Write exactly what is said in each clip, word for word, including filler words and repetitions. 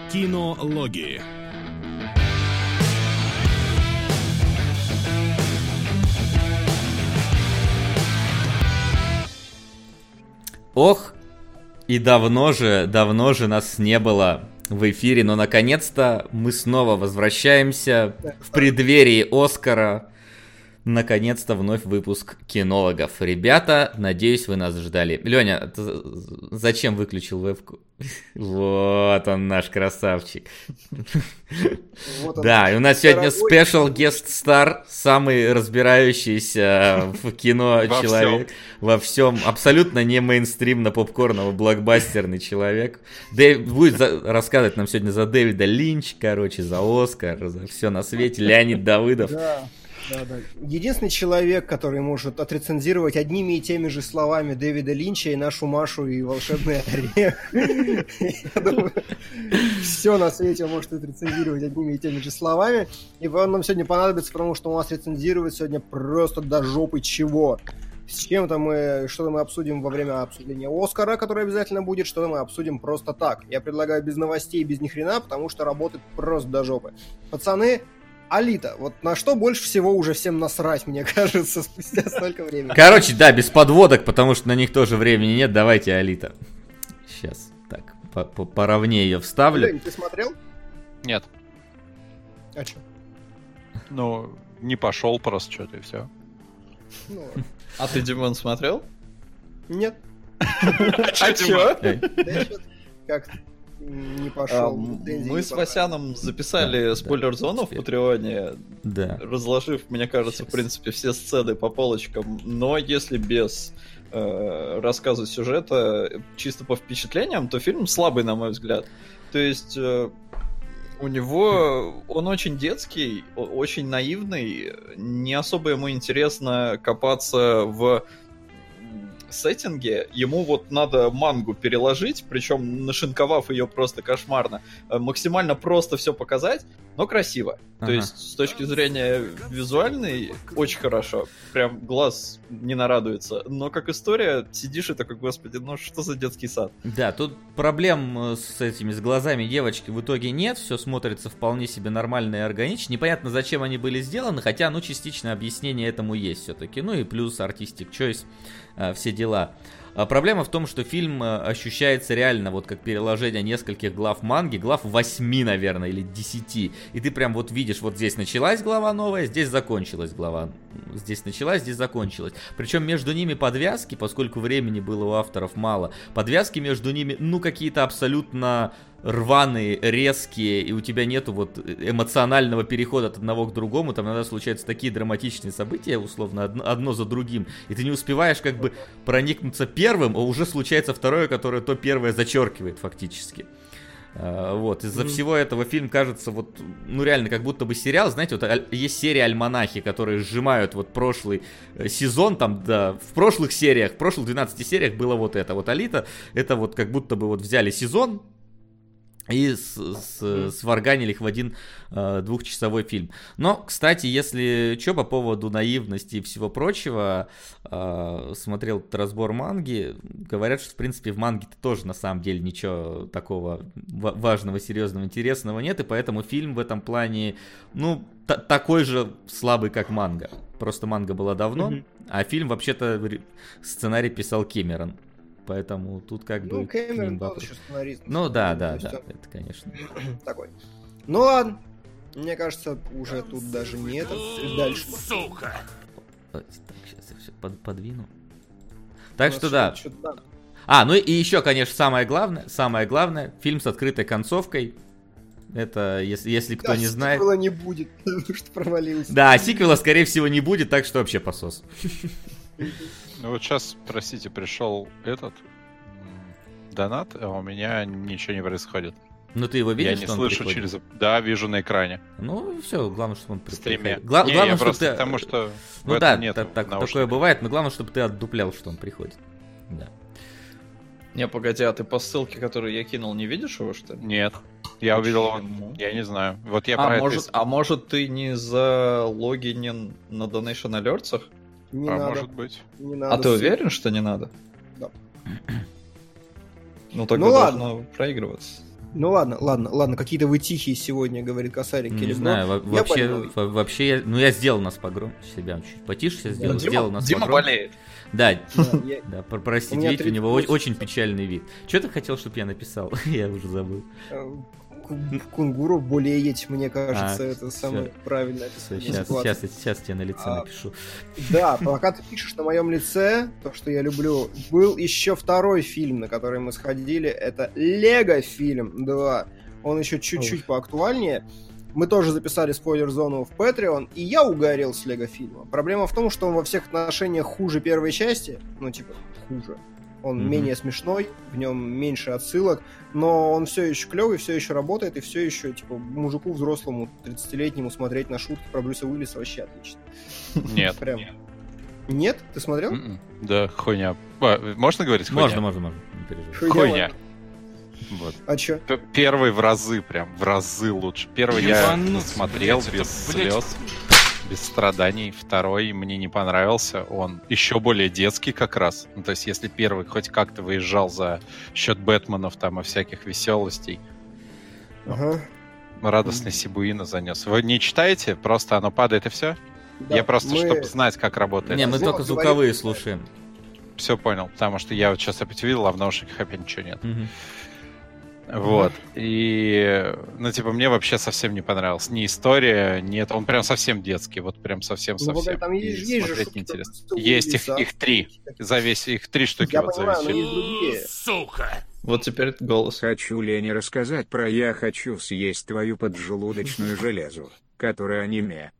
Кинологии. Ох, и давно же, давно же нас не было в эфире, но наконец-то мы снова возвращаемся в преддверии Оскара. Наконец-то вновь выпуск кинологов. Ребята, надеюсь, вы нас ждали. Леня, ты зачем выключил вебку? Вот он, наш красавчик. Вот он, да, и у нас сегодня спешл гест стар, самый разбирающийся в кино во человек. Всем. Во всем. Абсолютно не мейнстримно-попкорного блокбастерный человек. Дэв... Будет за... рассказывать нам сегодня за Дэвида Линч, короче, за Оскар, за все на свете. Леонид Давыдов. Да. Да, да. Единственный человек, который может отрецензировать одними и теми же словами Дэвида Линча и нашу Машу и волшебный орех. Я думаю, все на свете он может отрецензировать одними и теми же словами. И он нам сегодня понадобится, потому что он нас рецензирует сегодня просто до жопы чего. С чем-то мы, что-то мы обсудим во время обсуждения Оскара, который обязательно будет, что-то мы обсудим просто так. Я предлагаю без новостей, без ни хрена, потому что работает просто до жопы. Пацаны, Алита. Вот на что больше всего уже всем насрать, мне кажется, спустя столько времени. Короче, да, без подводок, потому что на них тоже времени нет. Давайте Алита. Сейчас, так, поровнее ее вставлю. Лень, ты смотрел? Нет. А что? Ну, не пошел просто что-то и все. Ну, а ты, Димон, смотрел? Нет. А чё? Как-то не пошел. А, мы с Васяном записали да, спойлер-зону да, в Патреоне, да. разложив, мне кажется, Сейчас. в принципе, все сцены по полочкам, но если без э, рассказа сюжета, чисто по впечатлениям, то фильм слабый, на мой взгляд. То есть э, у него он очень детский, очень наивный, не особо ему интересно копаться в сеттинге, ему вот надо мангу переложить, причем нашинковав ее просто кошмарно, максимально просто все показать, но красиво. Ага. То есть с точки зрения визуальной очень хорошо, прям глаз не нарадуется, но как история сидишь и такой, господи, ну что за детский сад. Да, тут проблем с этими, с глазами девочки в итоге нет, все смотрится вполне себе нормально и органично, непонятно зачем они были сделаны, хотя, ну, частичное объяснение этому есть все-таки, ну и плюс Artistic Choice, все дела. Проблема в том, что фильм ощущается реально вот как переложение нескольких глав манги, глав восьми, наверное, или десяти. И ты прям вот видишь, вот здесь началась глава новая, здесь закончилась глава. Здесь началась, здесь закончилась. Причем между ними подвязки, поскольку времени было у авторов мало, подвязки между ними, ну, какие-то абсолютно рваные, резкие, и у тебя нету вот эмоционального перехода от одного к другому, там иногда случаются такие драматичные события, условно, одно, одно за другим, и ты не успеваешь как бы проникнуться первым, а уже случается второе, которое то первое зачеркивает фактически. А, вот, из-за mm-hmm. всего этого фильм кажется вот, ну реально, как будто бы сериал, знаете, вот аль- есть серии «Альманахи», которые сжимают вот прошлый сезон, там, да, в прошлых сериях, в прошлых двенадцати сериях было вот это, вот «Алита», это вот как будто бы вот взяли сезон, и с, с, сварганили их в один э, двухчасовой фильм. Но, кстати, если что, по поводу наивности и всего прочего, э, смотрел этот разбор манги, говорят, что, в принципе, в манге-то тоже, на самом деле, ничего такого важного, серьезного, интересного нет, и поэтому фильм в этом плане, ну, т- такой же слабый, как манга. Просто манга была давно, mm-hmm. а фильм, вообще-то, сценарий писал Кэмерон. Поэтому тут как ну, бы... Кэмерон тоже еще сценарист. Ну да, да, да, он... это конечно. Такой. Ну ладно. Мне кажется, уже тут даже не это. Дальше. Сука! Так, сейчас я все под, подвину. Так что да. А, ну и еще, конечно, самое главное, самое главное, фильм с открытой концовкой. Это, если, если кто да, не знает... сиквела не будет, потому что провалился. Да, сиквела, скорее всего, не будет, так что вообще посос. Ну вот сейчас, простите, пришел этот донат, а у меня ничего не происходит. Ну ты его видишь, я что не он слышу приходит? через... Да, вижу на экране. Ну все, главное, чтобы он приходит. Гла- не, главное, я чтобы просто ты... потому что ну да, нет так, так, такое бывает, но главное, чтобы ты отдуплял, что он приходит. Да. Не, погоди, а ты по ссылке, которую я кинул, не видишь его, что ли? Нет. Я увидел его, я не знаю. Вот я а, про может, это... а может ты не залогинен на Donation Alerts? Не а надо. может быть. Не надо. А ты уверен, что не надо? Да. Ну тогда ну, должно ладно. проигрываться. Ну ладно, ладно, ладно, какие-то вы тихие сегодня, говорит Косарик. Не или знаю, Бро. во- Я вообще, больной. во- вообще, я- ну я сделал нас погромче себя, чуть потише себя сделал, Дима, сделал нас Дима погромче. болеет. Да, Да, я- да, про- У простите, меня видите, у него тридцать о- очень печальный вид. Что ты хотел, чтобы я написал? Я уже забыл. э, ку- Кунгуру болеет, мне кажется, А, это всё. самое правильное Всё, описание Сейчас, ситуации. сейчас, сейчас тебе на лице А, напишу. Да, пока ты пишешь на моем лице, то, что я люблю, был еще второй фильм, на который мы сходили, это Лего фильм два. Он еще чуть-чуть поактуальнее. Мы тоже записали спойлер-зону в Patreon, и я угорел с Лего фильма. Проблема в том, что он во всех отношениях хуже первой части, ну, типа, хуже. Он Мгм. менее смешной, в нем меньше отсылок, но он все еще клевый, все еще работает, и все еще, типа, мужику взрослому, тридцатилетнему смотреть на шутки про Брюса Уиллиса вообще отлично. Нет. Прям. Нет? Ты смотрел? М-м. Да, хуйня. А, можно говорить хуйня? Можно, можно, можно. Не переживай. Хуйня, Хуйня. ладно. Вот. А чё? П- Первый в разы, прям в разы лучше. Первый я Ебануться, смотрел блядь, без это, блядь. слез, без страданий. Второй мне не понравился. Он еще более детский как раз. Ну, то есть, если первый хоть как-то выезжал за счет Бэтменов там и всяких веселостей, Ага. радостный Сибуина занес. Вы не читаете? Просто оно падает и все? Да, Я просто, мы- чтобы знать, как работает. Не, мы Звук только говорит- звуковые слушаем. Все понял. Потому что я вот сейчас опять видел, а в наушниках опять ничего нет. Мгм. Вот. И, ну, типа, мне вообще совсем не понравилось. Ни история, ни это. Он прям совсем детский. Вот прям Ну, совсем-совсем. вот там И есть- есть же смотреть шутки неинтересно. про Брюса Есть их, Уиллиса. их три. За весь, их три штуки Я вот за понимаю, весь но фильм. есть другие. Сука! Вот теперь голос. Хочу Лене рассказать про «Я хочу съесть твою поджелудочную железу», которая аниме.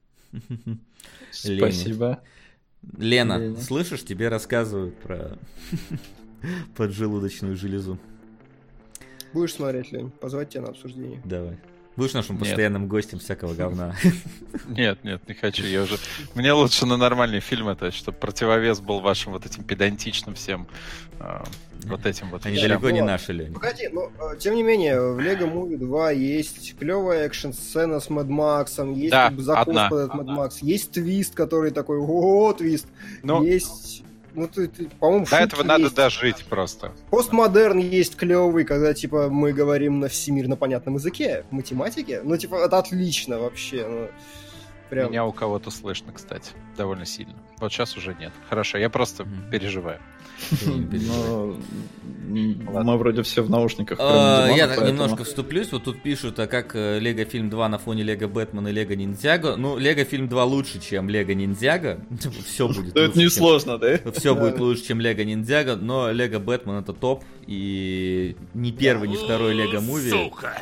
Лене. Спасибо. Лена, Леня. слышишь, тебе рассказывают про поджелудочную железу. Будешь смотреть, Лень? Позвать тебя на обсуждение. Давай. Будешь нашим Нет. постоянным гостем всякого говна. Нет, нет, не хочу. Я уже... Мне лучше на нормальный фильм это, чтобы противовес был вашим вот этим педантичным всем а, вот этим вот Они вещам. далеко не Вот. наши, Лень. Погоди, но э, тем не менее, в Lego Movie два есть клевая экшн-сцена с Мэд Максом, есть Да, как бы закос одна. под этот Мэд Макс, есть твист, который такой, о, твист, Ну, есть... Ну, ты, ты, по-моему, до шутки этого надо есть. дожить просто. Постмодерн есть клевый, когда, типа, мы говорим на всемирно понятном языке, в математике. Ну, типа, это отлично вообще. Ну, прям... Меня у кого-то слышно, кстати, довольно сильно. Вот сейчас уже нет. Хорошо, я просто Мгм. переживаю. Ты не переживай. Но м, мы вроде все в наушниках. кроме А, Димона, Я так поэтому- немножко вступлюсь. Вот тут пишут, а как э, Лего фильм два на фоне Лего Бэтмен и Лего Ниндзяго. Ну, Лего фильм два лучше, чем Лего Ниндзяго. Все будет Да это не лучше, чем- сложно, да? Все Да. будет лучше, чем Лего Ниндзяго, но Лего Бэтмен это топ. И ни первый, ни второй Лего Муви. Сука!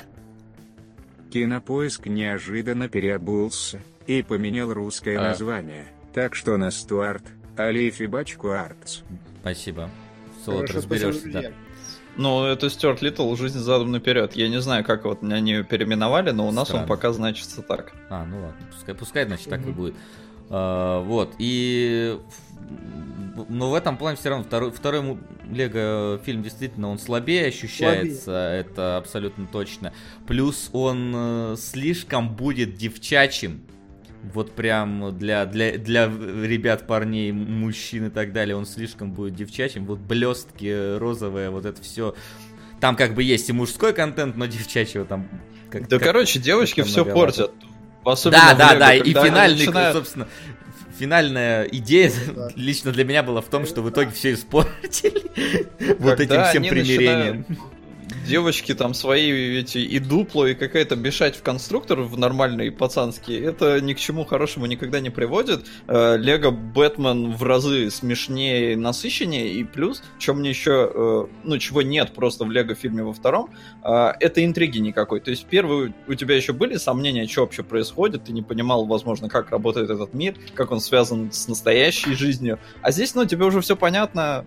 Кинопоиск неожиданно переобулся и поменял русское А. название. Так что на Стюарт, Алиф и Бачку Артс. Спасибо. Солод, Хорошо, спасибо, разберешься, да. друзья. Ну, это Стюарт Литтл, жизнь задом наперед. Я не знаю, как вот они переименовали, но у нас Странно. он пока значится так. А, ну ладно, пускай, пускай значит, так и Мгм. будет. А, вот, и... в- Но в этом плане все равно второй, второй му- Лего фильм действительно он слабее ощущается, это абсолютно точно. Плюс он э, слишком будет девчачьим. Вот прям для, для, для ребят, парней, мужчин и так далее, он слишком будет девчачьим. Вот блестки розовые, вот это все. Там как бы есть и мужской контент, но девчачьего там... Как, Да, как- короче, девочки как-то все многовато. портят. Особенно Да, в да, Лего, да, и когда они финальный, начинают- собственно, ф- финальная идея Да. лично для меня была в том, что в итоге все испортили вот Когда этим всем они примирением. Девочки там свои эти и дупло, и какая-то бешать в конструктор в нормальный пацанский, это ни к чему хорошему никогда не приводит. Э, Лего Бэтмен в разы смешнее и насыщеннее, и плюс, чем мне еще, э, ну, чего нет просто в Лего фильме во втором, э, это интриги никакой. То есть в первый у тебя еще были сомнения, что вообще происходит, ты не понимал, возможно, как работает этот мир, как он связан с настоящей жизнью. А здесь, ну, тебе уже все понятно,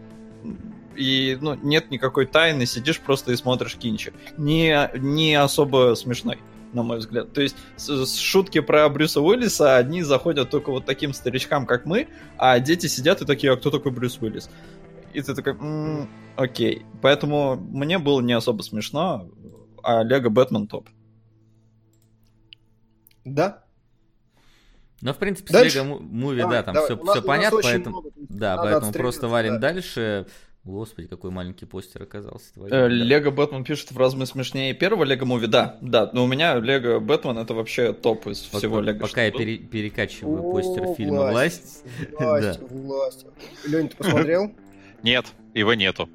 и ну, нет никакой тайны, сидишь просто и смотришь кинчик. Не, не особо смешной, на мой взгляд. То есть с, с шутки про Брюса Уиллиса, одни заходят только вот таким старичкам, как мы, а дети сидят и такие, а кто такой Брюс Уиллис? И ты такой, м-м, окей. Поэтому мне было не особо смешно, а Лего Бэтмен топ. Да? Но в принципе Дальше? с Лего Муви, Давай, да, там давай. все, У нас- у нас понятно, очень поэтому... много, Да, надо поэтому отстреливаться, просто валим да. дальше. Господи, какой маленький постер оказался. твой. Э, Лего Бэтмен пишет в разы смешнее первого Лего Муви. Да, да, но у меня Лего Бэтмен это вообще топ из Пока- всего Лего. Пока я пере- перекачиваю О, постер фильма «Власть». Власть, власть. Лень, ты посмотрел? Нет, его нету.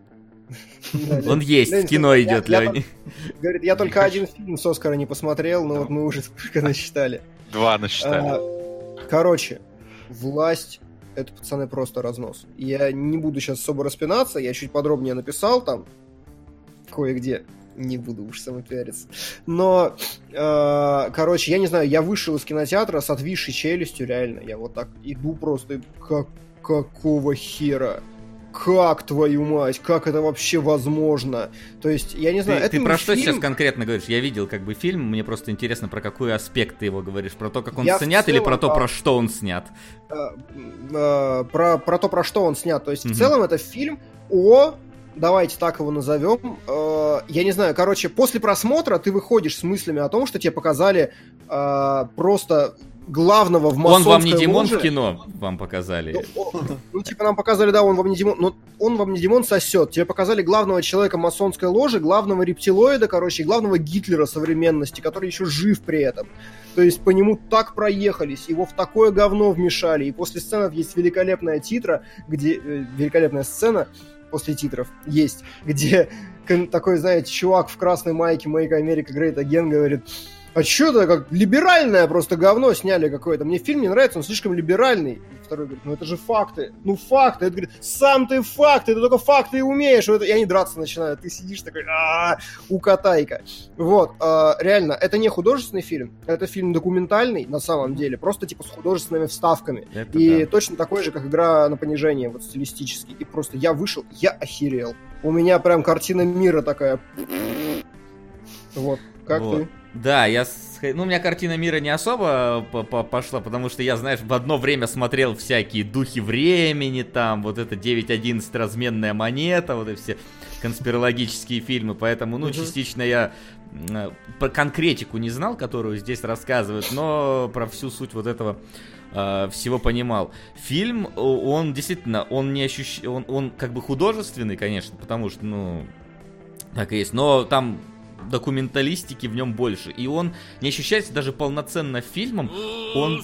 Да, Он Лень, есть, Лень, в кино я- идет, я Лёнь. Говорит, я только один фильм с Оскара не посмотрел, но вот мы уже сколько насчитали. Два насчитали. А, Короче, «Власть» — это, пацаны, просто разнос. Я не буду сейчас особо распинаться, я чуть подробнее написал там кое-где. Не буду уж самопиариться. Но, э, короче, я не знаю, я вышел из кинотеатра с отвисшей челюстью, реально. Я вот так иду просто, как, какого хера? Как, твою мать, как это вообще возможно? То есть, я не знаю, Ты, это ты не про что фильм. сейчас конкретно говоришь? Я видел как бы фильм, мне просто интересно, про какой аспект ты его говоришь. Про то, как он Я в снят, или целом, про то, а- про что он снят? э, э, про, про то, про что он снят. То есть, Мгм. в целом, это фильм о... Давайте так его назовем. Э, я не знаю, короче, после просмотра ты выходишь с мыслями о том, что тебе показали э, просто главного в Он масонской вам не Димон ложе. в кино вам показали? Ну, о- ну, типа, нам показали, да, он вам не Димон, но он вам не Димон сосет. Тебе показали главного человека масонской ложи, главного рептилоида, короче, и главного Гитлера современности, который еще жив при этом. То есть по нему так проехались, его в такое говно вмешали. И после сценов есть великолепная титра, где... э, великолепная сцена после титров есть, где кон- такой, знаете, чувак в красной майке Make America Great Again говорит: а что это, как либеральное просто говно сняли какое-то. Мне фильм не нравится, он слишком либеральный. Второй говорит: ну это же факты. Ну факты. Это говорит: сам ты факты, ты только факты и умеешь. Вот это- И они драться начинают. Ты сидишь такой: а укатайка. Вот, а, реально, это не художественный фильм. Это фильм документальный, на самом деле. Просто типа с художественными вставками. Это И да. точно такой же, как игра на понижение, вот стилистически. И просто я вышел, я охерел. У меня прям картина мира такая. Вот, как Вот. ты? Да, я... с- Ну, у меня картина мира не особо по- по- пошла, потому что я, знаешь, в одно время смотрел всякие «Духи времени», там, вот это девять одиннадцать разменная монета, вот эти все конспирологические фильмы, поэтому, ну, Мгм. частично я м, про конкретику не знал, которую здесь рассказывают, но про всю суть вот этого э, всего понимал. Фильм, о- он действительно, он не ощущ... он, он как бы художественный, конечно, потому что, ну, так и есть, но там документалистики в нем больше, и он не ощущается даже полноценно фильмом, он...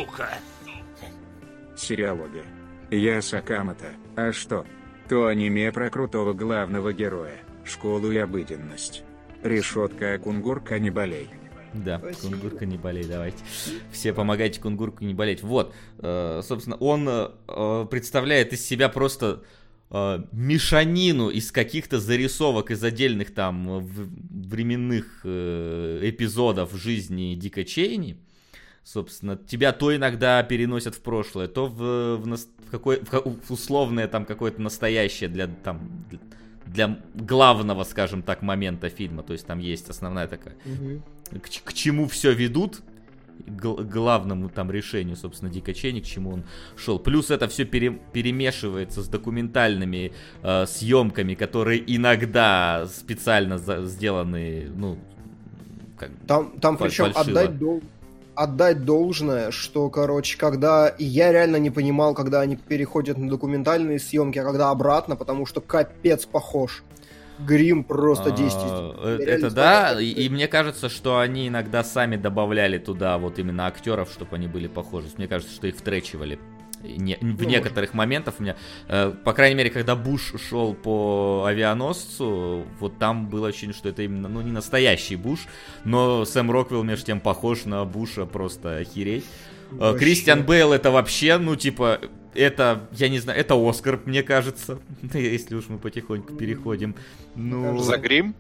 Сериалоги. Я Сакамото. А что? То аниме про крутого главного героя, школу и обыденность. Решетка о кунгурка не болей. Да, Спасибо. кунгурка не болей, давайте. Все помогайте кунгурку не болеть. Вот, э, собственно, он э, представляет из себя просто э, мешанину из каких-то зарисовок из отдельных там э, в- временных э, эпизодов жизни Дика Чейни. Собственно, тебя то иногда переносят в прошлое, то в, в, нас- в какое, в ка- в условное там какое-то настоящее для там для- для главного, скажем так, момента фильма. То есть там есть основная такая, к, ч- к чему все ведут, гл- главному там решению, собственно, Дика Чейни, к чему он шел. Плюс это все пере- перемешивается с документальными э, съемками, которые иногда специально за- сделаны, ну, как, Там, там фаль- причем фальшиво. отдать, дол- отдать должное, что, короче, когда... И я реально не понимал, когда они переходят на документальные съемки, а когда обратно, потому что капец похож. Грим просто А, действует. э, Я реально Это да, смотрел, и, и мне кажется, что они иногда сами добавляли туда вот именно актеров, чтобы они были похожи. Мне кажется, что их втречивали. И не- в Ну, некоторых моментах у меня, э, по крайней мере, когда Буш шел по авианосцу, вот там было ощущение, что это именно, ну, не настоящий Буш, но Сэм Роквелл, между тем, похож на Буша, просто охереть. Э, Вообще. Кристиан Бейл это вообще, ну, типа, это, я не знаю, это Оскар, мне кажется, если уж мы потихоньку переходим. Ну, кажется, За грим?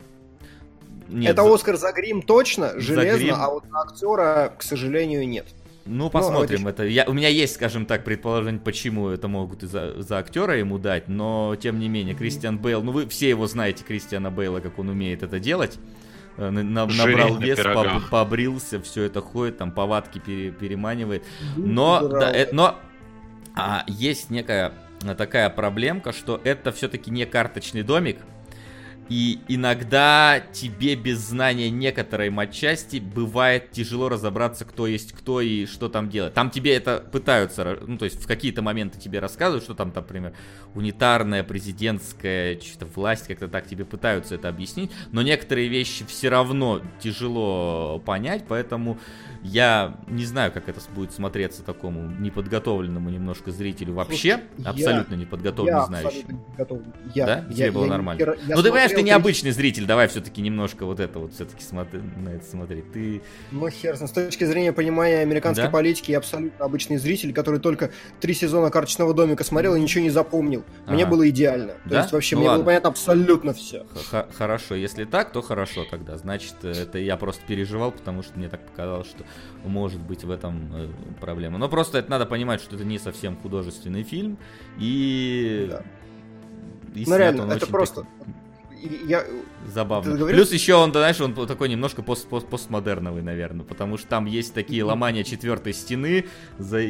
нет, Это за- Оскар за грим точно, За железно, грим. а вот на актера, к сожалению, нет. Ну, посмотрим. Ну, это я, у меня есть, скажем так, предположение, почему это могут и за, за актера ему дать, но тем не менее, Кристиан Бейл, ну вы все его знаете, Кристиана Бейла, как он умеет это делать. Э, на- на- Жирить набрал на вес, пирогах. поб- побрился, все это ходит, там повадки пере- переманивает. Ну, Но, да, да, э, но а, есть некая а, такая проблемка, что это все-таки не карточный домик. И иногда тебе без знания некоторой матчасти бывает тяжело разобраться, кто есть кто и что там делать. Там тебе это пытаются, ну то есть в какие-то моменты тебе рассказывают, что там, например, унитарная, президентская, что-то власть, как-то так тебе пытаются это объяснить, но некоторые вещи все равно тяжело понять, поэтому я не знаю, как это будет смотреться такому неподготовленному немножко зрителю вообще, Слушай, абсолютно я, неподготовленному, я знающему. Я, да? я, Тебе было я, нормально. Я, я ну ты понимаешь, ты смотрел, необычный зритель, давай все-таки немножко вот это вот все-таки смотри, на это смотреть. Ты... Ну хер, с точки зрения понимания американской да? политики, я абсолютно обычный зритель, который только три сезона «Карточного домика» смотрел и ничего не запомнил. Мне ага. было идеально. То да? есть вообще ну, мне ладно. было понятно абсолютно все. Х- хорошо, если так, то хорошо тогда. Значит, это я просто переживал, потому что мне так показалось, что может быть в этом э, проблема. Но просто это надо понимать, что это не совсем художественный фильм. И... Да. и ну реально, это очень просто... Я... Забавно. Плюс еще он, знаешь, он такой немножко пост -пост постмодерновый, наверное, потому что там есть такие ломания четвертой стены. За...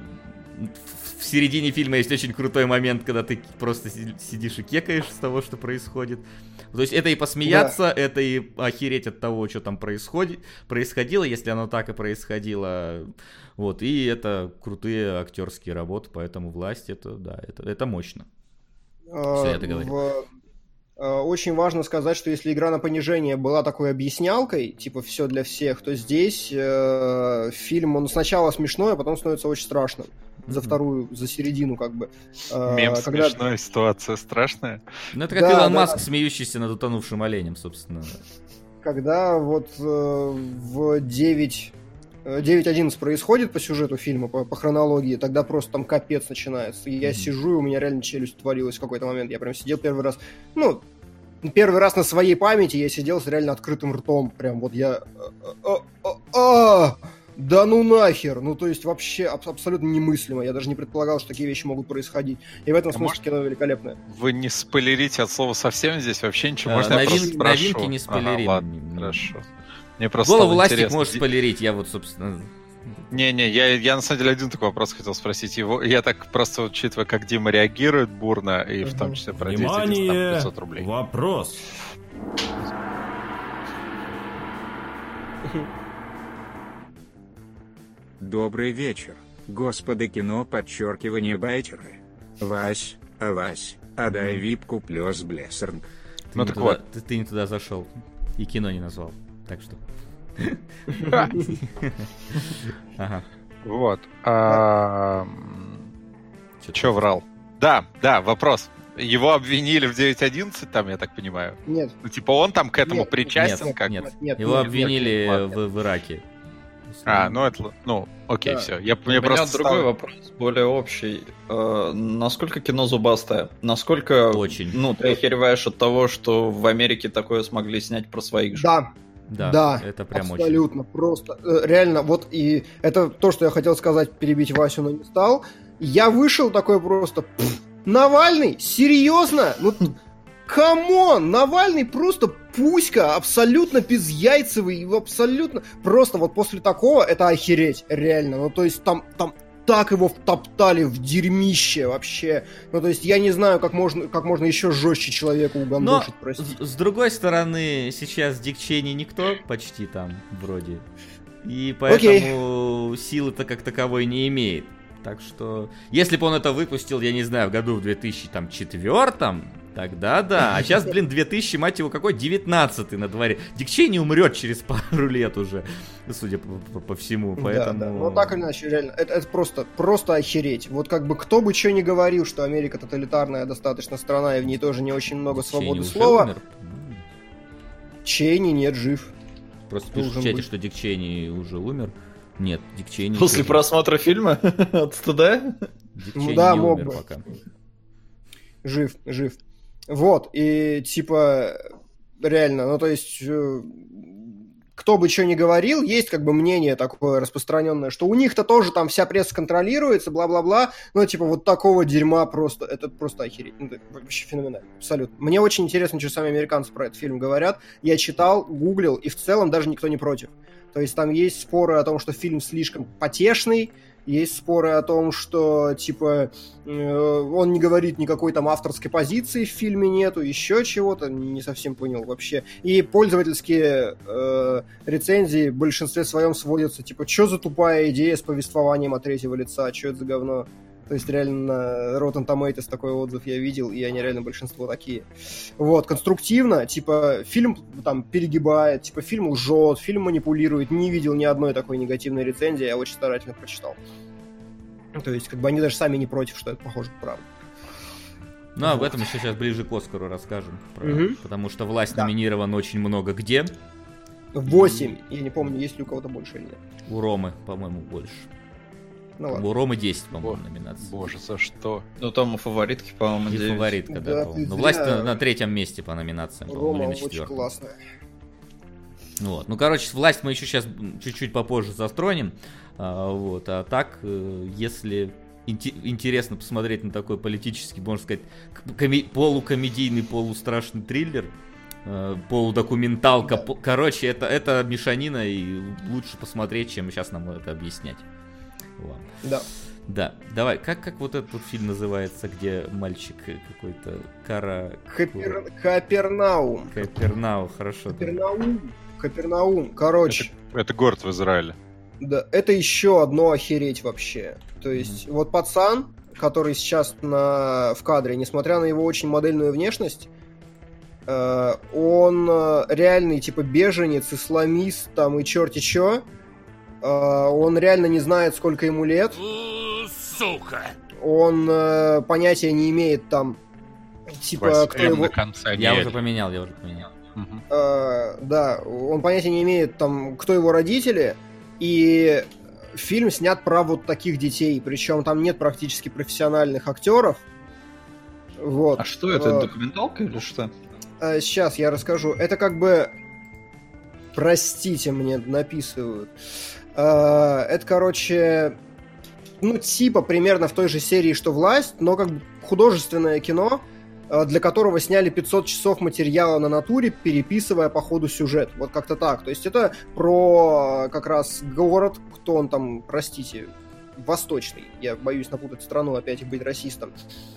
В середине фильма есть очень крутой момент, когда ты просто сидишь и кекаешь с того, что происходит. То есть это и посмеяться, да. это и охереть от того, что там происходит, происходило, если оно так и происходило. Вот, и это крутые актерские работы, поэтому «Власть» это, да, это, это мощно. А, Все, я договорил. В... Очень важно сказать, что если «Игра на понижение» была такой объяснялкой, типа все для всех, то здесь э, фильм, он сначала смешной, а потом становится очень страшным. За вторую, за середину как бы. Мем э, когда... смешной, ситуация страшная. Ну это как да, Илон да, Маск, да. смеющийся над утонувшим оленем, собственно. Когда вот э, в девять одиннадцать происходит по сюжету фильма, по, по хронологии, тогда просто там капец начинается. И я mm-hmm. сижу, и у меня реально челюсть отвалилась в какой-то момент. Я прям сидел первый раз, ну, первый раз на своей памяти я сидел с реально открытым ртом. Прям вот я... А-а-а! Да ну нахер! Ну, то есть вообще аб- абсолютно немыслимо. Я даже не предполагал, что такие вещи могут происходить. И в этом а смысле может, кино великолепное. Вы не спойлерите от слова совсем здесь? Вообще ничего? А, Можно новин, я просто спрошу? Новинки не спойлерим. Ага, ладно, хорошо. Мне просто голову ластик можешь спойлерить, я вот, собственно... Не-не, я, я на самом деле один такой вопрос хотел спросить. Его, я так просто, учитывая, как Дима реагирует бурно, и в том числе про Внимание! пятьсот рублей. Вопрос! Добрый вечер, господа кино, подчеркивание байтеры. Вась, а Вась, отдай випку плюс блессернг. Ну так вот. Ты, ты не туда зашел. И кино не назвал. Так что... Ага. Вот. Че врал? Да, да, вопрос. Его обвинили в девять одиннадцать, там, я так понимаю? Нет. Ну, типа он там к этому причастен? Нет, нет, нет. Его обвинили в Ираке. А, ну это, ну, окей, все. Я, У меня просто другой стал... вопрос, более общий. Э, насколько кино зубастое? Насколько, Очень. ну, ты охереваешь от того, что в Америке такое смогли снять про своих же? Да. Да, да, это прям абсолютно, очень... просто, реально, вот и это то, что я хотел сказать, перебить Васю, но не стал. Я вышел такой просто, Навальный, серьезно? Ну, камон, Навальный просто пуська, абсолютно безяйцевый, абсолютно, просто вот после такого это охереть, реально, ну, то есть там, там так его втоптали в дерьмище вообще. Ну, то есть я не знаю, как можно, как можно еще жестче человека угандошить, простите. С, с другой стороны, сейчас Дик Чейни никто почти там, вроде. И поэтому okay. силы-то как таковой не имеет. Так что, если бы он это выпустил, я не знаю, в году в две тысячи четвёртом, тогда да. А сейчас, блин, две тысячи, мать его, какой? девятнадцатый на дворе. Дик Чейни умрет через пару лет уже, судя по, по, по всему, поэтому... Да, да. Ну, так или иначе, реально, это, это просто, просто охереть. Вот как бы кто бы что ни говорил, что Америка тоталитарная достаточно страна, и в ней тоже не очень много свободы слова. Умер? Чейни нет, жив. Просто пишут в чате, что Дик Чейни уже умер. Нет, Дик Чейни... После просмотра фильма от стыда? Дик Чейни ну, да, не умер бы. Пока. Жив, жив. Вот, и типа, реально, ну то есть, кто бы что ни говорил, есть как бы мнение такое распространенное, что у них-то тоже там вся пресса контролируется, бла-бла-бла, но типа вот такого дерьма просто, это просто охереть, ну, это вообще феноменально, абсолютно. Мне очень интересно, что сами американцы про этот фильм говорят, я читал, гуглил, и в целом даже никто не против. То есть там есть споры о том, что фильм слишком потешный, есть споры о том, что, типа, он не говорит никакой там авторской позиции в фильме нету, еще чего-то, не совсем понял вообще. И пользовательские э, рецензии в большинстве своем сводятся, типа, что за тупая идея с повествованием от третьего лица, что это за говно? То есть реально на Rotten Tomatoes такой отзыв я видел, и они реально большинство такие. Вот, конструктивно, типа, фильм там перегибает, типа, фильм лжет, фильм манипулирует, не видел ни одной такой негативной рецензии, я очень старательно прочитал. То есть, как бы они даже сами не против, что это похоже на правду. Ну, вот. Об этом еще сейчас ближе к Оскару расскажем. Про... Угу. Потому что «Власть» да. номинирован очень много где. Восемь. И... Я не помню, есть ли у кого-то больше или нет. У Ромы, по-моему, больше. Ну, у Ромы десять, по-моему, номинаций. Боже, за что? Ну, там у фаворитки, по-моему, девять. И фаворитка, да, да по-моему. Но зря... «Власть» на, на третьем месте по номинациям, по-моему, Рома или на очень четвертом. классная. Вот. Ну, короче, «Власть» мы еще сейчас чуть-чуть попозже застронем. А, вот. А так, если интересно посмотреть на такой политический, можно сказать, коми- полукомедийный, полустрашный триллер, полудокументалка, да. Короче, это, это мешанина, и лучше посмотреть, чем сейчас нам это объяснять. Вам. Да. Да, давай, как, как вот этот вот фильм называется, где мальчик какой-то Кара... Капер... Капернаум. Капернаум, хорошо. Капернаум. Капернаум, короче. Это, это город в Израиле. Да, это еще одно охереть вообще. То есть, mm-hmm. вот пацан, который сейчас на... в кадре, несмотря на его очень модельную внешность, э, он реальный, типа, беженец, исламист, там, и черти чё. Uh, он реально не знает, сколько ему лет. Сука! Он uh, понятия не имеет там, типа, Вась, кто его... на конце я уже поменял, я уже поменял. Угу. Uh, да, он понятия не имеет там, кто его родители, и фильм снят про вот таких детей, причем там нет практически профессиональных актеров. Вот. А что это, uh, документалка или что? Uh, сейчас я расскажу. Это как бы... Простите, мне написывают. Это, короче, ну, типа примерно в той же серии, что «Власть», но как бы художественное кино, для которого сняли пятьсот часов материала на натуре, переписывая по ходу сюжет. Вот как-то так. То есть это про как раз город, кто он там, простите, восточный. Я боюсь напутать страну опять и быть расистом.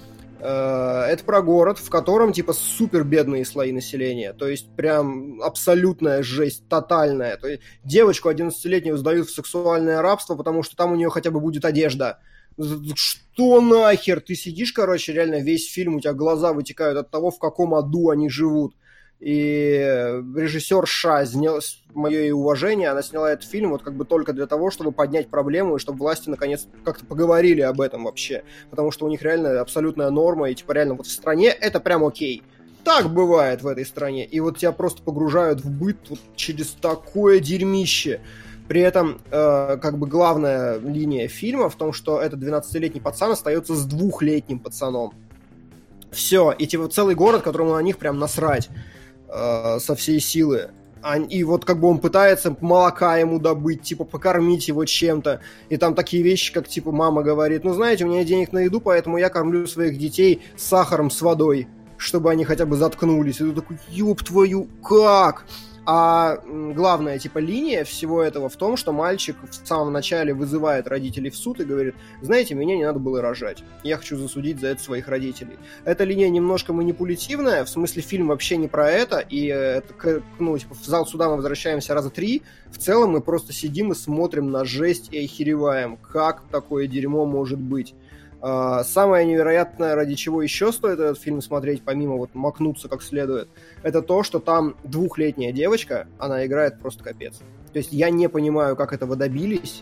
Это про город, в котором, типа, супер бедные слои населения. То есть, прям абсолютная жесть, тотальная. То есть, девочку одиннадцатилетнюю сдают в сексуальное рабство, потому что там у нее хотя бы будет одежда. Что нахер? Ты сидишь, короче, реально весь фильм, у тебя глаза вытекают от того, в каком аду они живут. И режиссер Ша, мое ей уважение, она сняла этот фильм вот как бы только для того, чтобы поднять проблему, и чтобы власти наконец как-то поговорили об этом вообще. Потому что у них реально абсолютная норма, и типа реально вот в стране это прям окей. Так бывает в этой стране. И вот тебя просто погружают в быт вот через такое дерьмище. При этом, э, как бы главная линия фильма в том, что этот двенадцатилетний пацан остается с двухлетним пацаном. Все, и типа целый город, которому на них прям насрать со всей силы. И вот как бы он пытается молока ему добыть, типа покормить его чем-то. И там такие вещи, как типа мама говорит, ну знаете, у меня нет денег на еду, поэтому я кормлю своих детей сахаром с водой, чтобы они хотя бы заткнулись. И ты такой, ёб твою, как? А главная, типа, линия всего этого в том, что мальчик в самом начале вызывает родителей в суд и говорит, знаете, меня не надо было рожать. Я хочу засудить за это своих родителей. Эта линия немножко манипулятивная, в смысле фильм вообще не про это, и это, ну, типа, в зал суда мы возвращаемся раза три. В целом мы просто сидим и смотрим на жесть и охереваем, как такое дерьмо может быть. Самое невероятное, ради чего еще стоит этот фильм смотреть, помимо вот макнуться как следует, это то, что там двухлетняя девочка, она играет просто капец. То есть я не понимаю, как этого добились.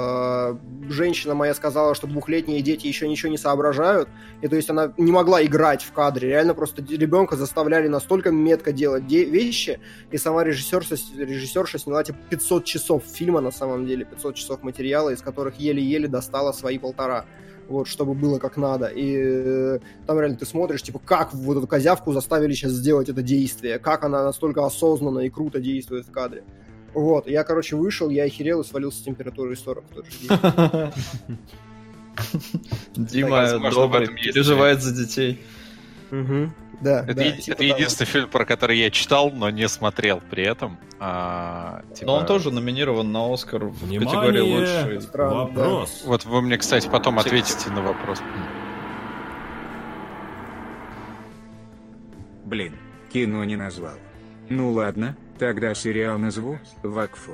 Женщина моя сказала, что двухлетние дети еще ничего не соображают, и то есть она не могла играть в кадре. Реально просто ребенка заставляли настолько метко делать де- вещи, и сама режиссерша, режиссерша сняла типа пятьсот часов фильма на самом деле, пятьсот часов материала, из которых еле-еле достала свои полтора. Вот, чтобы было как надо. И э, там реально ты смотришь, типа, как вот эту козявку заставили сейчас сделать это действие, как она настолько осознанно и круто действует в кадре. Вот, я, короче, вышел, я охерел и свалился с температурой сорок в тот же день. Дима добрый, переживает за детей. Угу. Да, Это, да, е- типа это единственный фильм, про который я читал, но не смотрел при этом. А, типа... Но он тоже номинирован на Оскар в Внимание! категории лучший. Странно, Вопрос. Вот вы мне, кстати, потом ответите на вопрос. Блин, кино не назвал. Ну ладно, тогда сериал назову «Вакфу».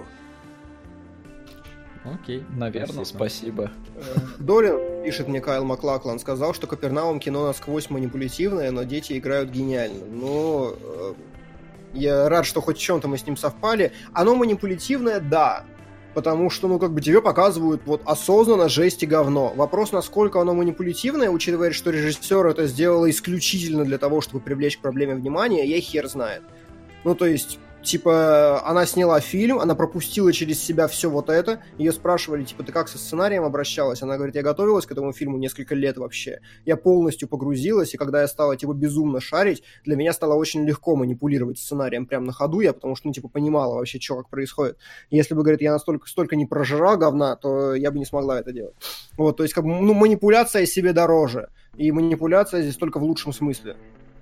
Окей. Наверное, спасибо. Дорин, пишет мне Кайл Маклаклан, сказал, что Капернаум кино насквозь манипулятивное, но дети играют гениально. Но э, я рад, что хоть в чем-то мы с ним совпали. Оно манипулятивное, да. Потому что, ну, как бы тебе показывают вот осознанно жесть и говно. Вопрос, насколько оно манипулятивное, учитывая, что режиссер это сделал исключительно для того, чтобы привлечь к проблеме внимания, я хер знает. Ну, то есть... Типа, она сняла фильм, она пропустила через себя все вот это. Ее спрашивали, типа, ты как со сценарием обращалась? Она говорит, я готовилась к этому фильму несколько лет вообще. Я полностью погрузилась, и когда я стала, типа, безумно шарить, для меня стало очень легко манипулировать сценарием прямо на ходу. Я потому что, ну, типа, понимала вообще, что как происходит. Если бы, говорит, я настолько столько не прожирала говна, то я бы не смогла это делать. Вот, то есть, как бы, ну, манипуляция себе дороже. И манипуляция здесь только в лучшем смысле.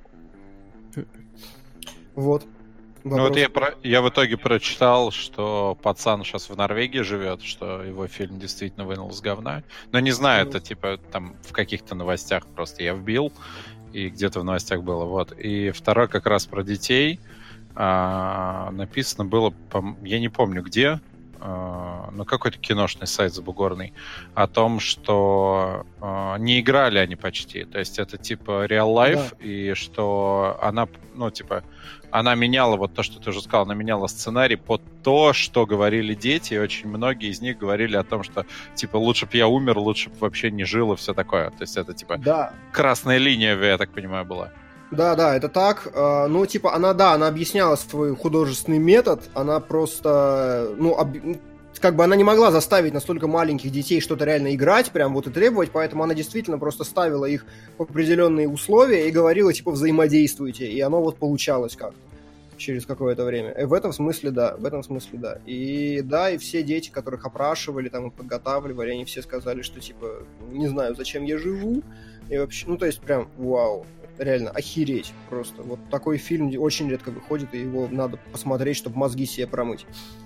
Вот. Ну вот я, про, я в итоге прочитал, что пацан сейчас в Норвегии живет, что его фильм действительно вынул с говна. Но не знаю, mm. это типа там в каких-то новостях просто я вбил, и где-то в новостях было. Вот. И второй как раз про детей. А, написано было, я не помню где, а, но какой-то киношный сайт забугорный, о том, что а, не играли они почти. То есть это типа real life, да. И что она, ну типа... Она меняла, вот то, что ты уже сказал, она меняла сценарий под то, что говорили дети, и очень многие из них говорили о том, что, типа, лучше бы я умер, лучше бы вообще не жил, и все такое. То есть это, типа, да. Красная линия, я так понимаю, была. Да-да, это так. Ну, типа, она, да, она объясняла свой художественный метод, она просто, ну, об... как бы она не могла заставить настолько маленьких детей что-то реально играть, прям вот и требовать, поэтому она действительно просто ставила их в определенные условия и говорила, типа, взаимодействуйте, и оно вот получалось как-то через какое-то время. И в этом смысле, да, в этом смысле, да. И да, и все дети, которых опрашивали, там, и подготавливали, они все сказали, что, типа, не знаю, зачем я живу, и вообще, ну, то есть, прям, вау, реально, охереть просто. Вот такой фильм очень редко выходит, и его надо посмотреть, чтобы мозги себе промыть.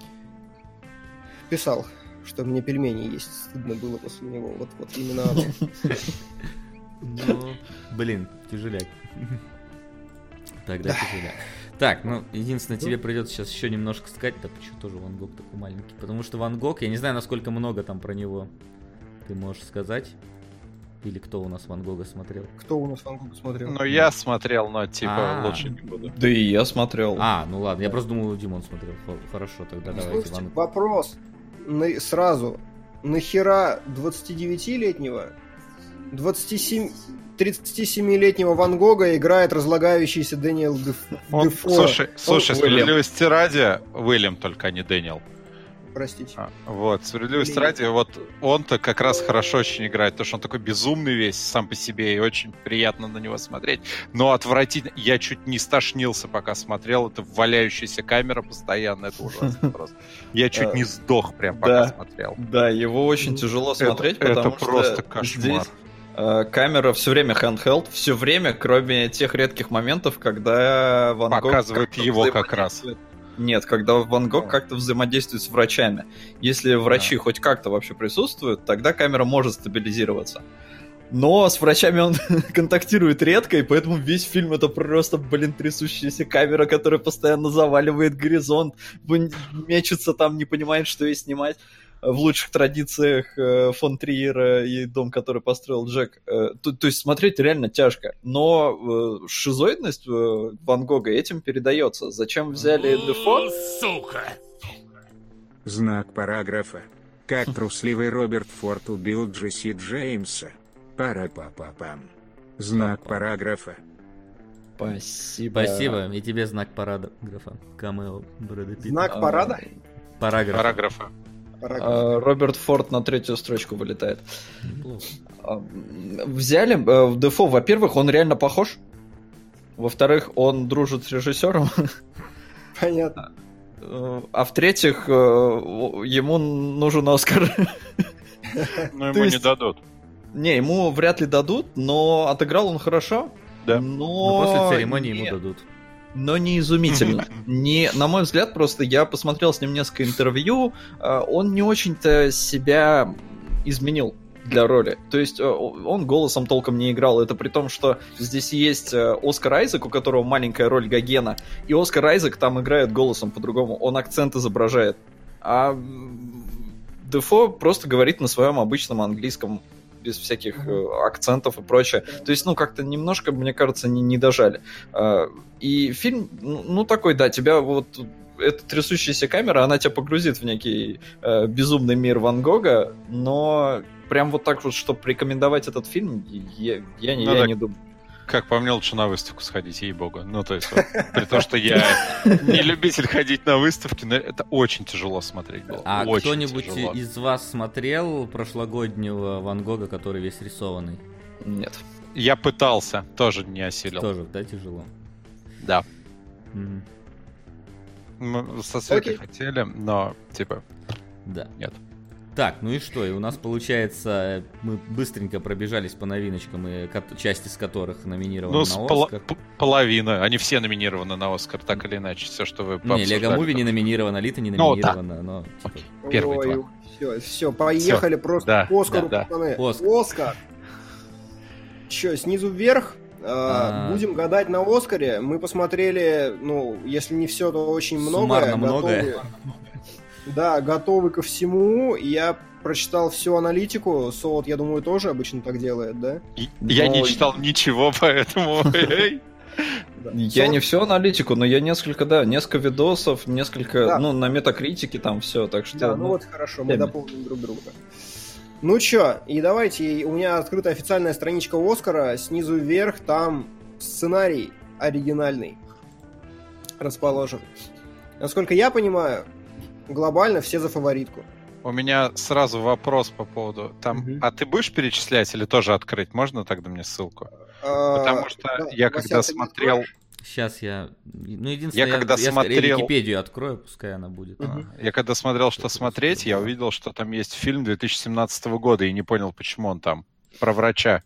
Писал, что мне пельмени есть стыдно было после него. Вот, вот именно оно. Ну, блин, тяжеляк. Тогда тяжеляк. Так, ну, единственное, тебе придется сейчас еще немножко сказать, да почему тоже Ван Гог такой маленький. Потому что Ван Гог, я не знаю, насколько много там про него ты можешь сказать. Или кто у нас Ван Гога смотрел? Кто у нас Ван Гога смотрел? Ну, я смотрел, но, типа, А-а-а. лучше не буду. Да и я смотрел. А, ну ладно, я просто думал, Димон смотрел. Хорошо, тогда Ну, давайте слушайте, Ван Гог. вопрос на... сразу. Нахера двадцатидевятилетнего, тридцатисемилетнего Ван Гога играет разлагающийся Дэниел Деф... Он, Дефо? слушай, слушай, О, справедливости ради, Уильям только, а не Дэниел. Простите. А, вот, справедливости ради, вот он-то как раз хорошо очень играет, потому что он такой безумный весь сам по себе, и очень приятно на него смотреть. Но отвратительно. Я чуть не стошнился, пока смотрел. Это валяющаяся камера постоянно, это ужасно просто. Я чуть не сдох прям, пока смотрел. Да, его очень тяжело смотреть, потому что просто кошмар. Камера все время handheld, все время, кроме тех редких моментов, когда Ван Гог показывает его как раз. Нет, когда Ван Гог как-то взаимодействует с врачами. Если врачи да. хоть как-то вообще присутствуют, тогда камера может стабилизироваться. Но с врачами он контактирует редко, и поэтому весь фильм это просто, блин, трясущаяся камера, которая постоянно заваливает горизонт, мечется там, не понимает, что ей снимать. В лучших традициях э, фон Триера и дом, который построил Джек. Э, то, то есть смотреть реально тяжко. Но э, шизоидность э, Ван Гога этим передается. Зачем взяли Дефо? Сука! Знак параграфа. Как трусливый Роберт Форд убил Джесси Джеймса. Пара-па-па-пам. Знак параграфа. Спасибо. Спасибо. И тебе знак параграфа. Камео Брэда Питта. Знак парада? Параграф. Параграфа. А, Роберт Форд на третью строчку вылетает. А, взяли в Дефо, во-первых, он реально похож. Во-вторых, он дружит с режиссером. Понятно. А в-третьих, ему нужен Оскар. Ну, ему не дадут. Не, ему вряд ли дадут, но отыграл он хорошо. Да. Но... Но после церемонии не- ему дадут. Но не изумительно. Не, на мой взгляд, просто я посмотрел с ним несколько интервью, э, он не очень-то себя изменил для роли. То есть э, он голосом толком не играл. Это при том, что здесь есть э, Оскар Айзек, у которого маленькая роль Гогена, и Оскар Айзек там играет голосом по-другому. Он акцент изображает. А м, Дефо просто говорит на своем обычном английском, без всяких э, акцентов и прочее. То есть, ну, как-то немножко, мне кажется, не, не дожали. Э, и фильм, ну, ну, такой, да, тебя вот... Эта трясущаяся камера, она тебя погрузит в некий э, безумный мир Ван Гога, но прям вот так вот, чтобы рекомендовать этот фильм, я, я, не, Ну я да. не думаю. Как по мне, лучше на выставку сходить, ей-богу. Ну, то есть, вот, при том, что я не любитель ходить на выставки, но это очень тяжело смотреть было. А Очень кто-нибудь тяжело. из вас смотрел прошлогоднего Ван Гога, который весь рисованный? Нет. Я пытался, тоже не осилил. Тоже, да, тяжело? Да. Мгм. Мы со Светой Окей. хотели, но, типа, Да. нет. Так, ну и что? И у нас получается, мы быстренько пробежались по новиночкам, и ко- часть из которых номинирована Ну, с на пола- Оскар. п- половина. Они все номинированы на Оскар, так или иначе. Все, что вы Не, пообсуждали. Лего Муви не номинирована, Лита не Ну, да. номинирована, но... типа, Окей, первые Ой, два. все, все, поехали просто Да, к Оскару, да, да. пацаны. Оскар. Оскар. Че, снизу вверх? А, А. Будем гадать на Оскаре. Мы посмотрели, ну, если не все, то очень многое. Суммарно многое. Готовы- Да, готовы ко всему. Я прочитал всю аналитику. Солод, я думаю, тоже обычно так делает, да? И- Я Но- не читал ничего, поэтому... эй. Я не всю аналитику, но я несколько, да, несколько видосов, несколько, Да. ну, на метакритике там все, так что... Да, ну вот хорошо, мы теме. дополним друг друга. Ну чё, и давайте, у меня открыта официальная страничка Оскара, снизу вверх там сценарий оригинальный расположен. Насколько я понимаю, глобально все за фаворитку. У меня сразу вопрос по поводу... Там... Мгм. А ты будешь перечислять или тоже открыть? Можно тогда мне ссылку? А, Потому что да, я Вася, когда ты не смотрел... откроешь? Сейчас я... Ну, единственное, Я когда смотрел- Википедию открою, пускай она будет. А, Я когда смотрел, что смотреть, я увидел, что там есть фильм две тысячи семнадцатого года, и не понял, почему он там. Про врача.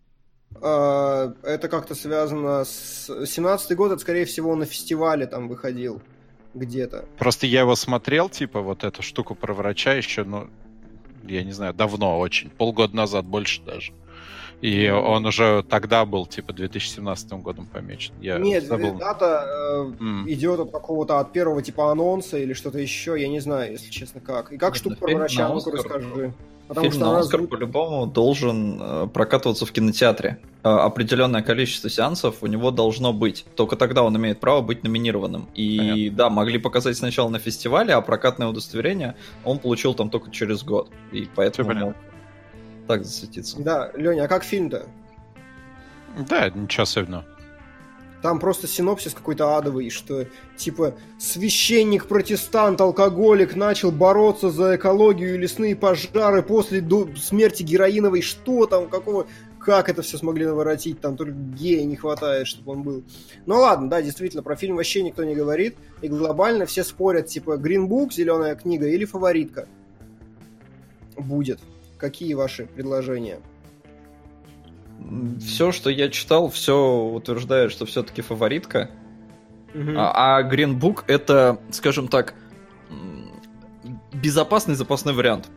А, это как-то связано с... семнадцатый год, это, скорее всего, на фестивале там выходил где-то. Просто я его смотрел, типа, вот эту штуку про врача еще, ну, я не знаю, давно очень. Полгода назад, больше даже. И он уже тогда был, типа, две тысячи семнадцатым годом помечен. Я Нет, забыл. дата э, М. идет от какого-то, от первого типа анонса или что-то еще, я не знаю, если честно, как. И как Это штука про фильм врача, на ну-ка Оскар. расскажи. Потому Фильм что на она Оскар звук- по-любому должен э, прокатываться в кинотеатре. Э, определенное количество сеансов у него должно быть. Только тогда он имеет право быть номинированным. И Понятно. да, могли показать сначала на фестивале, а прокатное удостоверение он получил там только через год. И поэтому понятно. мог так засветиться. Да, Леня, а как фильм-то? Да, ничего особенного. Там просто синопсис какой-то адовый, что типа священник-протестант, алкоголик начал бороться за экологию и лесные пожары после до- смерти героиновой. Что там, какого... Как это все смогли наворотить? Там только гея не хватает, чтобы он был. Ну ладно, да, действительно, про фильм вообще никто не говорит. И глобально все спорят, типа, Green Book, зеленая книга или фаворитка будет. Какие ваши предложения? Все, что я читал, все утверждает, что все-таки фаворитка. Мгм. А, а Green Book это, скажем так, м, безопасный запасной вариант.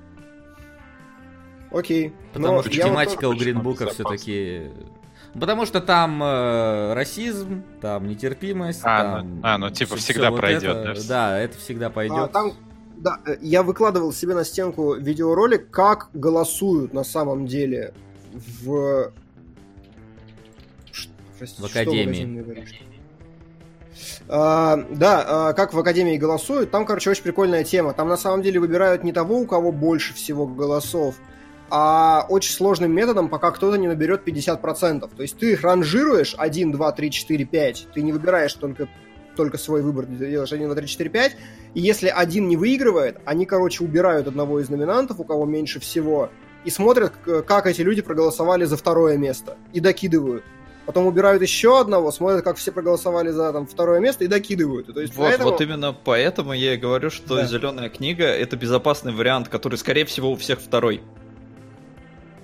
Окей. Потому Но что я вот тематика у тоже Гринбука безопасно. все-таки... Потому что там э, расизм, там нетерпимость, А, там... ну- а, ну, типа, всё- всегда всё вот пройдет, это. да? Да, это всегда пойдет. А, там, да, э, я выкладывал себе на стенку видеоролик, как голосуют на самом деле в... Ш- простите, В что вы Академии. хотели мне говорить? А, да, а, как в Академии голосуют. Там, короче, очень прикольная тема. Там на самом деле выбирают не того, у кого больше всего голосов, а очень сложным методом, пока кто-то не наберет пятьдесят процентов. То есть ты их ранжируешь один, два, три, четыре, пять. Ты не выбираешь только, только свой выбор, ты делаешь один, два, три, четыре, пять. И если один не выигрывает, они, короче, убирают одного из номинантов, у кого меньше всего, и смотрят, к- как эти люди проголосовали за второе место. И докидывают. Потом убирают еще одного, смотрят, как все проголосовали за там, второе место, и докидывают. И то есть Вот, поэтому... вот именно поэтому я и говорю, что Да. зеленая книга это безопасный вариант, который, скорее всего, у всех второй.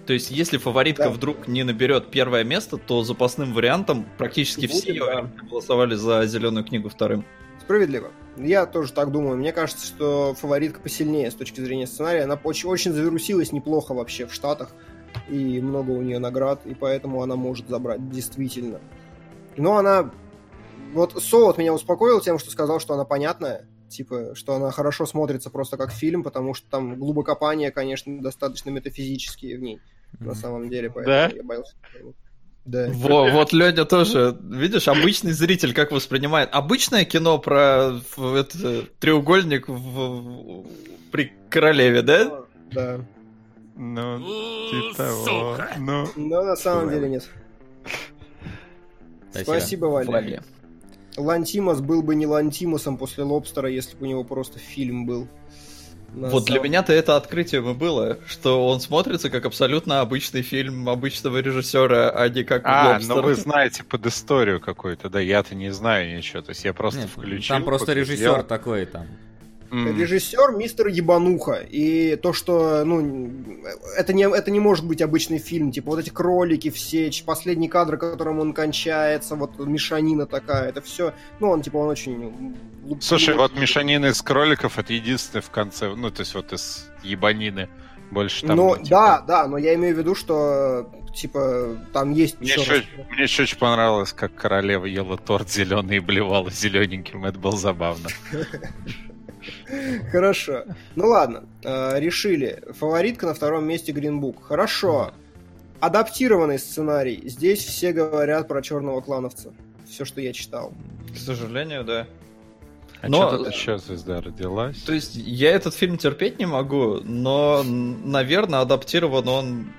То есть, если фаворитка Да. вдруг не наберет первое место, то запасным вариантом практически Будет, все да. голосовали за зеленую книгу вторым. Справедливо. Я тоже так думаю. Мне кажется, что фаворитка посильнее с точки зрения сценария. Она очень, очень завирусилась неплохо вообще в Штатах. И много у нее наград. И поэтому она может забрать, действительно. Но она... Вот Солод меня успокоил тем, что сказал, что она понятная. Типа, что она хорошо смотрится просто как фильм, потому что там глубокопания, конечно, достаточно метафизические в ней. На самом деле. Поэтому Да? я боялся. Да. Во, вот Леня тоже, видишь, обычный зритель как воспринимает. Обычное кино про в- этот, треугольник в- в- при королеве, да? Да. Ну, У, типа того. сука. Ну, Но на самом деле нет. Спасибо. Спасибо, Валя. Вали. Лантимос был бы не Лантимосом после Лобстера, если бы у него просто фильм был. На Вот для самом- меня-то это открытием и было, что он смотрится как абсолютно обычный фильм обычного режиссера, а не как а, «Лобстер». ну вы знаете под историю какую-то, да, я-то не знаю ничего, то есть я просто Нет, включил. там просто посмотрел. режиссер такой там. М. Режиссер мистер Ебануха. И то, что, ну, это не, это не может быть обычный фильм. Типа вот эти кролики все, ч- последний кадр, которым он кончается, вот мешанина такая, это все. Ну, он, типа, он очень... луп- Слушай, луп- вот мешанина из кроликов это единственное в конце, ну, то есть вот из ебанины. Больше там... Ну, ну, типа, да, да, но я имею в виду, что, типа, там есть Мне ещё еще, раз- мне еще очень понравилось, как королева ела торт зеленый и блевала зелененьким. Это было забавно. Хорошо. Ну ладно, э, решили. Фаворитка на втором месте Green Book. Хорошо. Адаптированный сценарий. Здесь все говорят про черного клановца. Все, что я читал. К сожалению, да. А Но- что тут еще звезда родилась? То есть я этот фильм терпеть не могу, но, н- наверное, адаптирован он...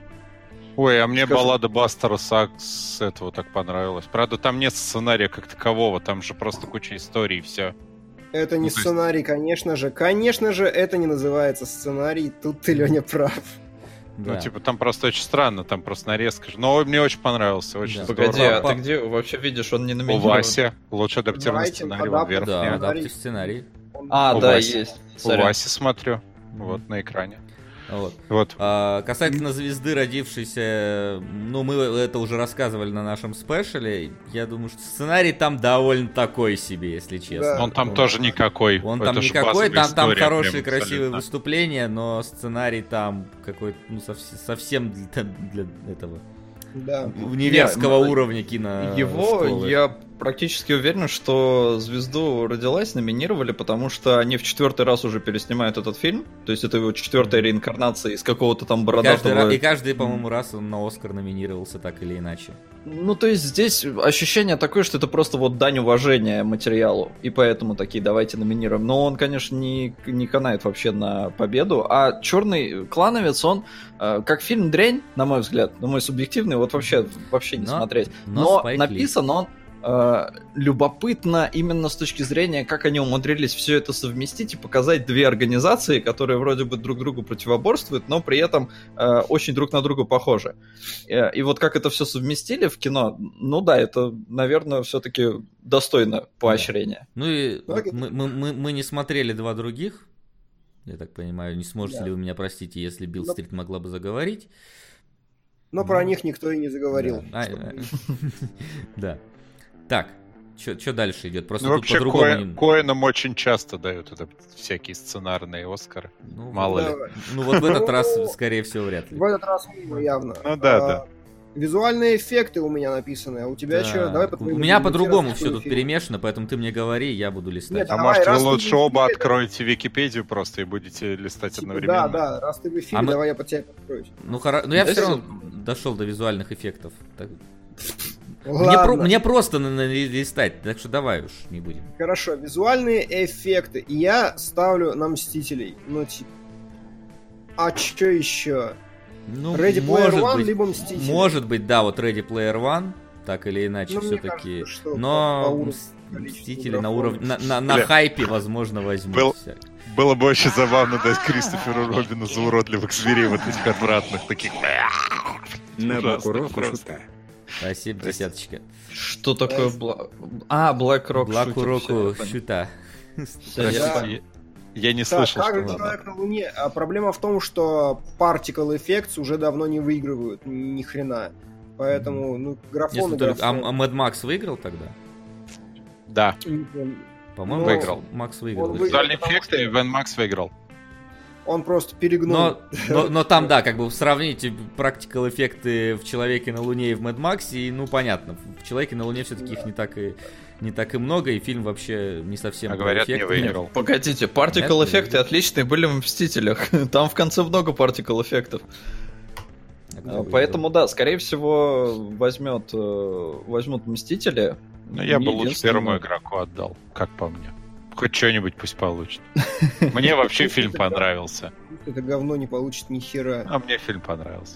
Ой, а мне Скажи. баллада Бастера Сакс этого так понравилась. Правда, там нет сценария как такового, там же просто куча историй и все. Это не Ну, то есть- сценарий, конечно же. Конечно же, это не называется сценарий. Тут ты, Леня, прав. Да. Ну, типа, там просто очень странно, там просто нарезка. же. Но мне очень понравился, очень Да. здорово. Погоди, а Папа. ты где вообще видишь, он не У номинирован? Васи лучше адаптированный Давайте сценарий, адап- вон вверх. Да, Нет. адаптив сценарий. А, У да, Васи. есть. У Сорян. Васи смотрю, вот, на экране. Вот. Вот. А, касательно звезды, родившейся, ну, мы это уже рассказывали на нашем спешле. Я думаю, что сценарий там довольно такой себе, если честно. Да. Он там тоже никакой. Он Это там же никакой, базовая там, там история хорошие, прям красивые абсолютно. выступления, но сценарий там какой-то, ну, совсем, совсем для, для этого Да. универского Не, уровня кино. Его, школы. я практически уверен, что «Звезду родилась» номинировали, потому что они в четвертый раз уже переснимают этот фильм. То есть это его четвертая реинкарнация из какого-то там И каждый, бородатого... ра- и каждый, по-моему, раз он на Оскар номинировался так или иначе. Ну, то есть здесь ощущение такое, что это просто вот дань уважения материалу, и поэтому такие давайте номинируем. Но он, конечно, не, не канает вообще на победу. А «Черный клановец», он э, как фильм дрянь, на мой взгляд, на мой субъективный, вот вообще, вообще не Но- смотреть. но Но Спайк Ли. написан он э, любопытно именно с точки зрения, как они умудрились все это совместить и показать две организации, которые вроде бы друг другу противоборствуют, но при этом э, очень друг на друга похожи. Э, И вот как это все совместили в кино, ну да, это, наверное, все-таки достойно поощрения. Ну и Ну, вот это- мы, мы, мы, мы не смотрели два других. Я так понимаю, не сможете Да. ли вы меня простить, если Билл Ну- Стрит могла бы заговорить? Но про них никто и не заговорил. Да. А, Чтобы- э, Да. Так, что дальше идет? Просто Ну, тут вообще, по-другому. Коэн- не- Коэнам очень часто дают это, всякие сценарные Оскары. Ну, Мало ли. Давай. Ну вот в этот раз, Ну, скорее всего, вряд ли. В этот раз мимо явно. Ну да, А, да. Визуальные эффекты у меня написаны, а у тебя Так, что? Давай у по-твоему меня будем по-другому делать все тут фильм. перемешано, поэтому ты мне говори, я буду листать. Нет, А Давай, может, вы раз ты лучше в оба эфире, откроете Википедию просто и будете листать Типа, одновременно? Да, да, раз ты в эфире, А мы- давай я под тебя подкроюсь. Ну, хоро... ну я Да, все если- равно дошел до визуальных эффектов. Так- Мне, Ладно. про- мне просто на- на- листать, так что давай уж не будем. Хорошо, визуальные эффекты. И я ставлю на Мстителей. Ну, типа... А чё еще? Ну, Ready Player может One, быть, либо Мстители. Может быть, да, вот Ready Player One, так или иначе, Ну, мне все-таки. кажется, что по Но уровню Мс- количества Мстители на игроков. уровне. На, на- на Бля. хайпе, возможно, возьмут. Был- всяк. Было бы очень забавно дать Кристоферу Робину за уродливых зверей вот этих отвратных таких. На Ужасно Бакуроку просто. шута. Спасибо, десяточка. Что такое... Бла... А, Black Rock Блаку шутер, всё, Року я понял. щута. Всё, я Да. понял. Я не Так, слышал, как что же надо. человек на Луне? А проблема в том, что Particle Effects уже давно не выигрывают ни хрена. Поэтому, ну, графон Если и только... А, графон. а Mad Max выиграл тогда? Да. Не помню. По-моему, Ну, выиграл. Макс выиграл. он их. выиграл. Визуальные потому эффекты что- Вен Макс выиграл. Он просто перегнул. Но, но, но там, да, как бы сравните практикал эффекты в Человеке на Луне и в Мэд Максе, и, ну, понятно, в Человеке на Луне все-таки их не так и не так и много, и фильм вообще не совсем А про говорят, не эффекты. выиграл. Погодите, Particle Нет, эффекты не отличные были в Мстителях. Там в конце много Particle эффектов. А кто А, выиграл? Поэтому, да, скорее всего, возьмет, э, возьмут Мстители. Ну, я бы лучше Единственное- первому игроку отдал, как по мне. Хоть что-нибудь пусть получит. Мне вообще фильм понравился. Это говно не получит ни хера. А мне фильм понравился.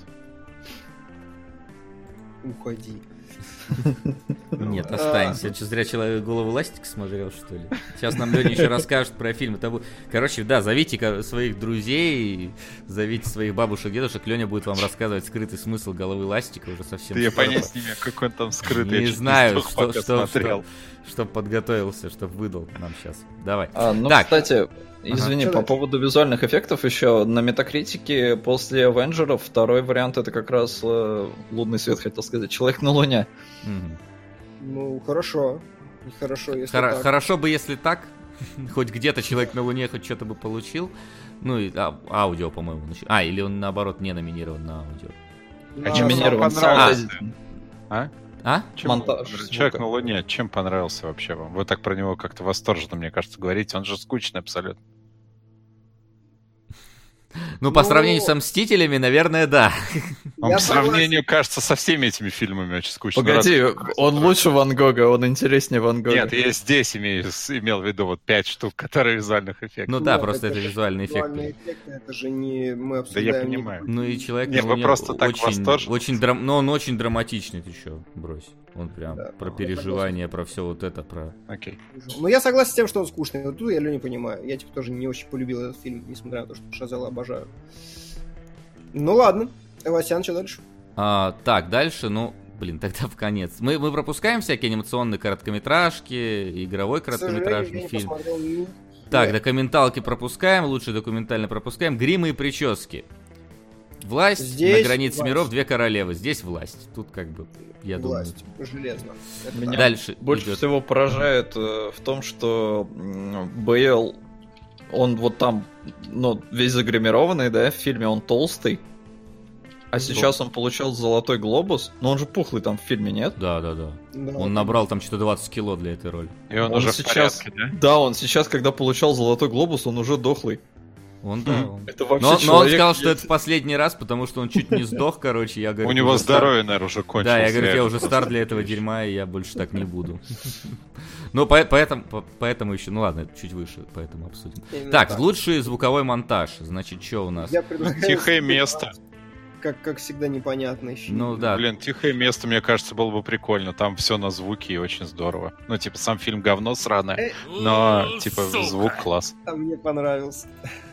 Уходи. Нет, А. останься. Что, зря человек голову ластик смотрел, что ли? Сейчас нам Леня еще расскажет про фильм. Это бу- Короче, да, зовите ко- своих друзей, зовите своих бабушек, дедушек. Леня будет вам рассказывать скрытый смысл головы ластика уже совсем Да я скоро. понять не имею, как он там скрытый. я Не чуть знаю, сдох, что, пока что, смотрел. что, чтоб подготовился, чтоб выдал нам сейчас. Давай. А, ну, Так. кстати, извини, Чё по дальше? поводу визуальных эффектов еще на Метакритике после Авенджеров второй вариант это как раз э, лунный свет, хотел сказать, Человек на Луне. Мгм. Ну, хорошо. Хорошо, если Хоро- так. Хорошо бы, если так. Хоть где-то человек на Луне хоть что-то бы получил. Ну и а, аудио, по-моему. нач- А, или он наоборот не номинирован на аудио. Ну, А чем мне Номинирован понравился? саунд- А? А? Чем- Монтаж Человек звука. на Луне, чем понравился вообще вам? Вы так про него как-то восторженно, мне кажется, говорите. Он же скучный абсолютно. Ну, по Ну, сравнению со Мстителями, наверное, да. Он Я по сравнению, кажется, со всеми этими фильмами очень скучный. Погоди, Раз- он лучше Ван Гога, он интереснее Ван Гога. Нет, я здесь имею, с- имел в виду вот пять штук, которые визуальных эффектов. Ну да, Нет, просто это же визуальный эффект. визуальные эффекты, это же не мы Да обсуждаем. я не- понимаю. Ну и человек Не, на вы Луне просто так очень, восторжены. очень драм... Но он очень драматичный, ты чё, брось. Он прям Да, про я переживания, про все вот это, про... Окей. Ну, я согласен с тем, что он скучный. Вот тут я Леню понимаю. Я, типа, тоже не очень полюбил этот фильм, несмотря на то, что Шазела обожаю. Ну, ладно. Васян, что дальше? А, так, дальше, ну, блин, тогда в конец. Мы, мы пропускаем всякие анимационные короткометражки, игровой К сожалению, я короткометражный не фильм. посмотрел ни- Так, Нет. документалки пропускаем, лучше документально пропускаем. Гримы и прически. Власть Здесь на границе власть. миров, две королевы. Здесь власть. Тут как бы, я Власть. Железно. Это Меня так. Дальше больше идет. всего поражает э, в том, что м, Бейл, он вот там, ну, весь загримированный, да, в фильме он толстый, а сейчас он получил золотой глобус, но он же пухлый там в фильме, нет? Да, да, да. Да. Он набрал там что-то двадцать кило для этой роли. И он, Он уже сейчас- в порядке, да? Да, он сейчас, когда получал золотой глобус, он уже дохлый. Он, да, Хм. он. Это вообще Но, но он человек, сказал, что я- это в последний раз, потому что он чуть не сдох, короче. Я говорю, У него уже стар- здоровье, наверное, уже кончилось. Да, я говорю, я реально. уже стар для этого дерьма, и я больше так не буду. Ну, по- поэтому, по- поэтому еще, ну ладно, чуть выше, поэтому обсудим. Именно Так, лучший звуковой монтаж. Значит, что у нас? Я предлагаю Тихое сказать, место. Как, как всегда, непонятный фильм. Ну да, Блин, тихое место, мне кажется, было бы прикольно. Там все на звуке и очень здорово. Ну, типа, сам фильм говно сраное, Э, но, типа, Сука. звук класс. А мне понравился.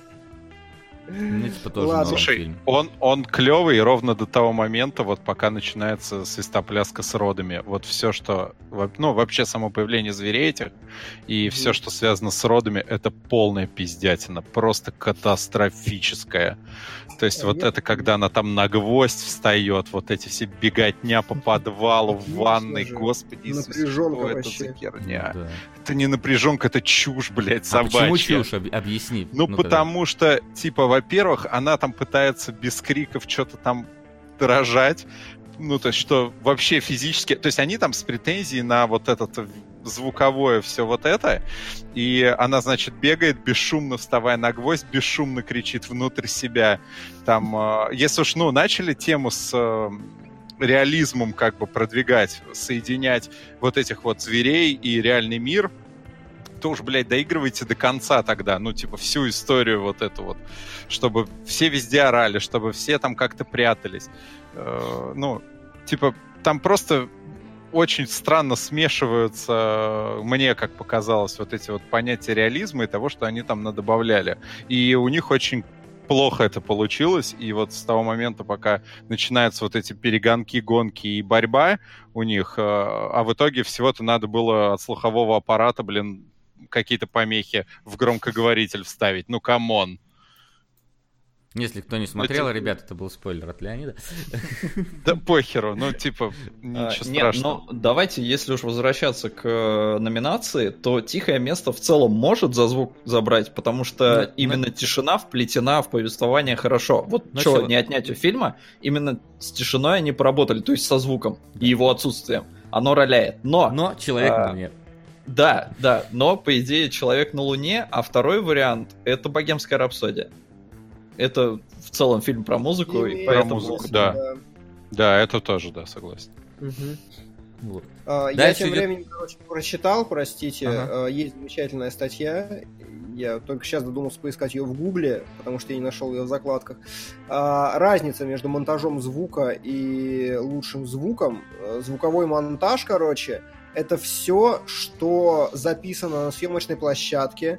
мне типа тоже Ладно. норм Слушай, фильм. он, он клевый ровно до того момента, вот пока начинается свистопляска с родами. Вот все, что... во- Ну, вообще само появление зверей этих и Мгм. все, что связано с родами, это полная пиздятина. Просто катастрофическая. То есть А вот я- это, когда она там на гвоздь встает, вот эти все беготня по подвалу, в Конечно ванной, же. господи Иисусе, Напряженка что это вообще. за херня? Да. Это не напряженка, это чушь, блядь, А собачья. почему чушь? Об- Объясни. Ну, тогда. потому что, типа, во-первых, она там пытается без криков что-то там дрожать. Ну, то есть, что вообще физически... То есть, они там с претензией на вот этот звуковое все вот это. И она, значит, бегает, бесшумно вставая на гвоздь, бесшумно кричит внутрь себя. Там, э, если уж, ну, начали тему с... э, реализмом как бы продвигать, соединять вот этих вот зверей и реальный мир, то уж, блядь, доигрывайте до конца тогда, ну, типа, всю историю вот эту вот, чтобы все везде орали, чтобы все там как-то прятались. Э, ну, типа, там просто очень странно смешиваются, мне как показалось, вот эти вот понятия реализма и того, что они там надобавляли. И у них очень плохо это получилось, и вот с того момента, пока начинаются вот эти перегонки, гонки и борьба у них, э, а в итоге всего-то надо было от слухового аппарата, блин, какие-то помехи в громкоговоритель вставить. Ну, камон. Если кто не смотрел, Это- ребят, это был спойлер от Леонида. Да похеру, ну, типа, А, ничего нет, страшного. но давайте, если уж возвращаться к э, номинации, то «Тихое место» в целом может за звук забрать, потому что Ну, именно тишина вплетена в повествование хорошо. Вот Ну, что чего? не отнять у фильма, именно с тишиной они поработали, то есть со звуком и его отсутствием. Оно роляет. Но, Но человек А, на Луне. да, да, но, по идее, «Человек на Луне», а второй вариант — это «Богемская рапсодия». Это в целом фильм про музыку, и Имеет поэтому... музыку, смысл, да. Да, это тоже, да, согласен. Мгм. Вот. А, Я Дальше тем идет- временем, короче, прочитал, простите, Ага. а, есть замечательная статья, я только сейчас додумался поискать ее в Гугле, потому что я не нашел ее в закладках. А, Разница между монтажом звука и лучшим звуком. э, Звуковой монтаж, короче, это все, что записано на съемочной площадке,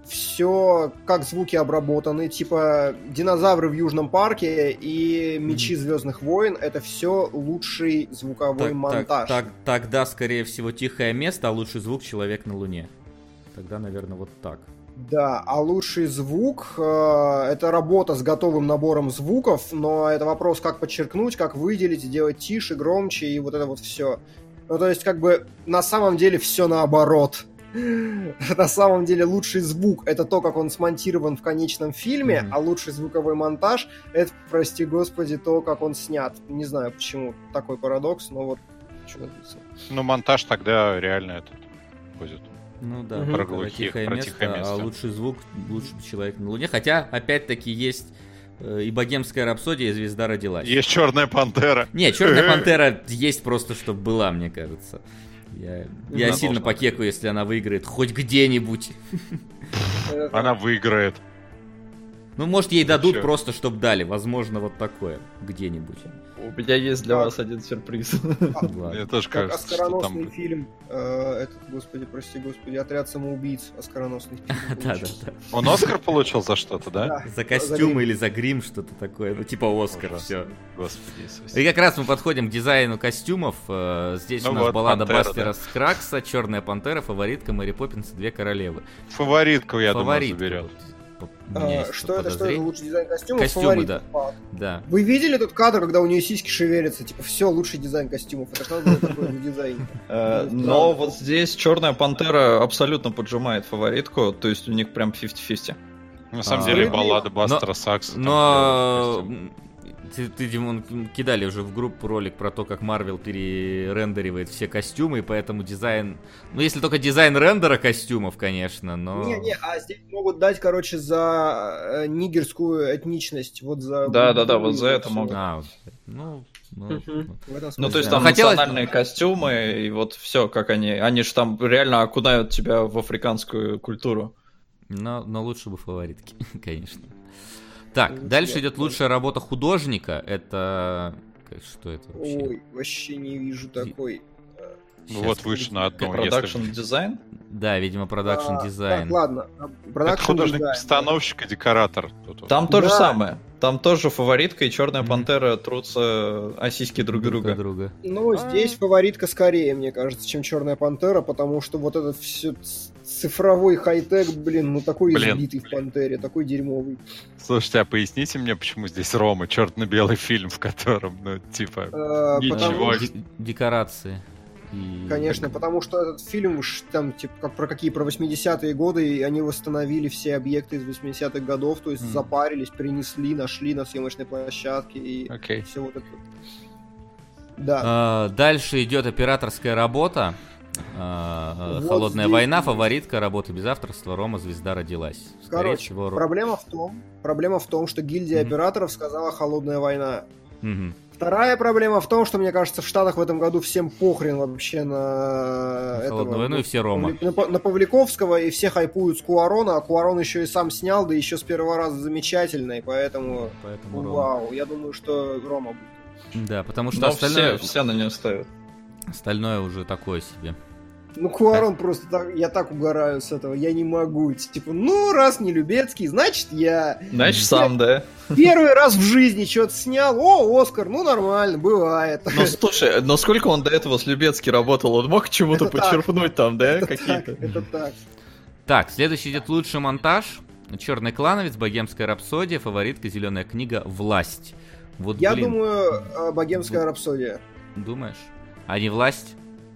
все, как звуки обработаны, типа динозавры в Южном парке и мечи Звездных войн, это все лучший звуковой Так, так, монтаж. так, тогда, скорее всего, «Тихое место», а лучший звук «Человек на Луне». Тогда, наверное, вот так. Да, а лучший звук э, это работа с готовым набором звуков, но это вопрос, как подчеркнуть, как выделить, сделать тише, громче и вот это вот все. Ну, то есть, как бы на самом деле все наоборот. На самом деле лучший звук это то, как он смонтирован в конечном фильме, Мгм. а лучший звуковой монтаж это, прости господи, то, как он снят. Не знаю, почему такой парадокс, но вот что написано. Ну, монтаж тогда реально этот будет. Ну да, Мгм. про Про глухих, «Тихое про место», «Тихое а место». лучший звук «Лучший человек на Луне». Хотя, опять-таки, есть э, и «Богемская рапсодия», и «Звезда родилась». Есть «Черная пантера». Не, «Черная пантера» есть просто, чтобы была, мне кажется. Я, я Она сильно должна покекаю, если она выиграет хоть где-нибудь. Это- Она выиграет. Ну, может, ей дадут Чё? просто, чтобы дали. Возможно, вот такое где-нибудь. У меня есть для Так. вас один сюрприз. Ладно. Мне тоже Как кажется, что оскароносный там... фильм, э, этот, господи, прости господи, «Отряд самоубийц», оскароносный фильм. Да, да, получился. да. Он Оскар получил за что-то, да? Да. За костюм или за грим, что-то такое. Ну, типа Оскар, Ужас. все. Господи Иисусе. И как раз мы подходим к дизайну костюмов. Э, Здесь Ну у нас вот, баллада «Пантера», Бастера да. Скракса, «Черная пантера», «Фаворитка», «Мэри Поппинс» и «Две королевы». Фаворитку, я думаю, «Фаворитка» заберет. вот, по- у А, меня есть что это, что это, подозрение. лучший дизайн костюмов? Костюмы, Фаворит. да. А, Да. Вы видели тот кадр, когда у нее сиськи шевелятся? Типа, все, лучший дизайн костюмов. Это что было такое за дизайн? Э, Ну, Но правда. вот здесь «Черная пантера» абсолютно поджимает фаворитку, то есть у них прям пятьдесят на пятьдесят. На самом А, деле ну, баллада Бастера Сакса. там Но клёвый костюм. м, ты, ты, Димон, кидали уже в группу ролик про то, как Марвел перерендеривает все костюмы, и поэтому дизайн... Ну, если только дизайн рендера костюмов, конечно, но... Не-не, а здесь могут дать, короче, за э, нигерскую этничность. Вот за... Да-да-да, вот за это всё. могут. А, вот. ну, ну, Мгм. ну. В этом Ну, то есть смысле. там Хотелось- национальные костюмы, и вот все, как они... Они же там реально окунают тебя в африканскую культуру. Но, но лучше бы «Фаворитки», конечно. Так, Ну, дальше я идет понял. лучшая работа художника. Это... как- Что это вообще? Ой, вообще не вижу такой. Ну вот выше на одну. Продакшн если- дизайн. Да, видимо, продакшн А, дизайн. Так, ладно. а, Это Production художник-постановщик и декоратор. Тут вот. Там то же Да. самое. Там тоже фаворитка и черная Мгм. пантера трутся о сиськи друг друга. от друга. design. Ну, А. здесь фаворитка скорее, мне кажется, чем Черная пантера, потому что вот этот все цифровой хай-тек, блин, ну такой Блин. избитый в пантере, такой дерьмовый. Слушайте, а поясните мне, почему здесь Рома, черно-белый фильм, в котором, ну, типа... А, Ничего. потому Д- Декорации. И- Конечно, потому что этот фильм, ш- там, типа, как про какие, про восьмидесятые годы, и они восстановили все объекты из восьмидесятых годов, то есть Мгм. запарились, принесли, нашли на съемочной площадке, и Окей. все вот это. Да. А, Дальше идет операторская работа. А, Вот Холодная здесь война, есть. фаворитка, работа без авторства, Рома, звезда родилась. Скорее Короче, всего, Ро- проблема в том, проблема в том, что гильдия Мгм. операторов сказала «холодная война». Мгм. Вторая проблема в том, что, мне кажется, в Штатах в этом году всем похрен вообще на... этого, Холодную войну и все Рома. Павли- На, Па- на Павликовского, и все хайпуют с Куарона, а Куарон еще и сам снял, да еще с первого раза замечательный, поэтому... Поэтому Рома. Вау, я думаю, что Рома будет. Да, потому что Но остальное, все, все на нее ставят. остальное уже такое себе. Ну, Куарон просто так, я так угораю с этого, я не могу. Типа, ну, раз не Любецкий, значит, я Значит, сам, да? первый раз в жизни что-то снял, о, Оскар, ну, нормально, бывает. Ну, слушай, но сколько он до этого с Любецки работал? Он мог чему-то Это так. подчерпнуть там, да, Это так, какие-то? это так. Так, следующий идет лучший монтаж. «Черный клановец», «Богемская рапсодия», «Фаворитка», «Зеленая книга», «Власть». Вот, Я блин, думаю, «Богемская рапсодия». думаешь? А не «Власть»?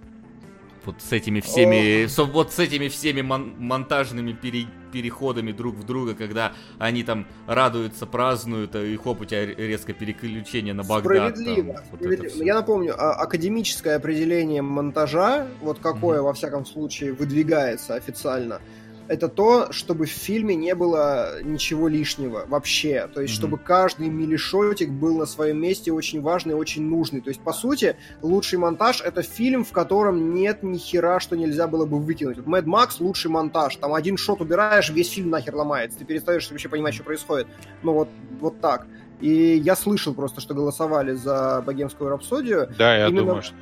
Вот с этими всеми, со, вот с этими всеми мон, монтажными пере, переходами друг в друга, когда они там радуются, празднуют, и хоп, у тебя резко переключение на Багдад. Справедливо. Там, вот справедливо. Я напомню, а, академическое определение монтажа, вот какое, mm-hmm. во всяком случае, выдвигается официально, это то, чтобы в фильме не было ничего лишнего вообще. То есть, mm-hmm. чтобы каждый миллишотик был на своем месте очень важный и очень нужный. То есть, по сути, лучший монтаж — это фильм, в котором нет ни хера, что нельзя было бы выкинуть. Вот Mad Max — лучший монтаж. Там один шот убираешь, весь фильм нахер ломается. Ты перестаешь вообще понимать, что происходит. Ну, вот, вот так. И я слышал просто, что голосовали за «Богемскую рапсодию». Да, я Именно... думаю, что...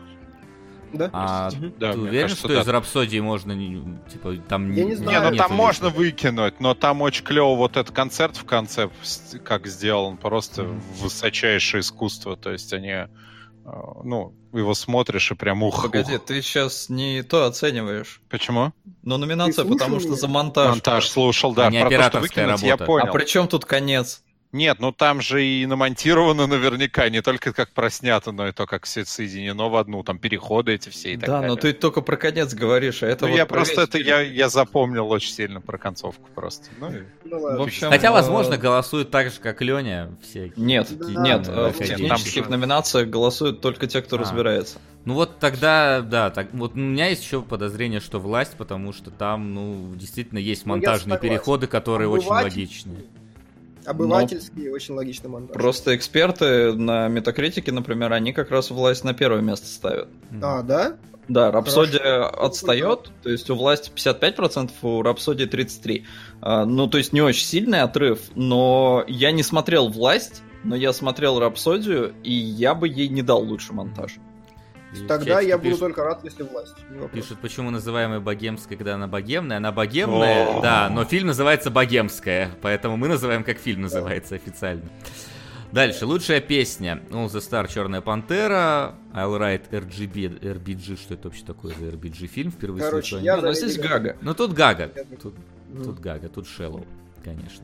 Да? А да, ты уверен, кажется, что да. из «Рапсодии» можно, типа, там... Я не знаю. Не, ну там нету можно лишнего? выкинуть, но там очень клево вот этот концерт в конце, как сделан, просто Мгм. высочайшее искусство. То есть они, э, ну, его смотришь и прям ух. Погоди, ух. ты сейчас не то оцениваешь. Почему? Ну, номинация, Ты слушал потому что меня? за монтаж. Монтаж слушал, да. А не Про то, что операторская выкинуть, я работа. понял. А при чем тут конец? Нет, ну там же и намонтировано наверняка, не только как проснято, но и то, как все соединено в одну, там переходы эти все и так Да, далее. но ты только про конец говоришь, а это Ну, вот я про просто весь это, фильм. я, я запомнил очень сильно про концовку просто. Ну, и- Ну, ладно. В общем, Хотя, э, возможно, голосуют так же, как Леня, все. Нет, Да, нет, да, э, в да, технических там- номинациях голосуют только те, кто А. разбирается. Ну вот тогда, да, так, вот у меня есть еще подозрение, что «Власть», потому что там, ну, действительно есть Ну, я монтажные согласен. переходы, которые очень Обыватель- логичные. Обывательский и очень логичный монтаж. Просто эксперты на Метакритике, например, они как раз «Власть» на первое место ставят. А, да? Да, «Рапсодия» Хорошо. отстает, то есть у «Власти» пятьдесят пять процентов, у «Рапсодии» тридцать три процента. Ну, то есть не очень сильный отрыв, но я не смотрел «Власть», но я смотрел «Рапсодию», и я бы ей не дал лучший монтаж. И в Тогда чатике я буду пишут- только рад, если власть. Не вопрос. Пишут, почему называем ее богемской, когда она богемная. Она богемная, О. да, но фильм называется «Богемская», поэтому мы называем, как фильм называется официально. Дальше, лучшая песня. All the Star, «Черная пантера», I'll Write эр джи би, эр би джи, что это вообще такое за эр би джи фильм, впервые Короче, слышу о я нем. Ну, за здесь Леди Гага. Ну тут Гага, Я- тут, Мгм. тут Гага, тут Шеллоу, конечно.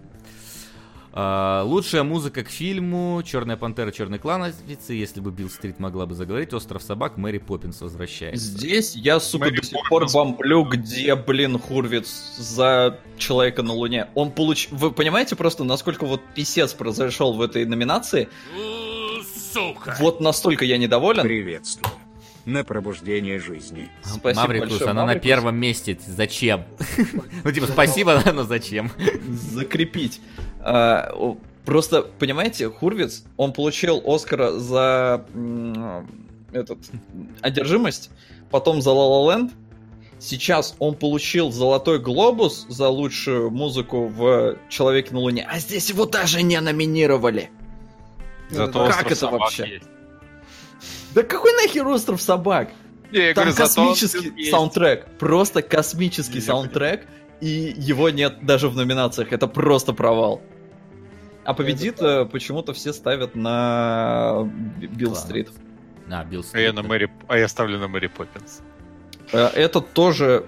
А, лучшая музыка к фильму «Черная пантера», «Черный клановец», если бы Билл Стрит могла бы заговорить, «Остров собак», «Мэри Поппинс возвращается». Здесь я, сука, Мэри до сих пор Поппинс. бомблю, где, блин, Хурвиц за «Человека на Луне». Он получ... Вы понимаете просто, насколько вот писец произошел в этой номинации? У, Сука! Вот настолько я недоволен. Приветствую. На пробуждение жизни. Спасибо Маврикус, большое, она на Маврикус. первом месте. Зачем? Ну, типа, спасибо, но зачем? Закрепить. А, о, просто, понимаете, Хурвиц, он получил Оскара за м, этот, одержимость, потом за La La Land. Сейчас он получил Золотой Глобус за лучшую музыку в «Человеке на Луне», а здесь его даже не номинировали. Зато да. «Остров Как это собак» вообще? есть. Да какой нахер «Остров собак»? Не, я Там говорю, зато он космический есть. саундтрек. Просто космический Я саундтрек. И его нет даже в номинациях. Это просто провал. А победит э, почему-то все ставят на Б- Билл Класс. Стрит. А, Билл А я, Стрит. на Мэри... а я ставлю на Мэри Поппинс. Э, Это тоже...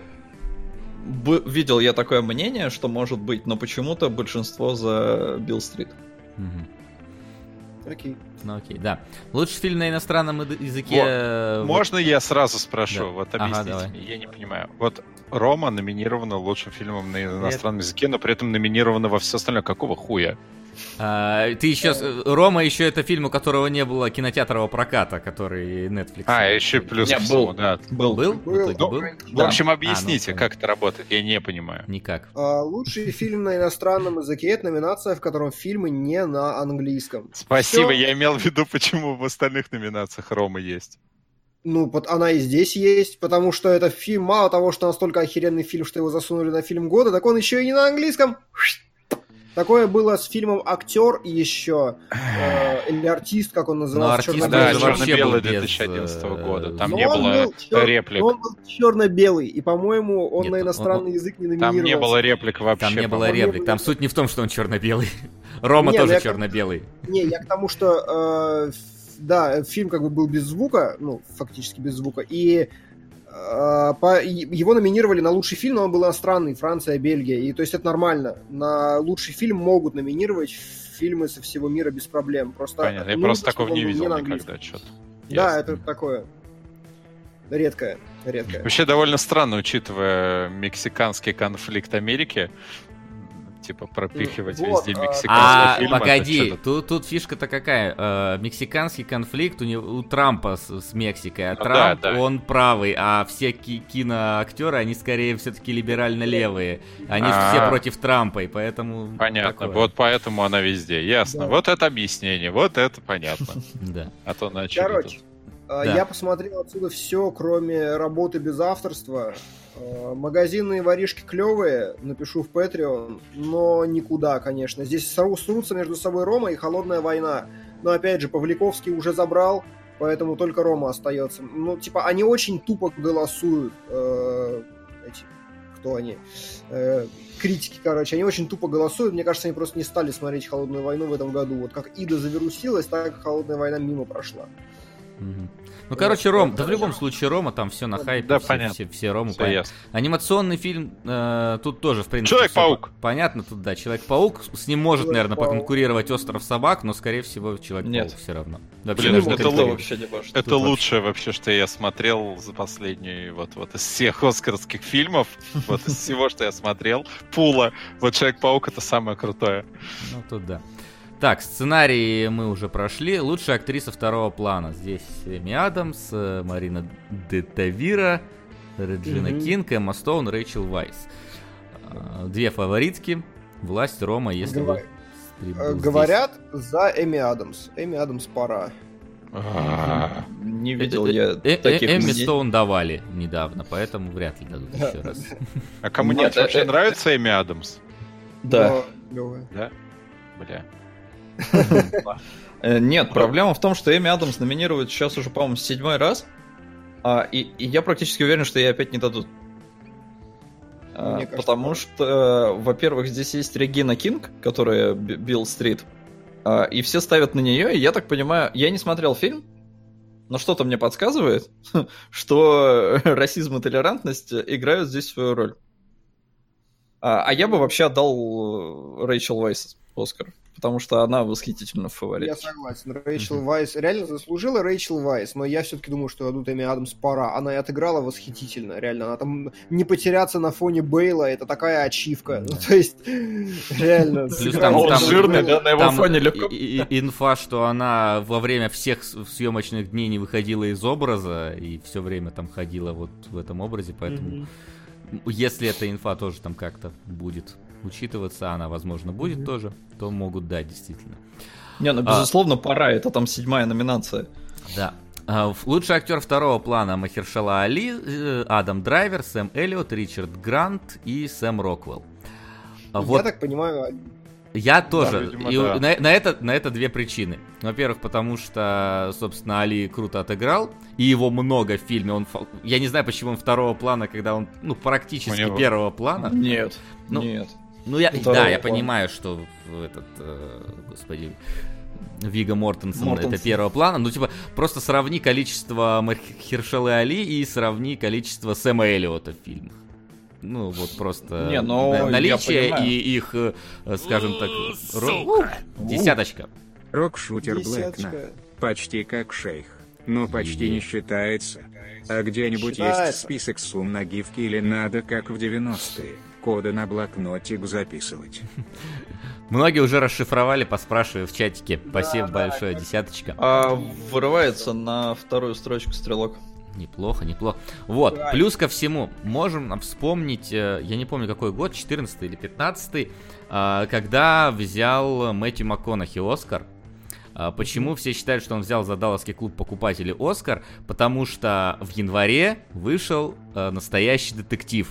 б- Видел я такое мнение, что может быть, но почему-то большинство за Билл Стрит. Мгм. Окей. Ну окей, да. Лучший фильм на иностранном ид- языке... э, Можно я сразу спрошу? Да. Вот Ага, объясните давай. мне, я не понимаю. Вот Рома номинирована лучшим фильмом на иностранном языке, но при этом номинирована во все остальное. Какого хуя? а, ты еще... с- Рома еще это фильм, у которого не было кинотеатрового проката, который Netflix... А, еще плюс Не, ко всему, был. да. Был. Был? Был. В итоге Ну, был? В Да. общем, А, объясните, ну, как это работает, я не понимаю. Никак. А, лучший фильм на иностранном языке — это номинация, в котором фильмы не на английском. Спасибо, Всё. я имел в виду, почему в остальных номинациях Рома есть. Ну, вот она и здесь есть, потому что это фильм, мало того, что настолько охеренный фильм, что его засунули на фильм года, так он еще и не на английском. Такое было с фильмом «Актер» еще, э, или «Артист», как он Но назывался. «Артист» Да, же вообще черно-белый был без, две тысячи одиннадцатого э, года. Там Но не он было был чер- реплик. но Он был черно-белый, и, по-моему, он Нет, на он- иностранный он- язык не Там номинировался. не было реплик вообще. Там не было по-моему. реплик. Там суть не в том, что он черно-белый. Рома Не, ну тоже я- черно-белый. Не, я к тому, что, э, ф- да, фильм как бы был без звука, ну, фактически без звука, и По, его номинировали на лучший фильм, но он был иностранный, Франция, Бельгия. И то есть это нормально. На лучший фильм могут номинировать фильмы со всего мира без проблем. Просто, понятно, я ну, просто такого не видел не никогда. Что-то. Да, Ясно. это такое редкое, редкое. Вообще довольно странно, учитывая мексиканский конфликт Америки, типа пропихивать вот, везде а... мексиканский А, фильм. погоди, тут, тут фишка-то какая? Э, мексиканский конфликт у, него, у Трампа с, с Мексикой, а Ну, Трамп, да, да. он правый, а все ки- киноактеры, они скорее все-таки либерально-левые. Они же А-а-а. все против Трампа, и поэтому... Понятно, такое. вот поэтому она везде, ясно. Да. Вот это объяснение, вот это понятно. Да. А то начали Короче, тут. а, Да. я посмотрел отсюда все, кроме работы без авторства. А, Магазинные воришки клевые, напишу в Patreon, но никуда, конечно. Здесь сру- срутся между собой Рома и Холодная война. Но опять же, Павликовский уже забрал, поэтому только Рома остается. Ну, типа, они очень тупо голосуют. э, эти, кто они? Э, критики, короче, они очень тупо голосуют. Мне кажется, они просто не стали смотреть «Холодную войну» в этом году. Вот как Ида завирусилась, так «Холодная война» мимо прошла. Мгм. Ну, короче, Ром, да в любом случае Рома, там все на хайпе, Да, все, понятно. все, все Рому Всё понятно. ясно. Анимационный фильм, э, тут тоже, в принципе, Человек-паук. всё понятно, тут, да, Человек-паук, с ним может, наверное, Человек-паук. поконкурировать Остров собак, но, скорее всего, Человек-паук Нет. все равно. Вообще Блин, даже это не это конкурирует. вообще не важно. Это Тут лучшее вообще, что я смотрел за последние, вот, вот из всех оскарских фильмов, вот из всего, что я смотрел, Пула, вот Человек-паук это самое крутое. Ну, тут да. Так, сценарий мы уже прошли. Лучшая актриса второго плана. Здесь Эми Адамс, э, Марина де Тавира, Реджина Мгм. Кинг, Эмма Стоун, Рэйчел Вайс. Э, Две фаворитки. Власть, Рома, если Гова- бы Стрип был Э, здесь. Говорят за Эми Адамс. Эми Адамс пора. А, Не Э, видел э, я э, э, таких Эмми мнений. Стоун давали недавно, поэтому вряд ли дадут еще раз. А кому Нет, нет, вообще э, э, нравится Эми Адамс? Да. Но клёвая. Да? Бля. Э, Нет, проблема в том, что Эми Адамс номинируют сейчас уже, по-моему, седьмой раз. А, и, и я практически уверен, что ей опять не дадут. А, Мне кажется, потому да. что, э, во-первых, здесь есть Регина Кинг, которая Б- Билл Стрит. А, и все ставят на нее, и я так понимаю, я не смотрел фильм, но что-то мне подсказывает, что расизм и толерантность играют здесь свою роль. А, а я бы вообще отдал э, Рэйчел Вайс Оскар, потому что она восхитительна в Я фаворите. согласен. Рэйчел Вайс реально заслужила Рэйчел Вайс, но я все-таки думаю, что дадут Эми Адамс пора. Она и отыграла восхитительно, реально. Она там не потеряться на фоне Бейла, это такая ачивка. Ну, то есть, реально. Плюс сыграть там, Он там, жирный, да, на его там фоне легко. и- и- инфа, что она во время всех с- съемочных дней не выходила из образа и все время там ходила вот в этом образе, поэтому Мгм. если эта инфа тоже там как-то будет учитываться, она, возможно, будет тоже, то могут дать, действительно. Не, ну А. безусловно, пора, это там седьмая номинация. Да. А, в- Лучший актер второго плана Махершала Али, э, Адам Драйвер, Сэм Эллиот, Ричард Грант и Сэм Роквелл. А Я вот так понимаю, я тоже. видимо, И да. на, на это, на это две причины. Во-первых, потому что, собственно, Али круто отыграл, и его много в фильме. Он, фа- я не знаю, почему он второго плана, когда он, ну, практически У него- первого плана. Нет, Ну, нет. Ну, я, Второго да, я плана. понимаю, что в этот, э, господи, Вига Мортенсен Мортенсен. это первого плана. Ну, типа, просто сравни количество Махершалы Али и сравни количество Сэма Эллиота в фильмах. Ну, вот просто Не, ну, на- я наличие понимаю. и их, э, скажем так, ро- Сука. десяточка. Рок-шутер Блэкна. десяточка. Почти как шейх. Но почти Е. не считается. А где-нибудь Считается. есть список сумм на гифки или надо, как в девяностые, коды на блокнотик записывать? Многие уже расшифровали, поспрашиваю в чатике. Спасибо большое, десяточка. А вырывается на вторую строчку стрелок. Неплохо, неплохо. Вот, Да. плюс ко всему, можем вспомнить, э, я не помню какой год, четырнадцатый или пятнадцатый, э, когда взял Мэтью МакКонахи Оскар. А Почему все считают, что он взял за Далласский клуб покупателей Оскар? Потому что в январе вышел э, настоящий детектив.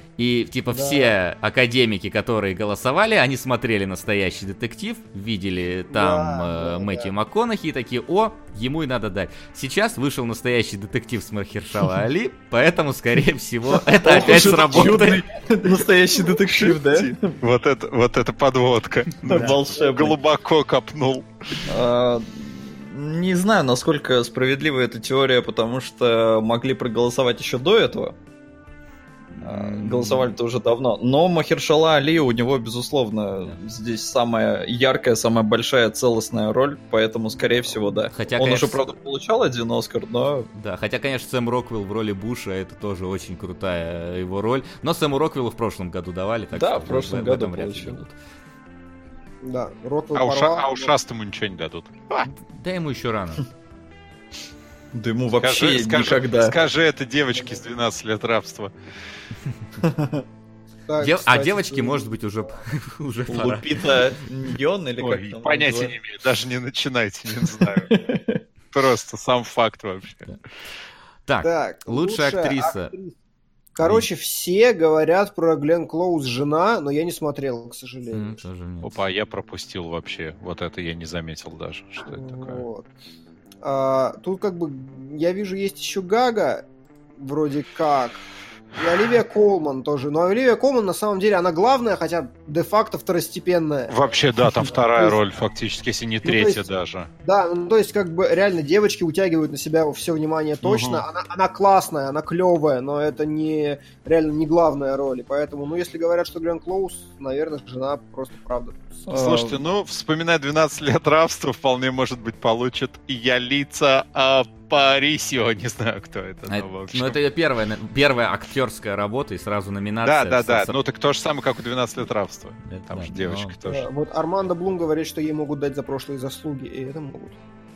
И типа Да. все академики, которые голосовали, они смотрели настоящий детектив, видели там Да, э, да, Мэтью да. МакКонахи и такие: о, ему и надо дать. Сейчас вышел настоящий детектив с Махершала Али, поэтому, скорее всего, это опять сработает. Настоящий детектив, да? Вот это, вот это подводка. Волшебный. Глубоко копнул. А, Не знаю, насколько справедлива эта теория, потому что могли проголосовать еще до этого. Голосовали-то уже давно. Но Махершала Али, у него, безусловно, здесь самая яркая, самая большая целостная роль, поэтому, скорее всего, да. Хотя, Он конечно, уже, правда, получал один Оскар, но... Да, хотя, конечно, Сэм Роквелл в роли Буша, это тоже очень крутая его роль. Но Сэму Роквеллу в прошлом году давали, так да, что в прошлом в, в году этом вряд ли получил. дадут. Да, Роквелл А, уша... порвал. а ушастому ничего не дадут. А, Да ему еще рано. Да ему вообще скажи, скажи, никогда. скажи это девочке с двенадцать лет рабства. Да, Дев- кстати, а девочке, ты- может быть, уже, уже пора. Лупита Ньон или Ой, как там понятия называется? не имею, даже не начинайте, не знаю. Просто сам факт вообще. Так, Так, лучшая актриса. Короче, все говорят про Глен Клоуз жена, но я не смотрел, к сожалению. м, тоже нет. Опа, я пропустил вообще. Вот это я не заметил даже, что это такое. Вот. А, тут как бы я вижу есть еще Гага, вроде как. И Оливия Колман тоже. Но Оливия Колман на самом деле она главная, хотя де-факто второстепенная. Вообще, да, там То вторая есть- роль фактически, если не Ну, то третья есть- даже. Да, ну то есть как бы реально девочки утягивают на себя все внимание точно. Мгм. Она, она классная, она клевая, но это не реально не главная роль. И поэтому, ну если говорят, что Глен Клоуз, наверное, жена просто правда. Слушайте, ну, вспоминая двенадцать лет рабства, вполне может быть получит и я лица Апарисио, не знаю, кто это, А но в общем. Ну, это ее первая, первая актерская работа и сразу номинация. Да, да, да, С- с- ну так то же самое, как у двенадцать лет рабства. Это Там да, же девочки но- тоже. Э, Вот Армандо Блум говорит, что ей могут дать за прошлые заслуги, и это могут.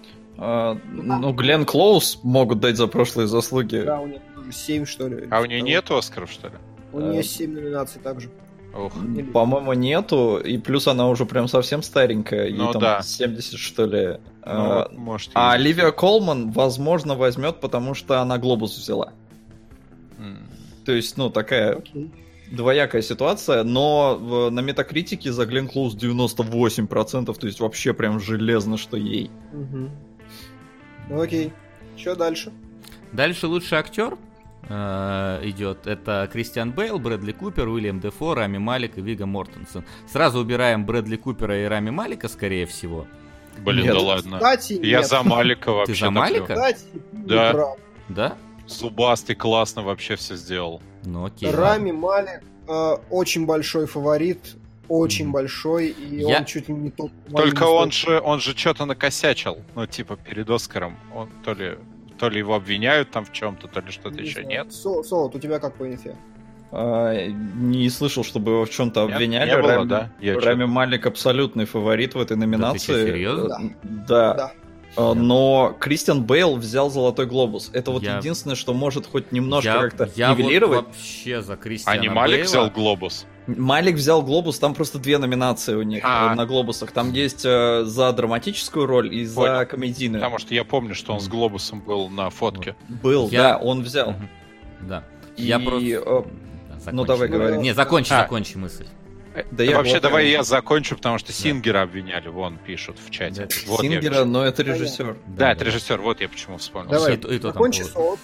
А, ну, Глен Клоуз могут дать за прошлые заслуги. Да, у нее тоже семь, что ли. А у нее нет Оскаров, что ли? У нее семь номинаций также. Ох. По-моему, нету. И плюс она уже прям совсем старенькая. Ей Ну там да. семьдесят, что ли. Ну, А, может, а есть. Оливия Колман, возможно, возьмет, потому что она Глобус взяла. М. То есть, ну, такая Окей. двоякая ситуация, но в- на Метакритике за Глен Клоуз девяносто восемь процентов, то есть вообще прям железно, что ей. Мгм. Ну, окей. Что дальше? Дальше лучший актер э, идет. Это Кристиан Бейл, Брэдли Купер, Уильям Дефо, Рами Малик и Вигго Мортенсен. Сразу убираем Брэдли Купера и Рами Малика, скорее всего. Блин, Нет. да ладно. Кстати, Я нет. за Малика вообще. за топлю. Малика? Кстати, Да. не прав. Да? Зубастый, классно вообще все сделал. Ну окей. Рами Малик э, очень большой фаворит, очень Мгм. большой, и Я- он чуть ли не топ. Только он же, он же что-то накосячил. Ну, типа, перед Оскаром. Он то ли, то ли его обвиняют там в чем-то, то ли что-то еще нет. Со- Солод, у тебя как по инфе? А, не слышал, чтобы его в чем-то Нет? обвиняли. Не было, Рами, да? Я Рами чё-то- Малик абсолютный фаворит в этой номинации. чё, серьезно? Э, Да. Да. А, Но Кристиан Бейл взял Золотой глобус. Это вот Я- единственное, что может хоть немножко я, как-то я вот нивелировать. вообще за А Кристиана не Малик Бейла. взял глобус? Малик взял глобус, там просто две номинации у них А. э, на глобусах. Там есть э, за драматическую роль и за Понял. комедийную. Потому что я помню, что он с глобусом был на фотке. Был, Я- да, он взял. Мгм. Да. И, Я просто... э, Да, закончи. ну, давай говори. Не, закончи, А. закончи мысль. Да я Вообще, глотаю. давай я закончу, потому что Сингера обвиняли, вон пишут в чате. Да. Вот я Сингера, вижу. но это режиссер. Да, это режиссер, вот я почему вспомнил. Давай, И то- и то там закончи было. Солод.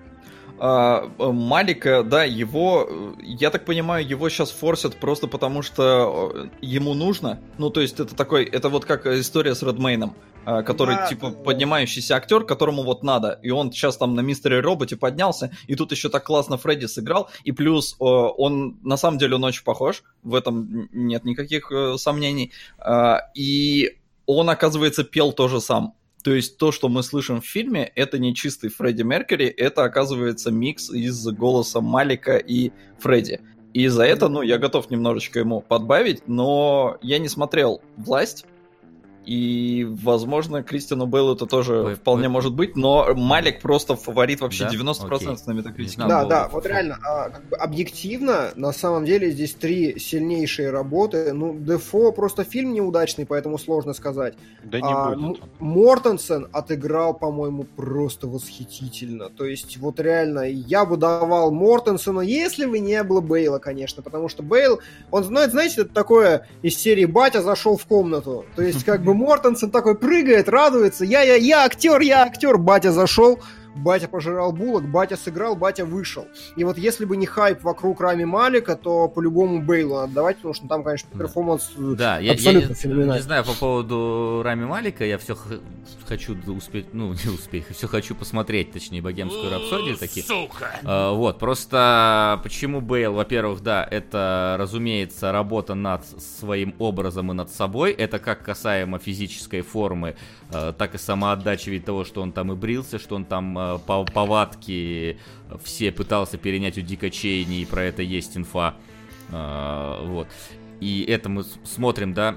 А, э, Малика, да, его, э, я так понимаю, его сейчас форсят просто потому, что э, ему нужно. Ну, то есть это такой, это вот как история с Редмейном, а, который Да, типа да, да. поднимающийся актер, которому вот надо. И он сейчас там на Мистере Роботе поднялся, и тут еще так классно Фредди сыграл. И плюс э, он, на самом деле, он очень похож, в этом нет никаких э, сомнений. А, и он, оказывается, пел тоже сам. То есть то, что мы слышим в фильме, это не чистый Фредди Меркьюри, это, оказывается, микс из голоса Малика и Фредди. И за это, ну, я готов немножечко ему подбавить, но я не смотрел «Власть», и, возможно, Кристиану Бейлу это тоже Вы- вполне вы- может быть, но Малик просто фаворит вообще Да? девяносто процентов Окей. на Не Метакритике. знал. Да, был да, ф- вот ф- реально, а, как бы объективно, на самом деле здесь три сильнейшие работы. Ну, Дефо просто фильм неудачный, поэтому сложно сказать. Да не А, будет. М- Мортенсен отыграл, по-моему, просто восхитительно. То есть, вот реально, я бы давал Мортенсену, если бы не было Бейла, конечно, потому что Бейл, он знает, знаете, это такое из серии «Батя зашел в комнату». То есть, как бы Мортенсен такой прыгает, радуется, я, я, я актер, я актер, батя зашел, батя пожирал булок, батя сыграл, батя вышел. И вот если бы не хайп вокруг Рами Малика, то по-любому Бейлу надо давать, потому что там, конечно, перформанс да, абсолютно я, я феноменальный. Не знаю по поводу Рами Малика, я все х- хочу успеть, ну, не успеть, все хочу посмотреть, точнее, «Богемскую рапсодию» такие. Сука! А, вот, просто почему Бейл, во-первых, да, это, разумеется, работа над своим образом и над собой, это как касаемо физической формы, а, так и самоотдачи ведь того, что он там и брился, что он там а, по повадки все пытался перенять у Дика Чейни, и про это есть инфа, а, вот. И это мы смотрим, да,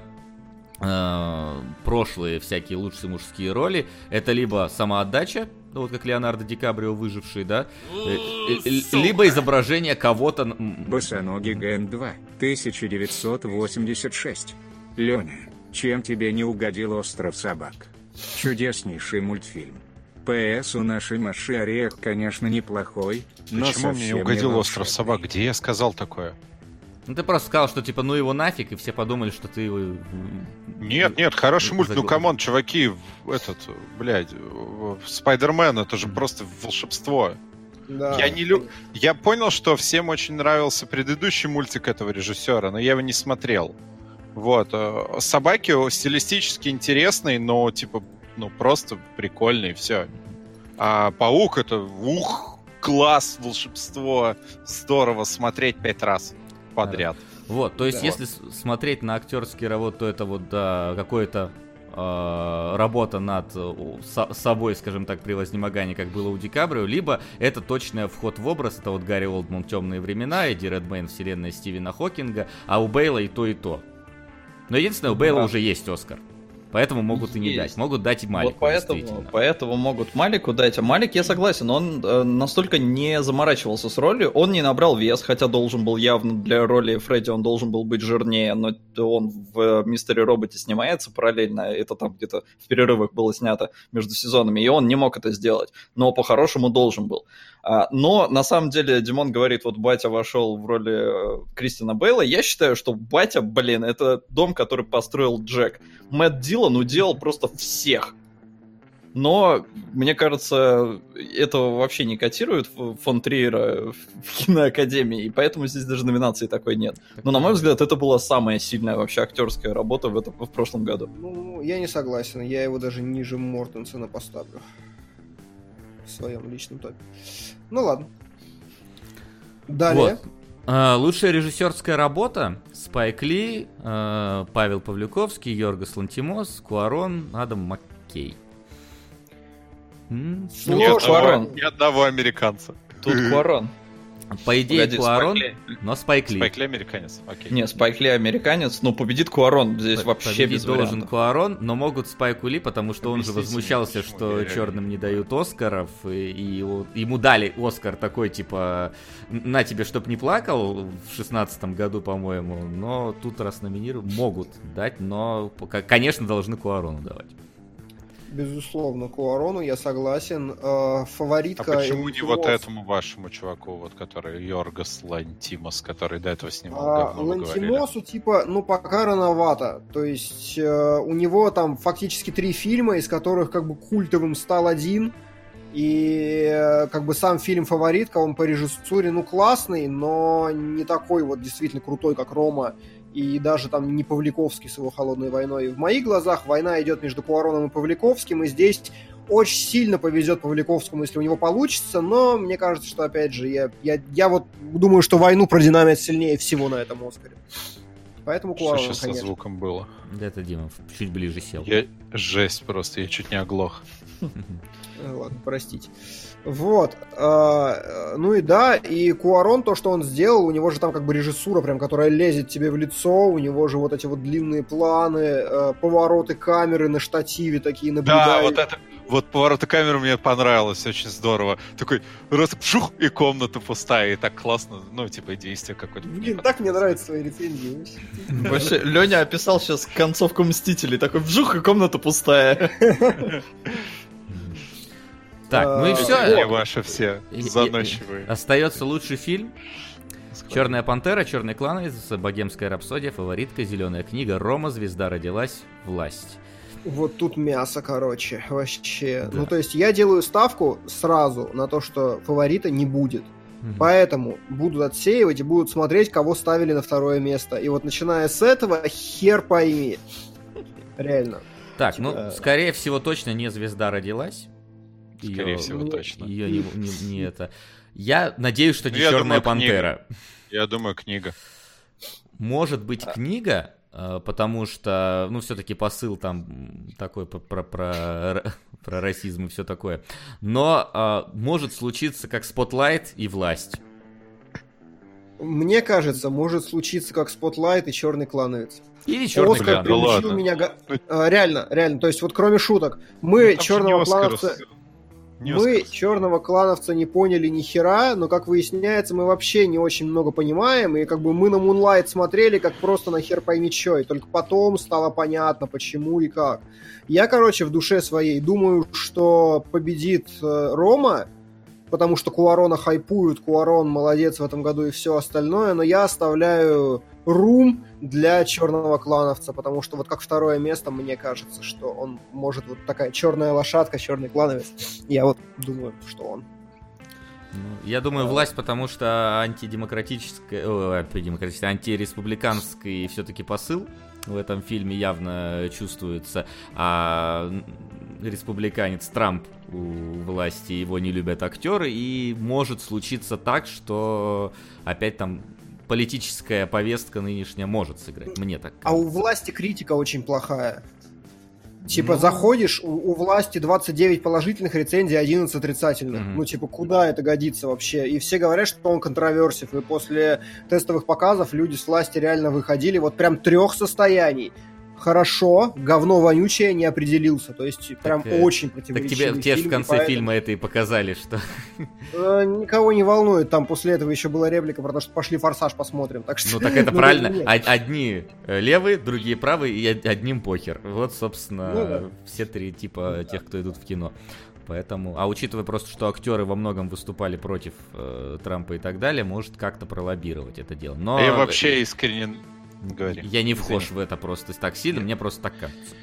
э, прошлые всякие лучшие мужские роли. Это либо самоотдача, ну, вот как Леонардо Ди Каприо, выживший, да, э, э, либо изображение кого-то... Босоногий Гэн два, тысяча девятьсот восемьдесят шесть. Леня, чем тебе не угодил «Остров собак»? Чудеснейший мультфильм. ПС, у нашей Маши орех, конечно, неплохой, но Почему мне не совсем угодил не «Остров собак»? волшебный. Где я сказал такое? Ну, ты просто сказал, что, типа, ну его нафиг, и все подумали, что ты его... Нет, нет, хороший мульт. Ну, Загл- камон, чуваки, этот, блядь, в- Спайдермен, это же просто волшебство. Да. Я не лю... Я понял, что всем очень нравился предыдущий мультик этого режиссера, но я его не смотрел. Вот. э, Собаки стилистически интересные, но, типа, ну, просто прикольные, все. А Паук — это, ух, класс, волшебство, здорово смотреть пять раз подряд. Вот, то есть, Да. если с- смотреть на актерский работу, то это вот, да, какое-то э, работа над э, со- собой, скажем так, при вознемогании, как было у Ди Каприо, либо это точный вход в образ, это вот Гарри Олдман «Темные времена», Эдди Редмейн «Вселенная Стивена Хокинга», а у Бейла и то, и то. Но единственное, у Бейла Да. уже есть Оскар. Поэтому могут и не Есть. дать. Могут дать и Малику, Вот поэтому, действительно. поэтому могут Малику дать. А Малик, я согласен, он э, настолько не заморачивался с ролью, он не набрал вес, хотя должен был явно для роли Фредди, он должен был быть жирнее, но он в «Мистере Роботе» снимается параллельно, это там где-то в перерывах было снято между сезонами, и он не мог это сделать, но по-хорошему должен был. А, но на самом деле Димон говорит, вот батя вошел в роли э, Кристиана Бейла, я считаю, что батя, блин, это дом, который построил Джек. Мэтт Дилан уделал просто всех. Но, мне кажется, этого вообще не котируют фон Триера в киноакадемии, и поэтому здесь даже номинации такой нет. Но, на мой взгляд, это была самая сильная вообще актерская работа в, этом, в прошлом году. Ну, я не согласен. Я его даже ниже Мортенсена поставлю. В своем личном топе. Ну ладно. Далее. Вот. А, лучшая режиссерская работа: Спайк Ли, а, Павел Павлюковский, Йоргос Лантимос, Куарон, Адам Маккей. М, Ну, Ни одного, Куарон. ни одного американца. Тут Куарон. По идее, Погоди, Куарон, Спайк Ли. но Спайк Ли. Спайк Ли американец? Окей. Не, Спайк Ли американец, но победит Куарон. Здесь П- вообще победить без должен вариантов. Куарон, но могут Спайку Ли, потому что он же Объясните возмущался, мне, почему что я реально- черным не дают Оскаров, и, и его- ему дали Оскар такой, типа, на тебе, чтоб не плакал, в шестнадцатом году, по-моему, но тут раз номинировали, могут дать, но, пока- конечно, должны Куарону давать. Безусловно, Куарону я согласен. Э, Фаворитка... А почему не вот Лантимос. этому вашему чуваку, вот который Йоргос Лантимос, который до этого снимал А, говно, вы говорили? Лантимосу, типа, ну, пока рановато. То есть, э, у него там фактически три фильма, из которых, как бы, культовым стал один. И, э, как бы, сам фильм «Фаворитка», он по режиссуре, ну, классный, но не такой вот действительно крутой, как «Рома». И даже там не Павликовский с его «Холодной войной». В моих глазах война идет между Куароном и Павликовским, и здесь очень сильно повезет Павликовскому, если у него получится, но мне кажется, что, опять же, я, я, я вот думаю, что войну продинамит сильнее всего на этом Оскаре. Поэтому Что Куарон, сейчас со конечно. звуком было? Да, это Дима чуть ближе сел. Я... Жесть просто, я чуть не оглох. Э, Ладно, простите. Вот. э, Ну и да, и Куарон, то, что он сделал, у него же там как бы режиссура, прям, которая лезет тебе в лицо, у него же вот эти вот длинные планы, э, повороты камеры на штативе такие Да, наблюдающие. вот это, вот повороты камеры мне понравилось, очень здорово. Такой, раз, пшух, и комната пустая, и так классно, ну, типа, действие какое-то. Блин, так мне нравятся твои рецензии. Вообще, Леня описал сейчас концовку «Мстителей». Такой вжух, и комната пустая. Так, ну и А, все. Они ваши все И- и- заносчивые. Остается лучший фильм. Черная пантера, Черный клановец, Богемская рапсодия, Фаворитка, Зеленая книга, Рома, Звезда родилась, Власть. Вот тут мясо, короче, вообще. Да. Ну, то есть я делаю ставку сразу на то, что фаворита не будет. Мгм. Поэтому будут отсеивать и будут смотреть, кого ставили на второе место. И вот начиная с этого, хер пойми. Реально. Так, ну, Типа- скорее всего, точно не звезда родилась. Скорее Её- всего, мне- точно. Ее не, не- не это. Я надеюсь, что не Я Черная думаю, книга. пантера. Я думаю, книга. Может быть, книга, э, потому что, ну, все-таки посыл там м, такой про, про, про, про расизм и все такое. Но э, может случиться как Spotlight и Власть. Мне кажется, может случиться как Spotlight и Черный клановец. Или Черный Оскар клановец. Да приучил ладно. меня... го- А, Реально, реально. То есть вот кроме шуток. Мы Ну, там же Черного не Оскар, клановца... не Мы Оскар. черного клановца не поняли ни хера, но, как выясняется, мы вообще не очень много понимаем, и как бы мы на Moonlight смотрели как просто на хер пойми чё, и только потом стало понятно, почему и как. Я, короче, в душе своей думаю, что победит э, Рома, потому что Куарона хайпуют, Куарон молодец в этом году и все остальное, но я оставляю Рум для черного клановца, потому что вот как второе место, мне кажется, что он может вот такая черная лошадка, черный клановец. Я вот думаю, что он. Ну, я думаю, Власть, потому что антидемократическая, о, антидемократическая, антиреспубликанский все-таки посыл в этом фильме явно чувствуется, а республиканец Трамп у власти, его не любят актеры, и может случиться так, что опять там политическая повестка нынешняя может сыграть, мне так А у кажется. власти критика очень плохая. Типа, Ну. заходишь, у, у власти двадцать девять положительных рецензий, одиннадцать отрицательных. Мгм. Ну, типа, куда это годится вообще? И все говорят, что он контроверсив. И после тестовых показов люди с власти реально выходили вот прям трех состояний. Хорошо, говно вонючее, не определился. То есть, прям э, очень Так противоречивый тебе те же фильм, в и конце поэтому, фильма это и показали, что... э, никого не волнует. Там после этого еще была реплика про то, что пошли «Форсаж» посмотрим. Так что, Ну так это ну, правильно. нет. Од- Одни э, левые, другие правые, и од- одним похер. Вот, собственно, Ну да. все три типа тех, кто идут в кино. Поэтому, а учитывая просто, что актеры во многом выступали против э, Трампа и так далее, может как-то пролоббировать это дело. Но Я вообще искренне говорю. я не вхож в это просто так сильно, мне просто так кажется.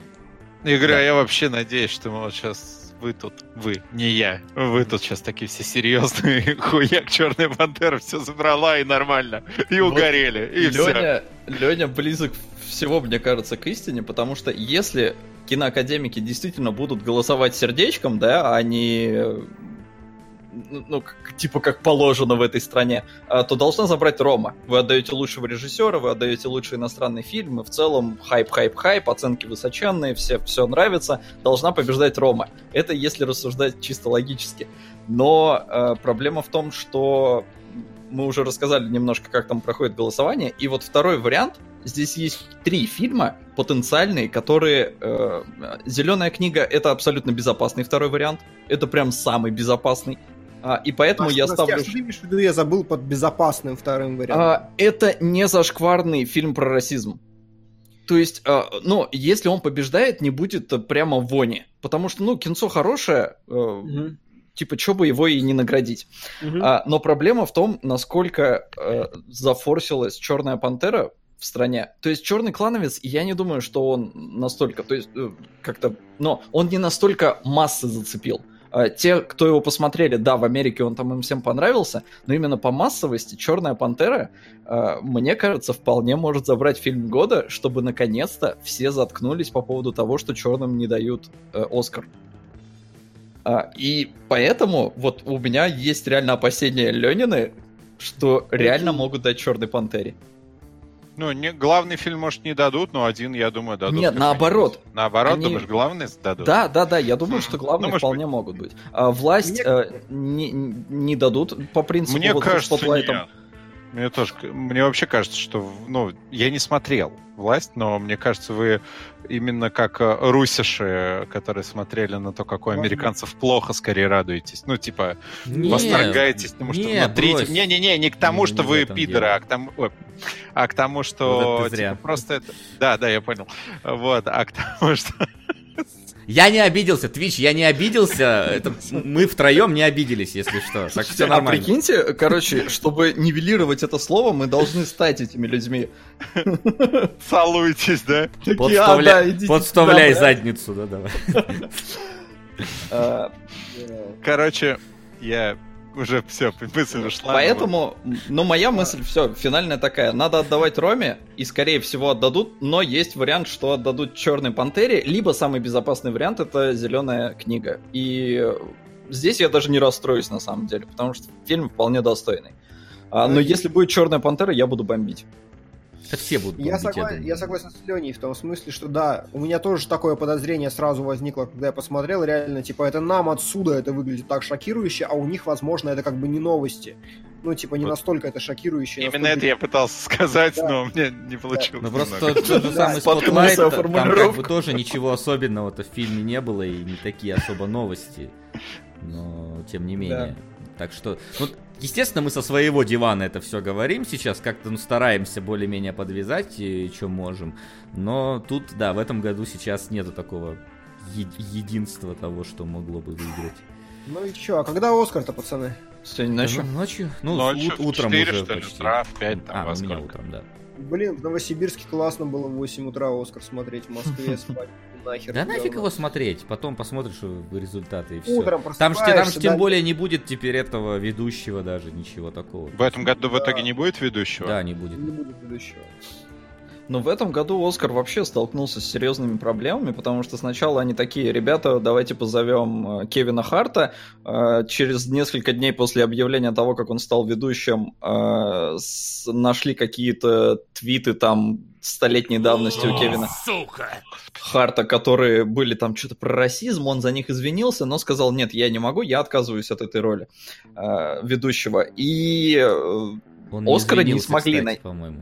Я говорю, Да. а я вообще надеюсь, что мы вот сейчас вы тут, вы, не я, вы тут сейчас такие все серьезные, хуяк, Черная пантера все забрала и нормально, и Вот угорели, и все. Леня, Леня близок всего, мне кажется, к истине, потому что если киноакадемики действительно будут голосовать сердечком, да, а не ну, ну, как- типа как положено в этой стране, а, то должна забрать Рома. Вы отдаете лучшего режиссера, вы отдаете лучший иностранный фильм, и в целом хайп, хайп, хайп, оценки высоченные, все, все нравится, должна побеждать Рома. Это если рассуждать чисто логически. Но э, проблема в том, что мы уже рассказали немножко, как там проходит голосование, и вот второй вариант, здесь есть три фильма потенциальные, которые... Э, «Зеленая книга» — это абсолютно безопасный второй вариант, это прям самый безопасный. А, и поэтому А я что, ставлю... а что ты имеешь в виду, я забыл под безопасным вторым вариантом. А, это не зашкварный фильм про расизм. То есть, а, ну, если он побеждает, не будет а, прямо вони. Потому что, ну, кинцо хорошее, э, Мгм. типа, чё бы его и не наградить. Мгм. А, но проблема в том, насколько э, зафорсилась «Черная пантера» в стране. То есть «Черный клановец», я не думаю, что он настолько... То есть, э, как-то... Но он не настолько массы зацепил. А, те, кто его посмотрели, да, в Америке он там им всем понравился, но именно по массовости «Черная пантера», э, мне кажется, вполне может забрать фильм года, чтобы наконец-то все заткнулись по поводу того, что черным не дают э, «Оскар». А, и поэтому вот у меня есть реально опасения Ленины, что реально могут дать «Черной пантере». Ну, не, главный фильм, может, не дадут, но один, я думаю, дадут. Нет, как-нибудь. наоборот. Наоборот, Они- думаешь, главный дадут? Да, да, да, я думаю, что главные Ну, может вполне могут быть. А власть Мне- э, не, не дадут по принципу Мне вот кажется, Spotlight'ом. нет. Мне тоже, мне вообще кажется, что, ну, я не смотрел «Власть», но мне кажется, вы именно как э, русиши, которые смотрели на то, как у Ладно. американцев плохо, скорее радуетесь. Ну, типа, Не, восторгаетесь, потому что не, внутри... брось. Не-не-не, не к тому, Не- что не в вы этом пидоры, дело. а к тому... ой, а к тому, Вот что... это ты зря. типа, просто это... Да, да, я понял. Вот, а к тому, что... Я не обиделся, Twitch, я не обиделся. Это мы втроем не обиделись, если что. Так все А нормально. прикиньте, короче, чтобы нивелировать это слово, мы должны стать этими людьми. Целуйтесь, да? Подставля- А, да, идите Подставляй сюда, бля. задницу, да, давай. А, Короче, я уже все, мысль ушла. Поэтому, ну, моя мысль, все, финальная такая. Надо отдавать Роме, и, скорее всего, отдадут, но есть вариант, что отдадут Черной Пантере, либо самый безопасный вариант — это Зеленая книга. И здесь я даже не расстроюсь, на самом деле, потому что фильм вполне достойный. А, но если будет Черная Пантера, я буду бомбить. Это все будут Я, бомбить, согла- думаю. я согласен с Леней в том смысле, что да, у меня тоже такое подозрение сразу возникло, когда я посмотрел, реально, типа, это нам отсюда это выглядит так шокирующе, а у них, возможно, это как бы не новости. Ну, типа, не Вот. настолько это шокирующе. Именно настолько- это я пытался сказать, Да. но мне не получилось. Ну просто немного. тот, тот же самый споткнулся Spotlight, о там как бы формулировку. тоже ничего особенного-то в фильме не было, и не такие особо новости. Но, тем не менее. Так что, ну, естественно, мы со своего дивана это все говорим сейчас, как-то ну, стараемся более-менее подвязать, что можем. Но тут, да, в этом году сейчас нету такого е- единства того, что могло бы выиграть. Ну и чё, а когда Оскар-то, пацаны? Сегодня Да, ночью. ну, ночью? Ну, Ночью ут- в утром четыре, уже что ли, почти. утра, в пять, там, а, во у меня сколько? утром, да. Блин, в Новосибирске классно было в восемь утра Оскар смотреть, в Москве спать. Нахер. Да нафиг говно. его смотреть, потом посмотришь результаты и все. Утром Там же, там же просыпаешься, тем да. более не будет теперь этого ведущего даже, ничего такого. В этом году в итоге не будет ведущего? Да, не будет. Не будет ведущего. Но в этом году Оскар вообще столкнулся с серьезными проблемами, потому что сначала они такие: ребята, давайте позовем э, Кевина Харта. Э, через несколько дней после объявления того, как он стал ведущим, э, с- нашли какие-то твиты там столетней давности у Кевина Сука! Харта, которые были там что-то про расизм, он за них извинился, но сказал: нет, я не могу, я отказываюсь от этой роли э, ведущего. И э, Он не Оскара не извинился, смогли кстати, найти. по-моему.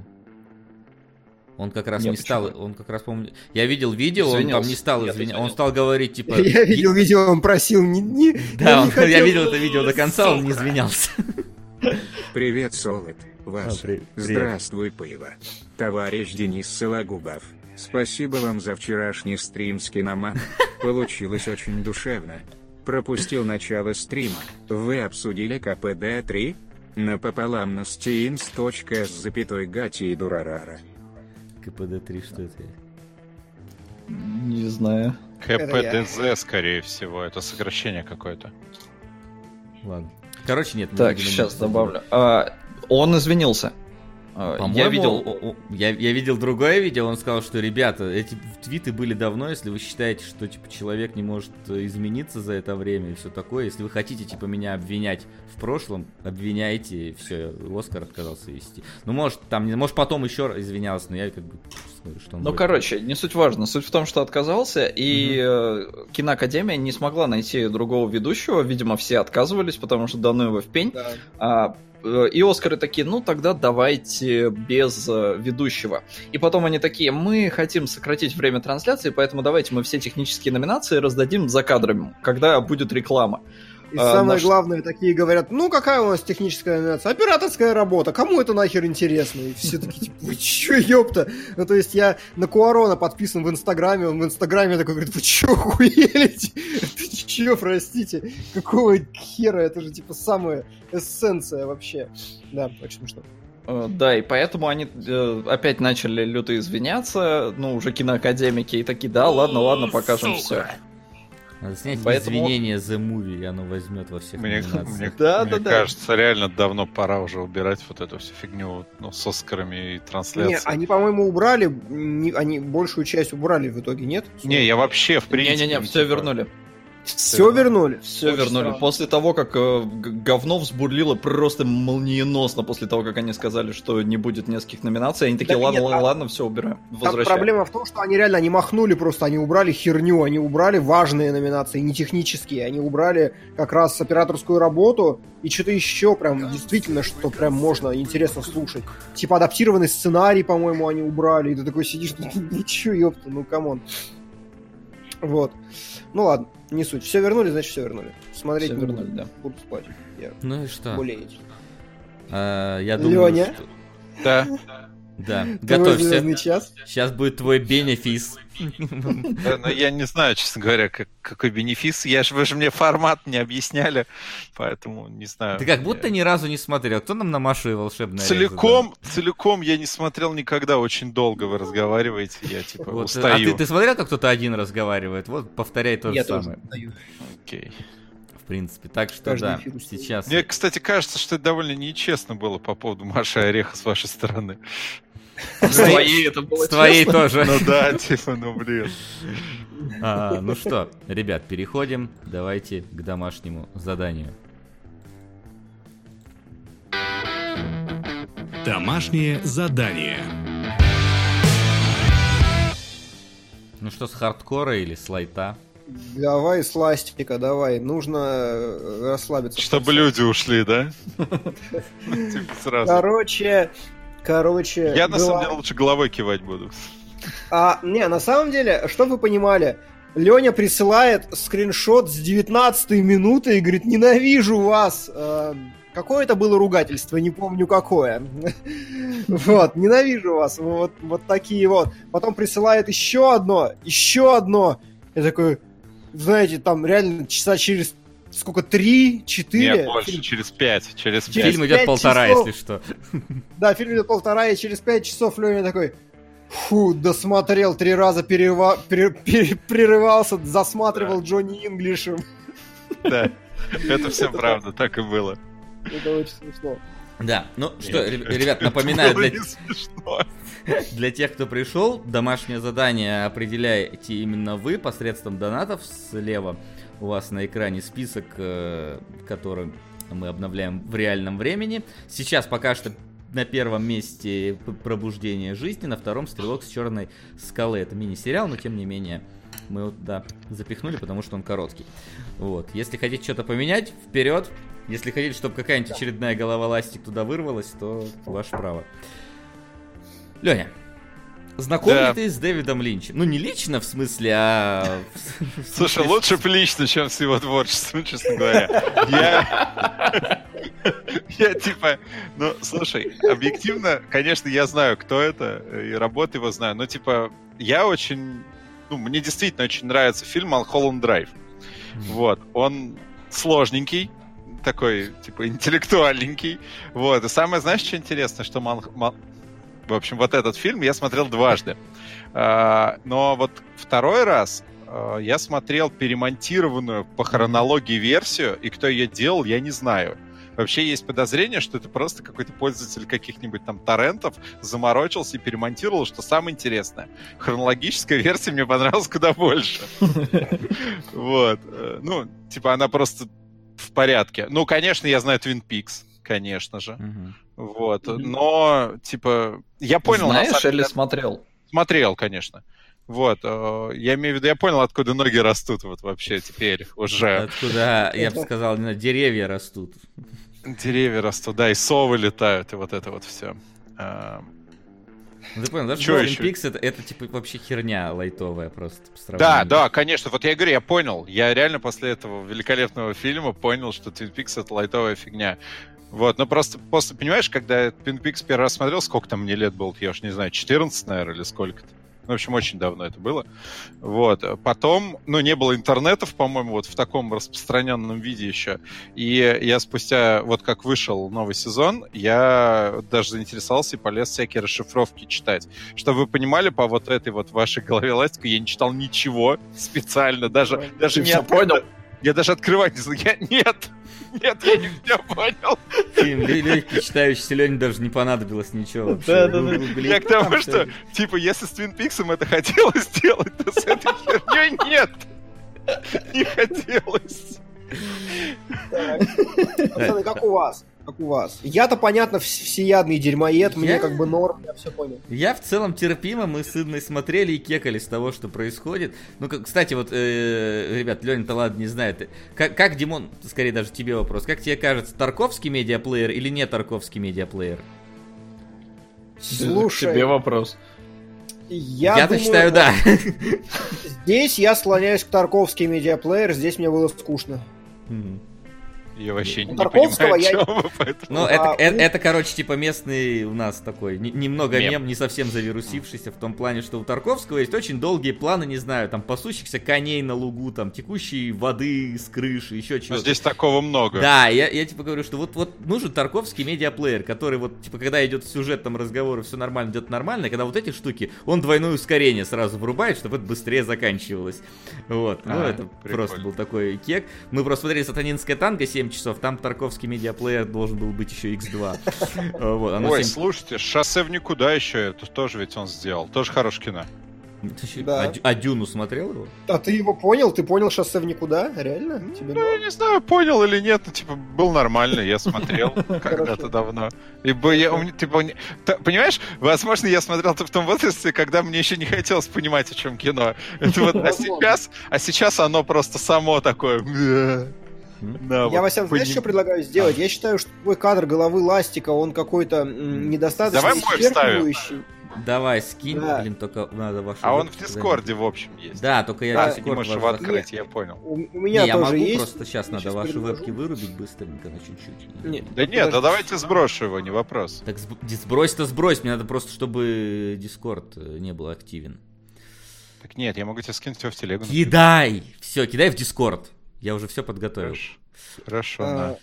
Он как раз Не, не стал, почему? он как раз, по-моему, я видел видео, он там Извинился. не стал Нет, извиняться, он извинился. стал говорить, типа... Я видел видео, он просил не... не Да, я он- не хотел. я видел это видео до конца, он не Сука. извинялся. Привет, Солод. Вас. А, при- привет. Здравствуй, Пыва. Товарищ Денис Сологубов. Спасибо вам за вчерашний стрим с киноман. Получилось очень душевно. Пропустил начало стрима. Вы обсудили ка пэ дэ три? Напополам на стинс точка с запятой гати и дурарара. ка пэ дэ три, что это? Не знаю. ка пэ дэ зэ, скорее всего, это сокращение какое-то. Ладно. Короче, нет. мы, Так, видимо, не сейчас обсудили. добавлю. А, он извинился. А, По-моему, я видел... о- о- я, я видел другое видео, он сказал, что, ребята, эти твиты были давно, если вы считаете, что, типа, человек не может э, измениться за это время и все такое, если вы хотите, типа, меня обвинять в прошлом, обвиняйте, и все, Оскар отказался вести. Ну, может, там, не- может, потом еще раз извинялся, но я как бы смотрю, что он... Ну, будет. короче, не суть важно. Суть в том, что отказался, и э, Киноакадемия не смогла найти другого ведущего. Видимо, все отказывались, потому что дано его в пень. Да. А, э, и Оскары такие: ну, тогда давайте без э, ведущего. И потом они такие: мы хотим сократить время трансляции, поэтому давайте мы все технические номинации раздадим за кадрами, когда будет реклама. И А, самое наш- главное, такие говорят: ну какая у нас техническая номинация? Операторская работа, кому это нахер интересно? И все такие, типа, вы чё, ёпта? Ну, то есть я на Куарона подписан в Инстаграме, он в Инстаграме такой говорит: вы чё, охуели? Ты чё, простите? Какого хера? Это же, типа, самая эссенция вообще. Да, очень смешно. Э, Да, и поэтому они э, опять начали люто извиняться, ну, уже киноакадемики, и такие: да, ладно, ладно, покажем все. Сука! Надо снять Поэтому- извинения The Movie, и оно возьмет во всех Мне, номинациях. мне- Да, мне да, да. кажется, реально давно пора уже убирать вот эту всю фигню, ну, с Оскарами и Не, трансляцией. они, по-моему, убрали, не- они большую часть убрали в итоге, нет? Не, я вообще, в принципе... Не-не-не, ну, все типа, вернули. Все вернули? Все Очень вернули. странно. После того, как э, г- говно взбурлило просто молниеносно, после того, как они сказали, что не будет нескольких номинаций, они такие: Да ладно, нет, ладно, а- ладно, все, убираем. Там Возвращаем. проблема в том, что они реально они махнули просто, они убрали херню, они убрали важные номинации, не технические, они убрали как раз операторскую работу и что-то еще прям действительно, что прям можно интересно слушать. Типа адаптированный сценарий, по-моему, они убрали, и ты такой сидишь, ну че, ёпта, ну камон. Вот. Ну ладно, не суть. Все вернули, значит все вернули. Смотреть Всё не вернули, буду. да. Буду спать. Я Ну и что? более этим. А, я думаю, Лёня? что... Да. Да, Твой готовься. звездный час. Сейчас будет твой бенефис. Да, но я не знаю, честно говоря, как, какой бенефис. Я ж, вы же мне формат не объясняли, поэтому не знаю. Ты как будто ни разу не смотрел. Кто нам на Машу и волшебное Целиком, целиком я не смотрел никогда. Очень долго вы разговариваете, я типа вот, устаю. а ты, ты смотрел, как кто-то один разговаривает? Вот, повторяй то же Я самое. тоже устаю. Окей. В принципе, так что Каждый да, эфир устаю. сейчас... Мне, кстати, кажется, что это довольно нечестно было по поводу Маши и Ореха с вашей стороны. С твоей это было С твоей честно? тоже. Ну да, типа, ну блин. А, ну что, ребят, переходим. Давайте к домашнему заданию. Домашнее задание. Ну что, с хардкора или с лайта? Давай с ластика, давай. Нужно э, расслабиться. Чтобы люди ушли, да? Типа сразу. Короче, короче... Я на была- самом деле лучше головой кивать буду. А, не, на самом деле, чтобы вы понимали, Леня присылает скриншот с девятнадцатой минуты и говорит, ненавижу вас. Э, Какое это было ругательство, не помню какое. Вот, ненавижу вас. Вот, вот такие вот. Потом присылает еще одно, еще одно. Я такой, знаете, там реально часа через сколько, три, четыре? Нет, больше, через пять. Через Через пять. Фильм идет пять полтора, часов. если что. Да, фильм идет полтора, и через пять часов Леня такой, фу, досмотрел три раза, перева- пере- пере- прерывался, засматривал Джонни Инглишем. Да. Это все правда, так и было. Это очень смешно. Да, ну что, ре- ребят, напоминаю Было для, не смешно. для тех, кто пришел, домашнее задание определяете именно вы посредством донатов слева. У вас на экране список, э, который мы обновляем в реальном времени. Сейчас пока что на первом месте п- «Пробуждение жизни», на втором «Стрелок с черной скалы». Это мини-сериал, но тем не менее мы вот, да, запихнули, потому что он короткий. Вот. Если хотите что-то поменять, вперед. Если хотите, чтобы какая-нибудь очередная голова ластик туда вырвалась, то ваше право. Леня, знаком Да. ли ты с Дэвидом Линчем? Ну, не лично, в смысле, а... в Слушай, смысле, лучше бы лично, чем с его творчеством, честно говоря. Я... Я типа... Ну, слушай, объективно, конечно, я знаю, кто это, и работу его знаю, но, типа, я очень... Ну, мне действительно очень нравится фильм «Малхолланд Драйв». Вот, он сложненький, такой, типа, интеллектуальненький. Вот, и самое, знаешь, что интересно, что Ман... Ман- в общем, вот этот фильм я смотрел дважды. А, но вот второй раз а, я смотрел перемонтированную по хронологии версию, и кто ее делал, я не знаю. Вообще есть подозрение, что это просто какой-то пользователь каких-нибудь там торрентов заморочился и перемонтировал, что самое интересное. Хронологическая версия мне понравилась куда больше. Вот. Ну, типа она просто в порядке. Ну, конечно, я знаю Twin Peaks, конечно же. Мгм. Вот. Но, типа, я понял... на Знаешь самом или деле- смотрел? Смотрел, конечно. Вот, э, я имею в виду, я понял, откуда ноги растут вот вообще теперь уже. Откуда, я бы сказал, именно деревья растут. Деревья растут, да, и совы летают, и вот это вот все. Ну, ты понял, да, Чё что Twin ещё? Peaks это, это типа вообще херня лайтовая просто по Да, сравнению. да, конечно. Вот я и говорю, я понял. Я реально после этого великолепного фильма понял, что Twin Peaks это лайтовая фигня. Вот, но просто после, понимаешь, когда я Twin Peaks первый раз смотрел, сколько там мне лет было, я уж не знаю, четырнадцать, наверное, или сколько-то. Ну, в общем, очень давно это было. Вот. Потом, ну, не было интернетов, по-моему, вот в таком распространенном виде еще. И я спустя, вот как вышел новый сезон, я даже заинтересовался и полез всякие расшифровки читать. Чтобы вы понимали, по вот этой вот вашей голове ластику я не читал ничего специально. Даже, даже Ты не всё от- понял? Я даже открывать не знаю. Я... Нет! Нет, я не все понял. Фильм легкий, читающийся Лене даже не понадобилось ничего вообще. Да, да, да. Гуглить Я к тому, там что, типа, если с Твин Пиксом это хотелось сделать, то с этой херней нет. Не хотелось. Пацаны, как у вас? Как у вас? Я-то, понятно, вс- всеядный дерьмоед, мне Я- как бы норм, я все понял. Я в целом терпимо, мы с Инной смотрели и кекали с того, что происходит. Ну, как- кстати, вот, э, ребят, Леня-то ладно не знает. Как, как, Димон, скорее даже тебе вопрос, как тебе кажется, Тарковский медиаплеер или не Тарковский медиаплеер? Слушай, Тебе вопрос. я Я-то думаю, считаю, да. Здесь я склоняюсь к Тарковский медиаплеер, здесь мне было скучно. Мгм. Я вообще не Тарковского понимаю, я- о чем вы, поэтому... Ну, А, это, у- это, это, короче, типа местный у нас такой, не- немного Мем. мем, не совсем завирусившийся в том плане, что у Тарковского есть очень долгие планы, не знаю, там, пасущихся коней на лугу, там, текущей воды с крыши, еще Но чего-то. здесь такого много. Да, я, я типа говорю, что вот, вот нужен Тарковский медиаплеер, который вот, типа, когда идет сюжет, там, разговоры, все нормально, идет нормально, и когда вот эти штуки, он двойное ускорение сразу врубает, чтобы это быстрее заканчивалось. Вот, ну, А, это прикольно. просто был такой кек. Мы просто смотрели «Сатанинское танго» семь часов, там Тарковский медиаплеер должен был быть еще икс два. Вот, оно Ой, семь- слушайте, «Шоссе в никуда» еще, это тоже ведь он сделал. Тоже хорошее кино. Ты ещё- Да. А Дю- а Дюну смотрел его? А ты его понял? Ты понял «Шоссе в никуда»? Реально? Тебе Ну, я не знаю, понял или нет, но, типа, был нормально, я смотрел когда-то давно. Ибо я, у меня, типа, не- та- понимаешь, возможно, я смотрел это в том возрасте, когда мне еще не хотелось понимать, о чем кино. Это вот, а сейчас, а сейчас оно просто само такое... Да, Я, вот Васян, знаешь, поним- что предлагаю сделать? Я считаю, что твой кадр головы Ластика, он какой-то м, недостаточно Давай мой вставим. исчерпывающий. Давай, скинь, Да. блин, только надо вашу... А он в вебку Дискорде, в общем, есть. Да, только я Да, Ты не Дискорд можешь ваш его закрыл. открыть, я понял. У, у Не, меня я тоже могу, есть. просто сейчас надо Сейчас ваши предложу. вебки вырубить быстренько на чуть-чуть. Не, Да ну, нет, да подожди. давайте сброшу его, не вопрос. Так сб- ди- сбрось-то сбрось, мне надо просто, чтобы Дискорд э, не был активен. Так нет, я могу тебе скинуть его в телегу. Кидай! Все, кидай в Дискорд. Я уже все подготовил. Хорошо, Хорошо, А, на.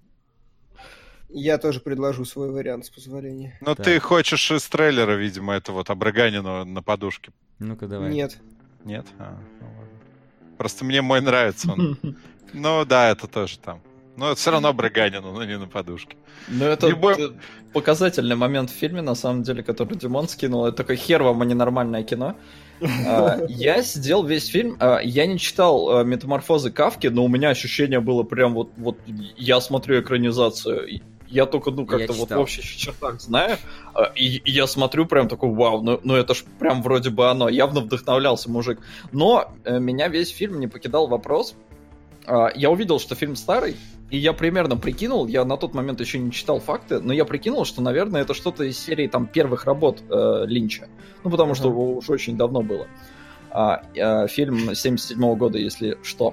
Я тоже предложу свой вариант, с позволения. Ну так. ты хочешь из трейлера, видимо, это вот Абраганину на подушке. Ну-ка, давай. Нет. Нет? А, ну ладно. Просто мне мой нравится он. Ну да, это тоже там. Но это все равно Абраганину, но не на подушке. Ну, это Любой- э, показательный момент в фильме, на самом деле, который Димон скинул. Это такой хер вам, а не нормальное кино. А, Я сидел весь фильм, а, я не читал а, «Метаморфозы Кафки», но у меня ощущение было прям вот, вот я смотрю экранизацию, и я только, ну, как-то Я вот в читал. общих чертах знаю, а, и, и я смотрю прям такой, вау, ну, ну это ж прям вроде бы оно, явно вдохновлялся мужик. Но э, меня весь фильм не покидал вопрос. А, Я увидел, что фильм старый, и я примерно прикинул, я на тот момент еще не читал факты, но я прикинул, что, наверное, это что-то из серии там первых работ э, Линча. Ну, потому что уж очень давно было. А, а, фильм семьдесят седьмого года, если что.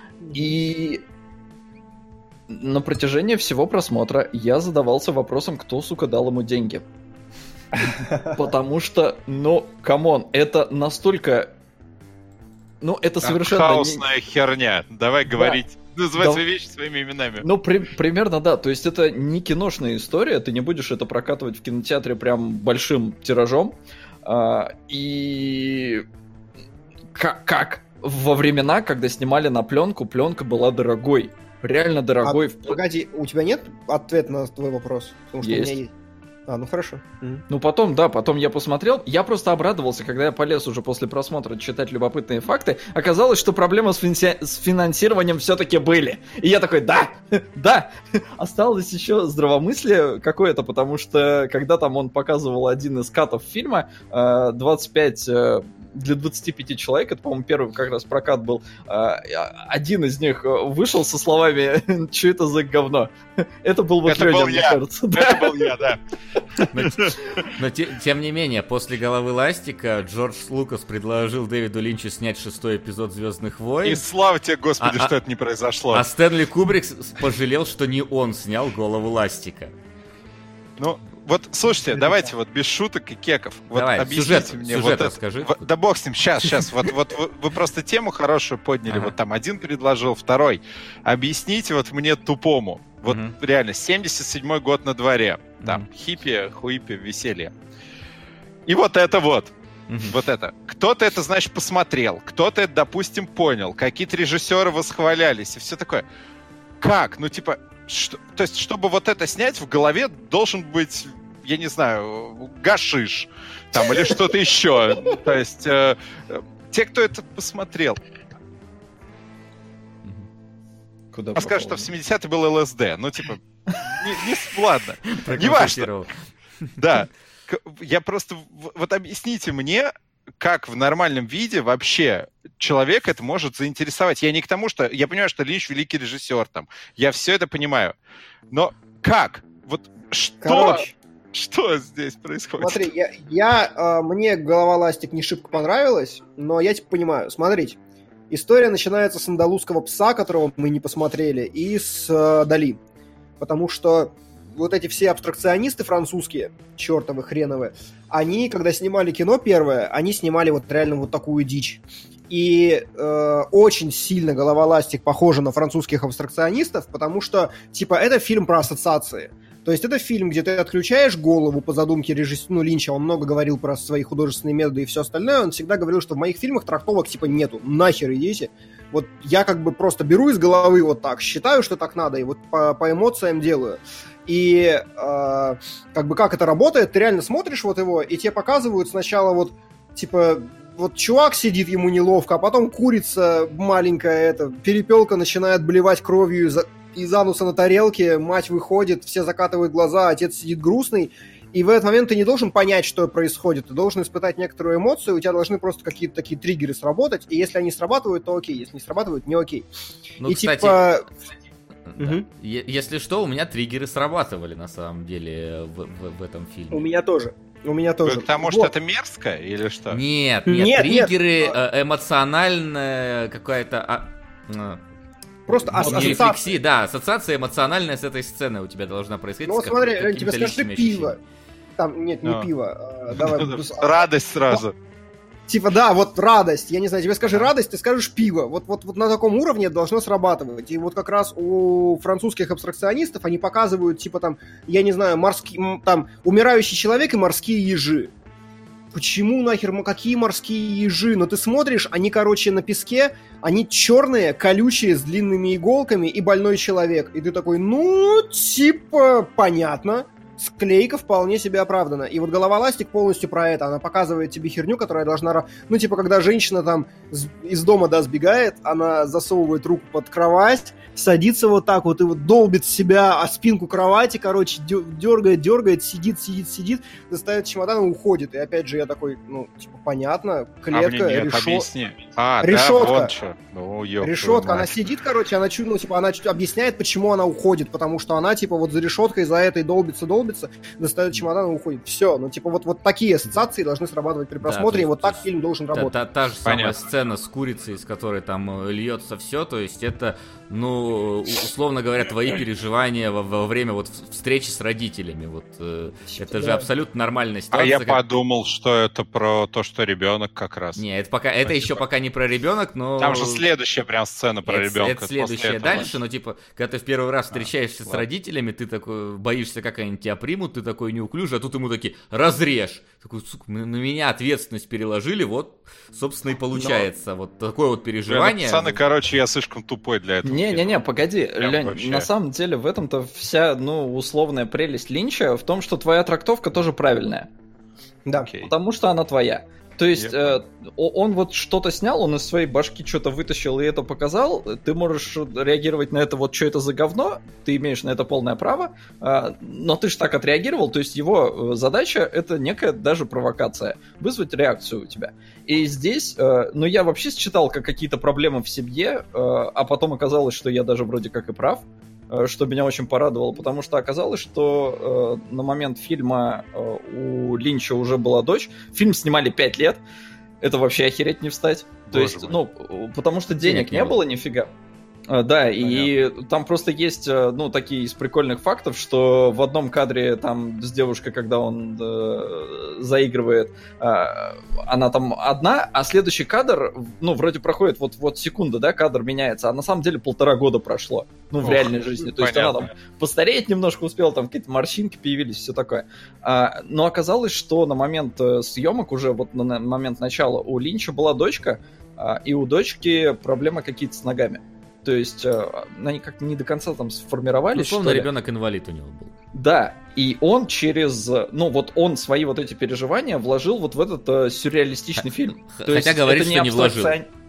И на протяжении всего просмотра я задавался вопросом, кто, сука, дал ему деньги. Потому что, ну, камон, это настолько... Ну, это совершенно... не- Хаосная херня. Давай говорить. Называть Да. свои вещи своими именами. Ну, при- примерно, да. То есть это не киношная история, ты не будешь это прокатывать в кинотеатре прям большим тиражом. А, и как, как во времена, когда снимали на пленку, пленка была дорогой. Реально дорогой. А, погоди, у тебя нет ответа на твой вопрос? Потому что Есть. у меня есть. А, ну хорошо. М. Ну, потом, да, потом я посмотрел. Я просто обрадовался, когда я полез уже после просмотра читать любопытные факты. Оказалось, что проблемы с, финанси- с финансированием все-таки были. И я такой, да, да. Осталось еще здравомыслие какое-то, потому что когда там он показывал один из катов фильма, э, двадцать пять... э, для двадцати пяти человек, это, по-моему, первый как раз прокат был, э, один из них э, вышел со словами «Че это за говно?» Это был вот Это Лёня, был мне я. кажется. Да. Это был я, да. Но, но те- тем не менее, после «Головы Ластика» Джордж Лукас предложил Дэвиду Линчу снять шестой эпизод «Звездных войн», И слава тебе, Господи, А- что а- это не произошло. а Стэнли Кубрик с- пожалел, что не он снял «Голову Ластика». Ну, вот, слушайте, давайте вот без шуток и кеков. Вот Давай, объясните сюжет, мне сюжет вот это- расскажи. вот- да бог с ним, сейчас, сейчас. Вот, вот вы, вы просто тему хорошую подняли. Ага. Вот там один предложил, второй. Объясните вот мне тупому. Вот Мгм. реально, семьдесят седьмой год на дворе. Там Мгм. хиппи, хуиппи, веселье. И вот это вот. Мгм. Вот это. Кто-то это, значит, посмотрел. Кто-то это, допустим, понял. Какие-то режиссеры восхвалялись. И все такое. Как? Ну, типа, что- то есть, чтобы вот это снять, в голове должен быть, я не знаю, гашиш. Там, или что-то еще. То есть, э, э, те, кто это посмотрел, Куда а скажут, что попал? в семидесятые был ЛСД. Ну, типа, не, не- ладно. Неважно. Проконсультировал. Да. К- Я просто... в- Вот объясните мне, как в нормальном виде вообще человек это может заинтересовать. Я не к тому, что... Я понимаю, что Линч великий режиссер там. Я все это понимаю. Но как? Вот что... Короче, Что здесь происходит? смотри, я, я, а, мне «Голова Ластик» не шибко понравилась, но я типа понимаю. Смотрите, История начинается с «Андалузского пса», которого мы не посмотрели, и с э, Дали. Потому что вот эти все абстракционисты французские, чертовы хреновые, они, когда снимали кино первое, они снимали вот реально вот такую дичь. И э, очень сильно «Головоластик» похожа на французских абстракционистов, потому что, типа, это фильм про ассоциации. То есть это фильм, где ты отключаешь голову по задумке режиссера, ну, Линча, он много говорил про свои художественные методы и все остальное, он всегда говорил, что в моих фильмах трактовок, типа, нету, нахер идите. Вот я как бы просто беру из головы вот так, считаю, что так надо, и вот по, по эмоциям делаю. И э, как бы как это работает, ты реально смотришь вот его, и тебе показывают сначала вот, типа, вот чувак сидит, ему неловко, а потом курица маленькая, эта, перепелка начинает блевать кровью из, из ануса на тарелке, мать выходит, все закатывают глаза, отец сидит грустный, и в этот момент ты не должен понять, что происходит, ты должен испытать некоторую эмоцию, у тебя должны просто какие-то такие триггеры сработать, и если они срабатывают, то окей, если не срабатывают, не окей. Ну, и кстати... типа... Да. Угу. Если что, у меня триггеры срабатывали на самом деле в, в, в этом фильме. У меня тоже. У меня тоже. Потому вот. что это мерзко или что? Нет, нет, нет триггеры, нет. эмоциональная какая-то... А... Просто ну, ас- ассоциация. Да, ассоциация эмоциональная с этой сцены у тебя должна происходить. Ну вот смотри, тебе скажи пиво. Там, нет, не а. пиво. А, давай. Радость сразу. Типа, да, вот радость, я не знаю, тебе скажи радость, ты скажешь пиво. Вот, вот, вот на таком уровне это должно срабатывать. И вот как раз у французских абстракционистов они показывают, типа, там, я не знаю, морские, там, умирающий человек и морские ежи. Почему нахер, какие морские ежи? Но ты смотришь, они, короче, на песке, они черные, колючие, с длинными иголками и больной человек. И ты такой, ну, типа, понятно. Склейка вполне себе оправдана. И вот «Головоластик» полностью про это. Она показывает тебе херню, которая должна... Ну, типа, когда женщина там из дома, да, сбегает, она засовывает руку под кровать, садится вот так вот и вот долбит себя о спинку кровати, короче, дергает, дергает, сидит, сидит, сидит, достает чемодан и уходит. И опять же я такой, ну, типа, понятно, клетка, а решетка. А, решетка. Да, вот что. О, решетка, она сидит, короче, она чуть, ну, типа, она чуть объясняет, почему она уходит, потому что она, типа, вот за решеткой, за этой долбится, долбится, достает чемодан и уходит. Все, ну, типа, вот, вот такие ассоциации должны срабатывать при просмотре, да, и вот так фильм должен та, работать. Та, та, та же Понятно. Самая сцена с курицей, из которой там льется все, то есть это, ну, условно говоря, твои переживания во, во время вот встречи с родителями, вот, э, это да. же абсолютно нормальная ситуация. А я как... подумал, что это про то, что ребенок как раз. Не, это пока, это еще пока не про ребенок, но... Там же следующая прям сцена про это, ребенка. Это следующая дальше, но типа, когда ты в первый раз встречаешься а, с ладно. родителями, ты такой, боишься, как они тебя примут, ты такой неуклюжий, а тут ему такие, разрежь. Такой, сука, на меня ответственность переложили, вот, собственно, и получается. Но... Вот такое вот переживание. Пацаны, короче, я слишком тупой для этого. Не-не-не, погоди, Лень, на самом деле в этом-то вся, ну, условная прелесть Линча в том, что твоя трактовка тоже правильная. Да. Okay. Потому что она твоя. То есть э, он вот что-то снял, он из своей башки что-то вытащил и это показал, ты можешь реагировать на это, вот что это за говно, ты имеешь на это полное право, э, но ты же так отреагировал, то есть его задача это некая даже провокация, вызвать реакцию у тебя. И здесь, э, ну я вообще считал как какие-то проблемы в семье, э, а потом оказалось, что я даже вроде как и прав, что меня очень порадовало, потому что оказалось, что э, на момент фильма э, у Линча уже была дочь. Фильм снимали пять лет. Это вообще охереть не встать. Боже То есть, мой. ну, потому что денег, денег не, не было, было нифига. Uh, да, Понятно. И там просто есть, ну, такие из прикольных фактов, что в одном кадре там с девушкой, когда он э, заигрывает, э, она там одна, а следующий кадр, ну, вроде проходит вот, вот секунда, да, кадр меняется, а на самом деле полтора года прошло, ну, в Ох, реальной жизни. То понятно. Есть она там постареет немножко успела, там какие-то морщинки появились, все такое. А, но оказалось, что на момент съемок, уже вот на момент начала, у Линча была дочка, а, и у дочки проблемы какие-то с ногами. То есть они как-то не до конца там сформировались. Условно, ребенок инвалид у него был. Да, и он через, ну вот он свои вот эти переживания вложил вот в этот uh, сюрреалистичный Х- фильм. Х- То Хотя есть говорит, что не вложил.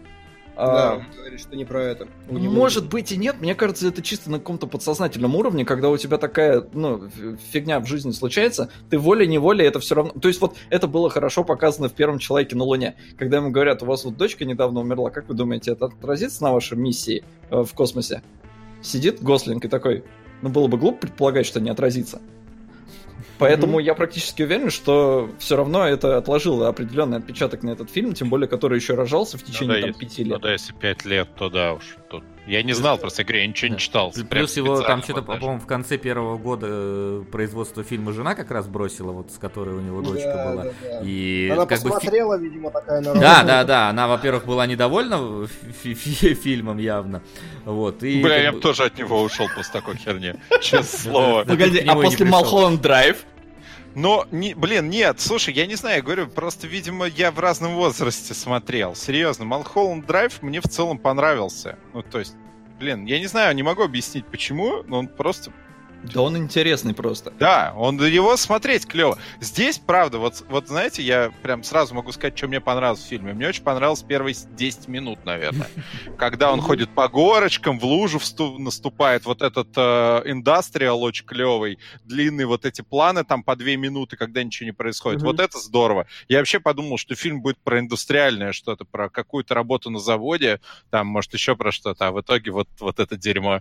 Да, он говорит, что не про это. Может быть и нет, мне кажется, это чисто на каком-то подсознательном уровне, когда у тебя такая, ну, фигня в жизни случается, ты волей-неволей это все равно... То есть вот это было хорошо показано в «Первом человеке на Луне», когда ему говорят, у вас вот дочка недавно умерла, как вы думаете, это отразится на вашей миссии э, в космосе? Сидит Гослинг и такой, ну, было бы глупо предполагать, что не отразится. Поэтому mm-hmm. я практически уверен, что все равно это отложило определенный отпечаток на этот фильм, тем более, который еще рожался в течение ну, да, там, пяти лет. Ну да, если пять лет, то да уж. Тут... Я не знал просто, я говорю, я ничего да. не читал. Плюс его там что-то, вот, по-моему, в конце первого года производства фильма жена как раз бросила, вот с которой у него дочка да, была. Да, да. И она как посмотрела, бы... видимо, такая народная. Да, да, да. Она, во-первых, была недовольна фильмом явно. Вот, и, Бля, я бы... тоже от него ушел после такой херни. Честное слово. Погоди, а после Малхолланд Драйв? Но, не, блин, нет, слушай, я не знаю, я говорю, просто, видимо, я в разном возрасте смотрел. Серьезно, Малхолланд Драйв мне в целом понравился. Ну, то есть, блин, я не знаю, не могу объяснить, почему, но он просто... Да он интересный просто. Да, он его смотреть клево. Здесь, правда, вот, вот знаете, я прям сразу могу сказать, что мне понравилось в фильме. Мне очень понравилось первые десять минут, наверное. Когда он ходит по горочкам, в лужу вступ, наступает, вот этот индастриал э, очень клевый, длинные вот эти планы там по две минуты, когда ничего не происходит. Вот это здорово. Я вообще подумал, что фильм будет про индустриальное что-то, про какую-то работу на заводе, там, может, еще про что-то, а в итоге вот, вот это дерьмо.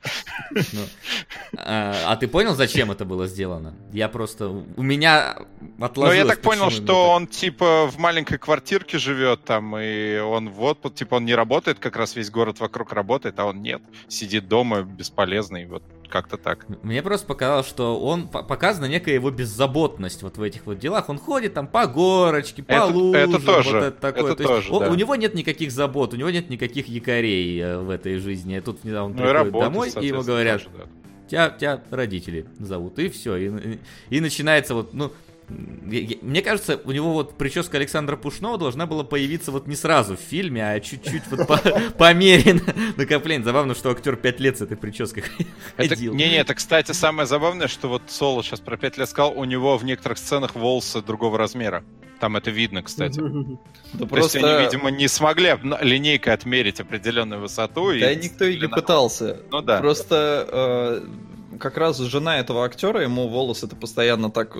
А ты понял, зачем это было сделано? Я просто... У меня отложилось... Ну, я так понял, что он, типа, в маленькой квартирке живет там, и он вот, типа, он не работает, как раз весь город вокруг работает, а он нет. Сидит дома, бесполезный, вот как-то так. Мне просто показалось, что он... Показана некая его беззаботность вот в этих вот делах. Он ходит там по горочке, по это, лужам, это тоже, вот это такое. Это То тоже, есть, он, да. У него нет никаких забот, у него нет никаких якорей э, в этой жизни. Тут он ну, приходит работает, домой, и ему говорят... Тоже, да. Тебя, тебя родители зовут, и все. И, и, и начинается вот, ну, я, я, мне кажется, у него вот прическа Александра Пушного должна была появиться вот не сразу в фильме, а чуть-чуть вот по, по мере накопления. Забавно, что актер пять лет с этой прической ходил. Не-не, это, кстати, самое забавное, что вот Соло сейчас про пять лет сказал, у него в некоторых сценах волосы другого размера. Там это видно, кстати. Да То просто... есть они, видимо, не смогли линейкой отмерить определенную высоту. Да и никто и не пытался. Ну да. Просто э, как раз жена этого актера, ему волосы-то постоянно так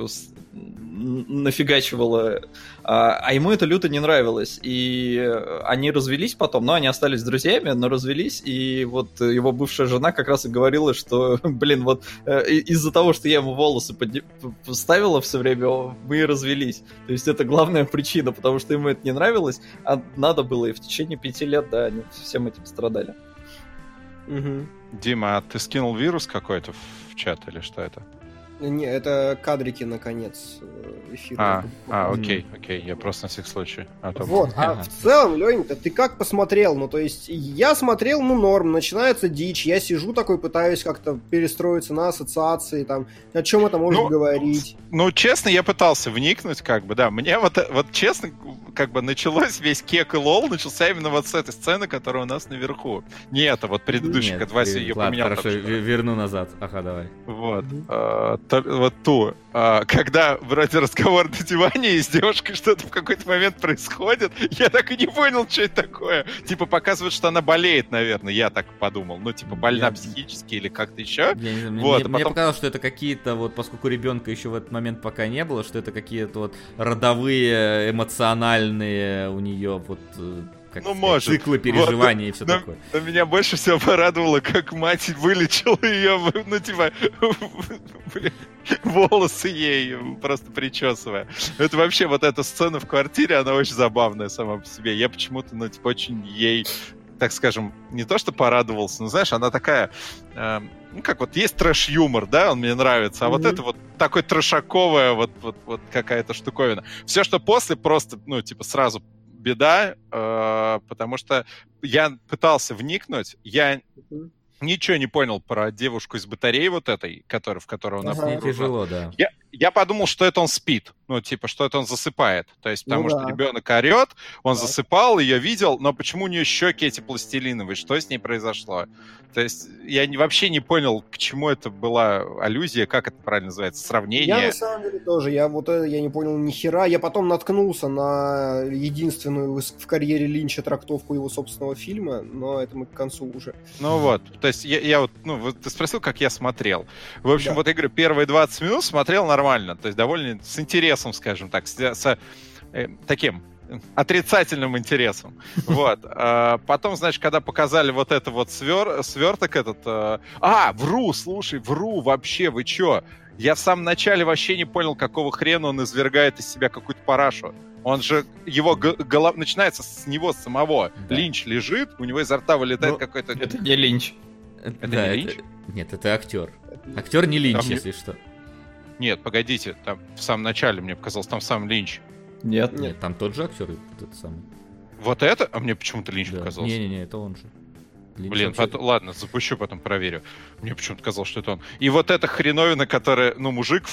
нафигачивала, а, а ему это люто не нравилось. И они развелись потом, но они остались друзьями, но развелись, и вот его бывшая жена как раз и говорила, что, блин, вот из-за того, что я ему волосы подня... поставила все время, мы и развелись. То есть это главная причина, потому что ему это не нравилось, а надо было, и в течение пяти лет, да, они всем этим страдали. Угу. Дима, а ты скинул вирус какой-то в чат или что это? Не, это кадрики на конец эфира. А, а, окей, окей, я просто на всякий случай. А то... Вот, а в целом, Леня, ты как посмотрел? Ну, то есть, я смотрел, ну, норм, начинается дичь, я сижу такой, пытаюсь как-то перестроиться на ассоциации, там, о чем это можно ну, говорить. Ну, честно, я пытался вникнуть, как бы, да, мне вот, вот честно, как бы началось весь кек и лол, начался именно вот с этой сцены, которая у нас наверху. Не это, вот предыдущая, когда Вася ее поменял. Хорошо, верну назад, ага, давай. Вот, вот ту, когда вроде разговор на диване, и с девушкой что-то в какой-то момент происходит, я так и не понял, что это такое. Типа показывают, что она болеет, наверное, я так подумал. Ну, типа больна я... психически или как-то еще. Я не знаю, вот, мне, а потом... мне показалось, что это какие-то, вот поскольку ребенка еще в этот момент пока не было, что это какие-то вот родовые, эмоциональные у нее вот... Как ну, сказать, может. Циклы переживаний вот, и все но, такое. Но меня больше всего порадовало, как мать вылечила ее, ну, типа, волосы ей, просто причесывая. Это вообще, вот эта сцена в квартире, она очень забавная сама по себе. Я почему-то, ну, типа, очень ей, так скажем, не то что порадовался, но, знаешь, она такая... Э, ну, как вот есть трэш-юмор, да, он мне нравится, а mm-hmm. вот это вот такой трэшаковая вот, вот, вот какая-то штуковина. Все, что после, просто, ну, типа, сразу беда, э, потому что я пытался вникнуть, я uh-huh. ничего не понял про девушку из батареи вот этой, который, в которой он uh-huh. Тяжело, да. Я, я подумал, что это он спит, ну, типа, что это он засыпает. То есть, потому ну, что да. ребенок орет, он да. засыпал, ее видел, но почему у нее щеки эти пластилиновые, что с ней произошло? То есть, я не, вообще не понял, к чему это была аллюзия, как это правильно называется, сравнение. Я, на самом деле, тоже, я вот это, я не понял ни хера. Я потом наткнулся на единственную в карьере Линча трактовку его собственного фильма, но это мы к концу уже. Ну вот, то есть, я, я вот, ну, вот ты спросил, как я смотрел. В общем, да. вот я говорю, первые двадцать минут смотрел нормально, то есть, довольно с интересом, скажем так, с, с э, таким отрицательным интересом. Вот. А потом, значит, когда показали вот это вот свер... сверток этот... А, вру, слушай, вру вообще, вы чё? Я в самом начале вообще не понял, какого хрена он извергает из себя какую-то парашу. Он же, его голова начинается с него самого. Да. Линч лежит, у него изо рта вылетает ну, какой-то... Это не Линч. Это да, не Линч? Это... Нет, это актер. Актер не Линч, там если не... что. Нет, погодите, там в самом начале, мне показалось, там сам Линч. Нет, нет, нет там тот же актер, тот самый. Вот это? А мне почему-то Линч да. показался. Не-не-не, это он же. Линч Блин, вообще... потом, ладно, запущу, потом проверю. Мне почему-то казалось, что это он. И вот эта хреновина, которая, ну, мужик в,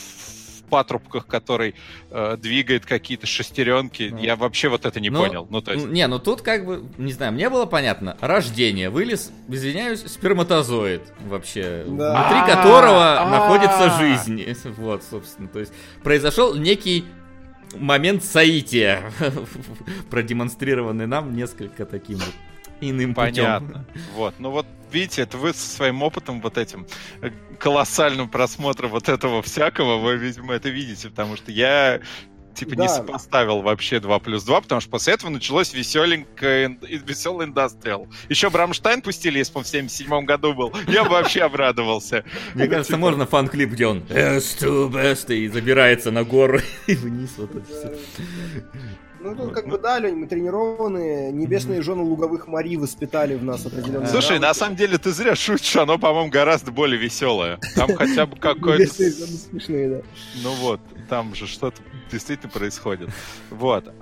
в патрубках, который э, двигает какие-то шестеренки, ну. я вообще вот это не ну, понял. Ну, то есть... Не, ну тут как бы, не знаю, мне было понятно. Рождение, вылез, извиняюсь, сперматозоид вообще, да. внутри которого находится жизнь. Вот, собственно, то есть произошел некий момент соития, продемонстрированный нам несколько таким вот иным Понятно. Путем. Вот, ну вот видите, это вы со своим опытом вот этим колоссальным просмотром вот этого всякого, вы, видимо, это видите, потому что я типа да. не сопоставил вообще два плюс два, потому что после этого началось веселенькое, веселый индастриал. Еще Брамштайн пустили, если бы он в семьдесят седьмом году был, я бы вообще обрадовался. Мне кажется, можно фан-клип, где он best и забирается на гору и вниз вот это все. Ну, тут как бы, да, Лень, мы тренированные, небесные жены луговых Мари воспитали в нас определенно. Слушай, на самом деле ты зря шутишь, оно, по-моему, гораздо более веселое. Там хотя бы какой-то... Небесные жены смешные, да. Ну вот, там же что-то действительно происходит. Вот.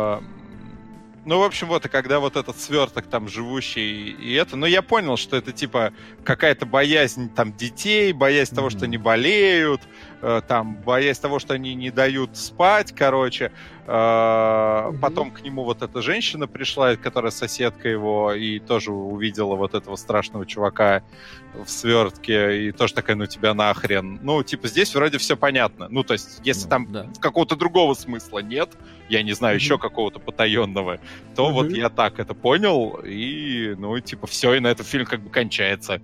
Ну, в общем, вот, и когда вот этот сверток там живущий, и это, ну, я понял, что это, типа, какая-то боязнь там детей, боязнь mm-hmm. того, что они болеют, э, там, боязнь того, что они не дают спать, короче. Э, mm-hmm. Потом к нему вот эта женщина пришла, которая соседка его, и тоже увидела вот этого страшного чувака в свертке, и тоже такая, ну, тебя нахрен. Ну, типа, здесь вроде все понятно. Ну, то есть, если mm-hmm. там да. какого-то другого смысла нет, я не знаю, mm-hmm. еще какого-то потаенного, то mm-hmm. вот я так это понял, и, ну, типа, все, и на этом фильм как бы кончается.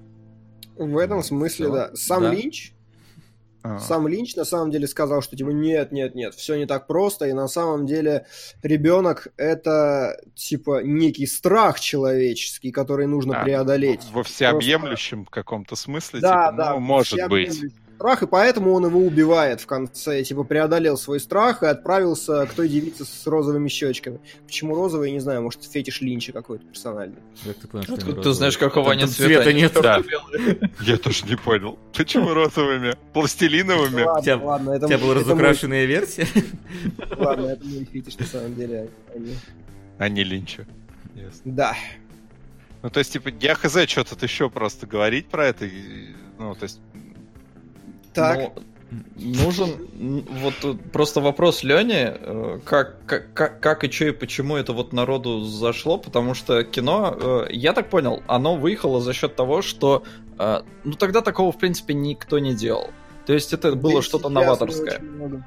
В этом смысле, все. да. Сам да. Линч, а. сам Линч на самом деле сказал, что, типа, нет, нет, нет, все не так просто, и на самом деле ребенок — это, типа, некий страх человеческий, который нужно а, преодолеть. Во всеобъемлющем просто... каком-то смысле, да, типа, да, ну, может быть. Страх, и поэтому он его убивает в конце, типа преодолел свой страх и отправился к той девице с розовыми щечками. Почему розовые, не знаю, может фетиш Линча какой-то персональный. Ты, понял, ты, ты знаешь, какого они цвета, цвета нет. Да. Я тоже не понял. Почему розовыми? Пластилиновыми? Ладно, у тебя, ладно, это, у тебя была разукрашенная мой... версия? Ладно, это мой фетиш на самом деле. А не Линча. Да. Ну, то есть, типа, я хз, что тут еще просто говорить про это. Ну, то есть... Так. Ну, нужен вот просто вопрос Лёне, как, как, как, как и что и почему это вот народу зашло, потому что кино, я так понял, оно выехало за счет того, что ну тогда такого в принципе никто не делал. То есть это было что-то новаторское.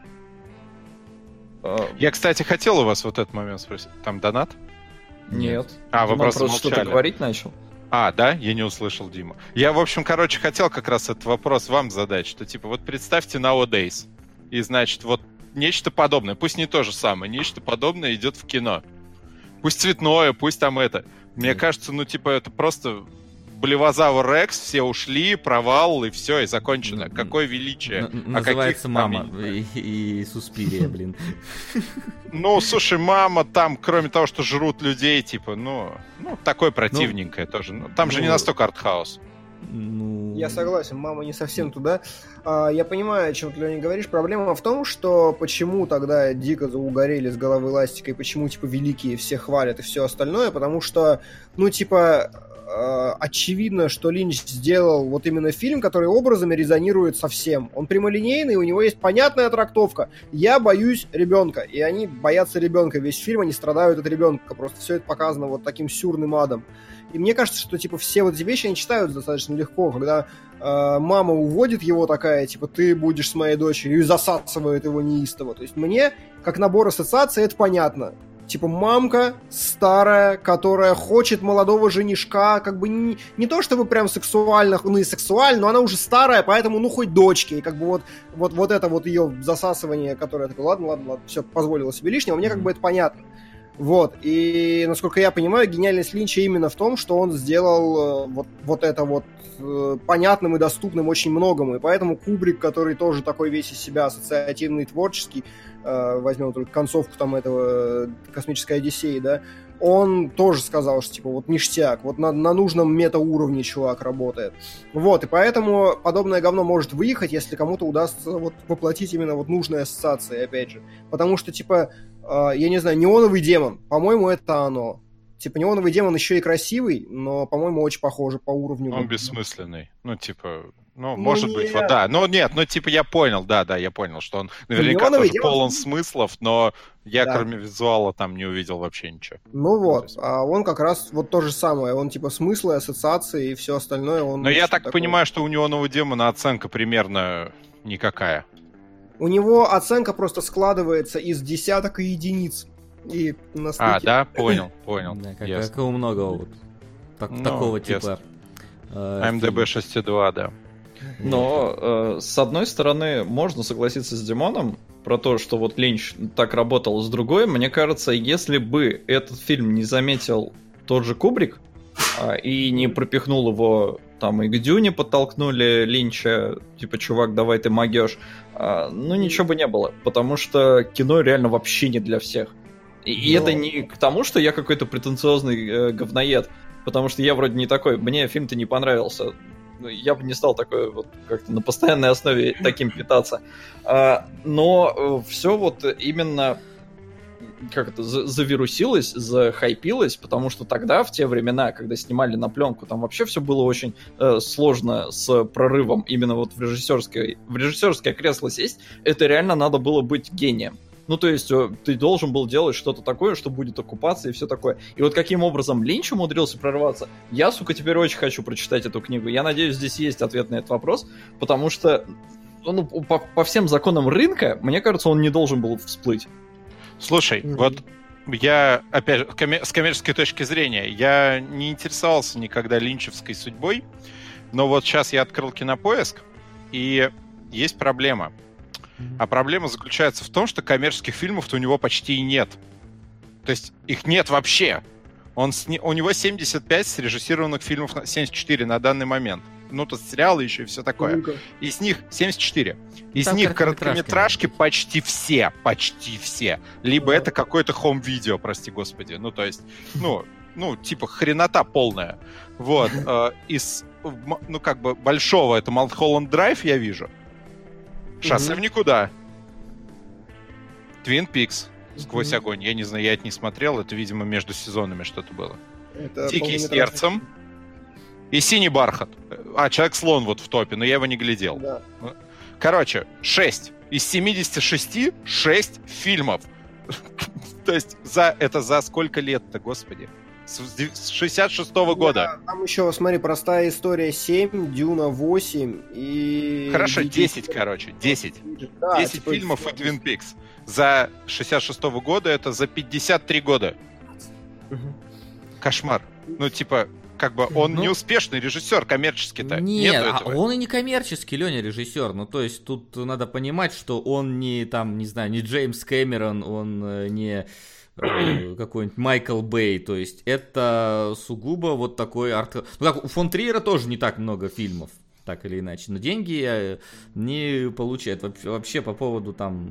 Я, кстати, хотел у вас вот этот момент спросить. Там донат? Нет. А, вы просто молчали. Что-то говорить начал. А, да? Я не услышал Диму. Я, в общем, короче, хотел как раз этот вопрос вам задать, что, типа, вот представьте Nowadays, и, значит, вот нечто подобное, пусть не то же самое, нечто подобное идет в кино. Пусть цветное, пусть там это. Мне кажется, ну, типа, это просто Блевозавр Рекс, все ушли, провал, и все, и закончено. Какое величие. Н- называется «Мама» и, и «Суспирия», блин. Ну, слушай, «Мама» там, кроме того, что жрут людей, типа, ну, ну такое противненькое ну, тоже. Ну, там ну, же не настолько артхаус. Ну... Я согласен, «Мама» не совсем туда. А, я понимаю, о чем ты, Леня, говоришь. Проблема в том, что почему тогда дико заугорели с головы ластикой, почему, типа, великие все хвалят и все остальное, потому что, ну, типа... очевидно, что Линч сделал вот именно фильм, который образами резонирует со всем. Он прямолинейный, у него есть понятная трактовка. Я боюсь ребенка, и они боятся ребенка. Весь фильм они страдают от ребенка. Просто все это показано вот таким сюрным адом. И мне кажется, что типа все вот эти вещи они читаются достаточно легко, когда э, мама уводит его такая, типа, ты будешь с моей дочерью, и засасывает его неистово. То есть мне, как набор ассоциаций, это понятно. Типа мамка старая, которая хочет молодого женишка, как бы не, не то чтобы прям сексуально, ну и сексуально, но она уже старая, поэтому ну хоть дочки. И как бы вот, вот, вот это вот ее засасывание, которое такое, ладно, ладно, ладно, все, позволило себе лишнего, мне как бы это понятно. Вот, и, насколько я понимаю, гениальность Линча именно в том, что он сделал вот, вот это вот понятным и доступным очень многому, и поэтому Кубрик, который тоже такой весь из себя ассоциативный, творческий, возьмем только концовку там этого «Космической Одиссеи», да, он тоже сказал, что типа вот ништяк, вот на, на нужном метауровне чувак работает. Вот, и поэтому подобное говно может выехать, если кому-то удастся вот воплотить именно вот нужные ассоциации, опять же. Потому что, типа, э, я не знаю, «Неоновый демон», по-моему, это оно. Типа, «Неоновый демон» еще и красивый, но, по-моему, очень похоже по уровню. Он вот, бессмысленный. Ну, типа, ну, ну может нет. быть, вот да. Ну, нет, ну, типа, я понял, да, да, я понял, что он наверняка «Неоновый тоже демон» полон смыслов, но я, да. кроме визуала, там не увидел вообще ничего. Ну вот, а он как раз вот то же самое. Он, типа, смыслы, ассоциации и все остальное. Он но я так такой... понимаю, что у «Неонового демона» оценка примерно никакая. У него оценка просто складывается из десяток и единиц. И на стыке... А, да, понял, понял. Да, как, Ясно. как и у многого вот так, Ну, такого ясно. типа. Э, эм дэ бэ шесть и два, да. Но, э, с одной стороны, можно согласиться с Димоном про то, что вот Линч так работал, с другой, мне кажется, если бы этот фильм не заметил тот же Кубрик э, и не пропихнул его, там и к Дюне подтолкнули Линча, типа, чувак, давай ты могешь, э, ну ничего бы не было, потому что кино реально вообще не для всех. И, и Но... это не к тому, что я какой-то претенциозный э, говноед, потому что я вроде не такой, мне фильм-то не понравился. Я бы не стал такой вот как-то на постоянной основе таким питаться. А, но все вот именно как это, завирусилось, захайпилось, потому что тогда, в те времена, когда снимали на пленку, там вообще все было очень э, сложно с прорывом именно вот в режиссерское, в режиссерское кресло сесть, это реально надо было быть гением. Ну, то есть, ты должен был делать что-то такое, что будет оккупация и все такое. И вот каким образом Линч умудрился прорваться, я, сука, теперь очень хочу прочитать эту книгу. Я надеюсь, здесь есть ответ на этот вопрос, потому что, ну, по, по всем законам рынка, мне кажется, он не должен был всплыть. Слушай, mm-hmm. вот я, опять же, коммер- с коммерческой точки зрения, я не интересовался никогда линчевской судьбой, но вот сейчас я открыл Кинопоиск, и есть проблема. А проблема заключается в том, что коммерческих фильмов-то у него почти и нет. То есть их нет вообще. Он сни... У него семьдесят пять срежиссированных фильмов, семьдесят четыре на данный момент. Ну, тут сериалы еще и все такое. Ну-ка. Из них семьдесят четыре. Из Там них короткометражки, короткометражки почти все. Почти все. Либо Да. это какое-то хоум-видео, прости господи. Ну, то есть, ну, ну типа хренота полная. Вот. Из, ну, как бы, большого это Малхолланд Драйв я вижу. «Шоссе в никуда». «Твин Пикс». «Сквозь Мгм. огонь». Я не знаю, я это не смотрел. Это, видимо, между сезонами что-то было. Это «Дикий с полнометражный. сердцем». И «Синий бархат». А, «Человек-слон» вот в топе, но я его не глядел. Да. Короче, шесть. Из семидесяти шести шесть фильмов. То есть за это за сколько лет-то, господи? С с шестьдесят шестого года. Да, там еще, смотри, «Простая история» семь, «Дюна» восемь и... Хорошо, «Дикий десять, сердце». короче, десять. Да, десять типа, фильмов и «Твин Пикс». За шестьдесят шестого года это за пятьдесят три года. Мгм. Кошмар. Ну, типа, как бы он Ну, неуспешный режиссер коммерчески-то. Нет, Нету а этого. он и не коммерческий, Леня, режиссер. Ну, то есть тут надо понимать, что он не там, не знаю, не Джеймс Кэмерон, он э, не э, какой-нибудь Майкл Бэй. То есть это сугубо вот такой арт. Ну, как у фон Триера тоже не так много фильмов, так или иначе. Но деньги э, не получает. Вообще, вообще по поводу там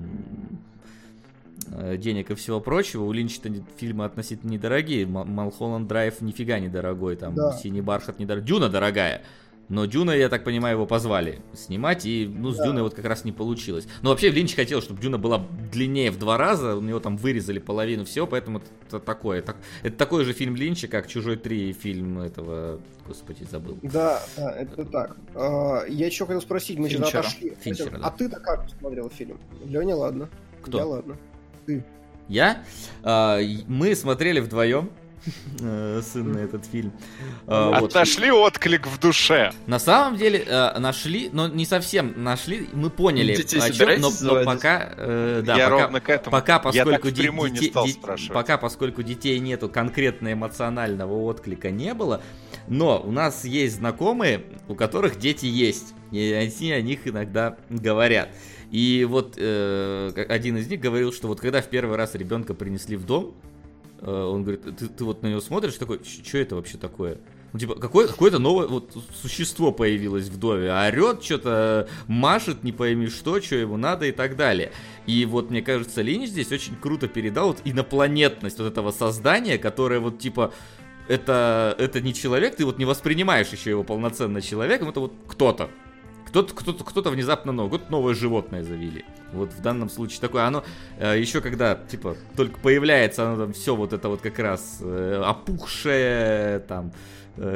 э, денег и всего прочего, у Линча фильмы относительно недорогие. М- Малхолланд Драйв нифига недорогой, там Да. «Синий бархат» недорогой. «Дюна» дорогая. Но «Дюна», я так понимаю, его позвали снимать, и ну, с Да. «Дюной» вот как раз не получилось. Но вообще Линч хотел, чтобы «Дюна» была длиннее в два раза, у него там вырезали половину всего, поэтому это такое. Так, это такой же фильм Линча, как «Чужой три», фильм этого, господи, забыл. Да, да, это так. А, я еще хотел спросить, мы что-то Финчера. отошли. Финчера, А да. ты-то как смотрел фильм? Леня, ладно. Кто? Я, ладно. Ты. Я? А, и- мы смотрели вдвоем, э, сын на этот фильм. А, вот. Отошли отклик в душе. На самом деле э, нашли, но не совсем нашли, мы поняли, Детей о чем, собираетесь но, но заводить? пока, э, да, Я пока, ровно к этому. пока Я поскольку так впрямую де- не де- стал де- спрашивать. пока поскольку детей нету, конкретно эмоционального отклика не было, но у нас есть знакомые, у которых дети есть, и они о них иногда говорят. И вот э, один из них говорил, что вот когда в первый раз ребенка принесли в дом, он говорит, ты, ты вот на него смотришь, такой, что это вообще такое? Ну, типа, какое, какое-то новое вот существо появилось в доме, орет, что-то машет, не пойми что, что ему надо и так далее. И вот, мне кажется, Линч здесь очень круто передал вот инопланетность вот этого создания, которое вот, типа, это, это не человек, ты вот не воспринимаешь еще его полноценно человеком, это вот кто-то. Кто-то, кто-то, кто-то внезапно новое, вот новое животное завели. Вот в данном случае такое, оно э, еще когда, типа, только появляется, оно там все вот это вот как раз э, опухшее, там, э,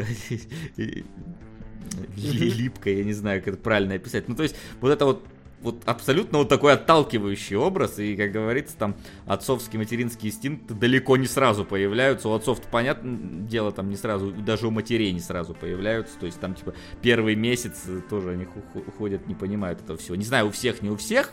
липкое, я не знаю, как это правильно описать. Ну, то есть, вот это вот Вот абсолютно вот такой отталкивающий образ, и, как говорится, там отцовские, материнские инстинкты далеко не сразу появляются. У отцов-то, понятное дело, там не сразу, даже у матерей не сразу появляются. То есть там, типа, первый месяц тоже они уходят, не понимают этого всего. Не знаю, у всех, не у всех.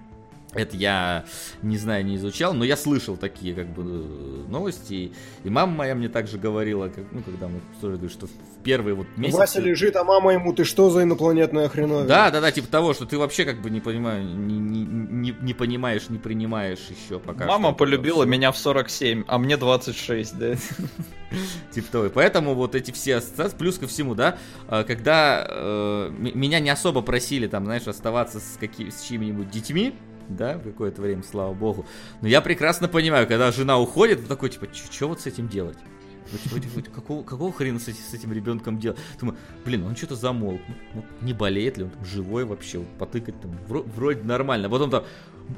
Это я не знаю, не изучал, но я слышал такие, как бы, новости. И мама моя мне также говорила, как, ну, когда мы обсуждали, что в первые вот месяцы... Вася лежит, а мама ему, ты что за инопланетная хреновина? Да, да, да, типа того, что ты вообще, как бы, не понимаю, не, не, не, не понимаешь, не принимаешь еще пока. Мама полюбила меня в сорок семь, а мне двадцать шесть, да. Типа того. Поэтому вот эти все ассоциации, плюс ко всему, да, когда э, меня не особо просили, там, знаешь, оставаться с, какими, с чьими-нибудь детьми, да, в какое-то время, слава богу. Но я прекрасно понимаю, когда жена уходит, ты такой, типа, что вот с этим делать? Какого, какого хрена с, с этим ребенком делать? Думаю, блин, он что-то замолк. Ну, не болеет ли он там, живой вообще? Вот, потыкать там, вроде нормально. Потом там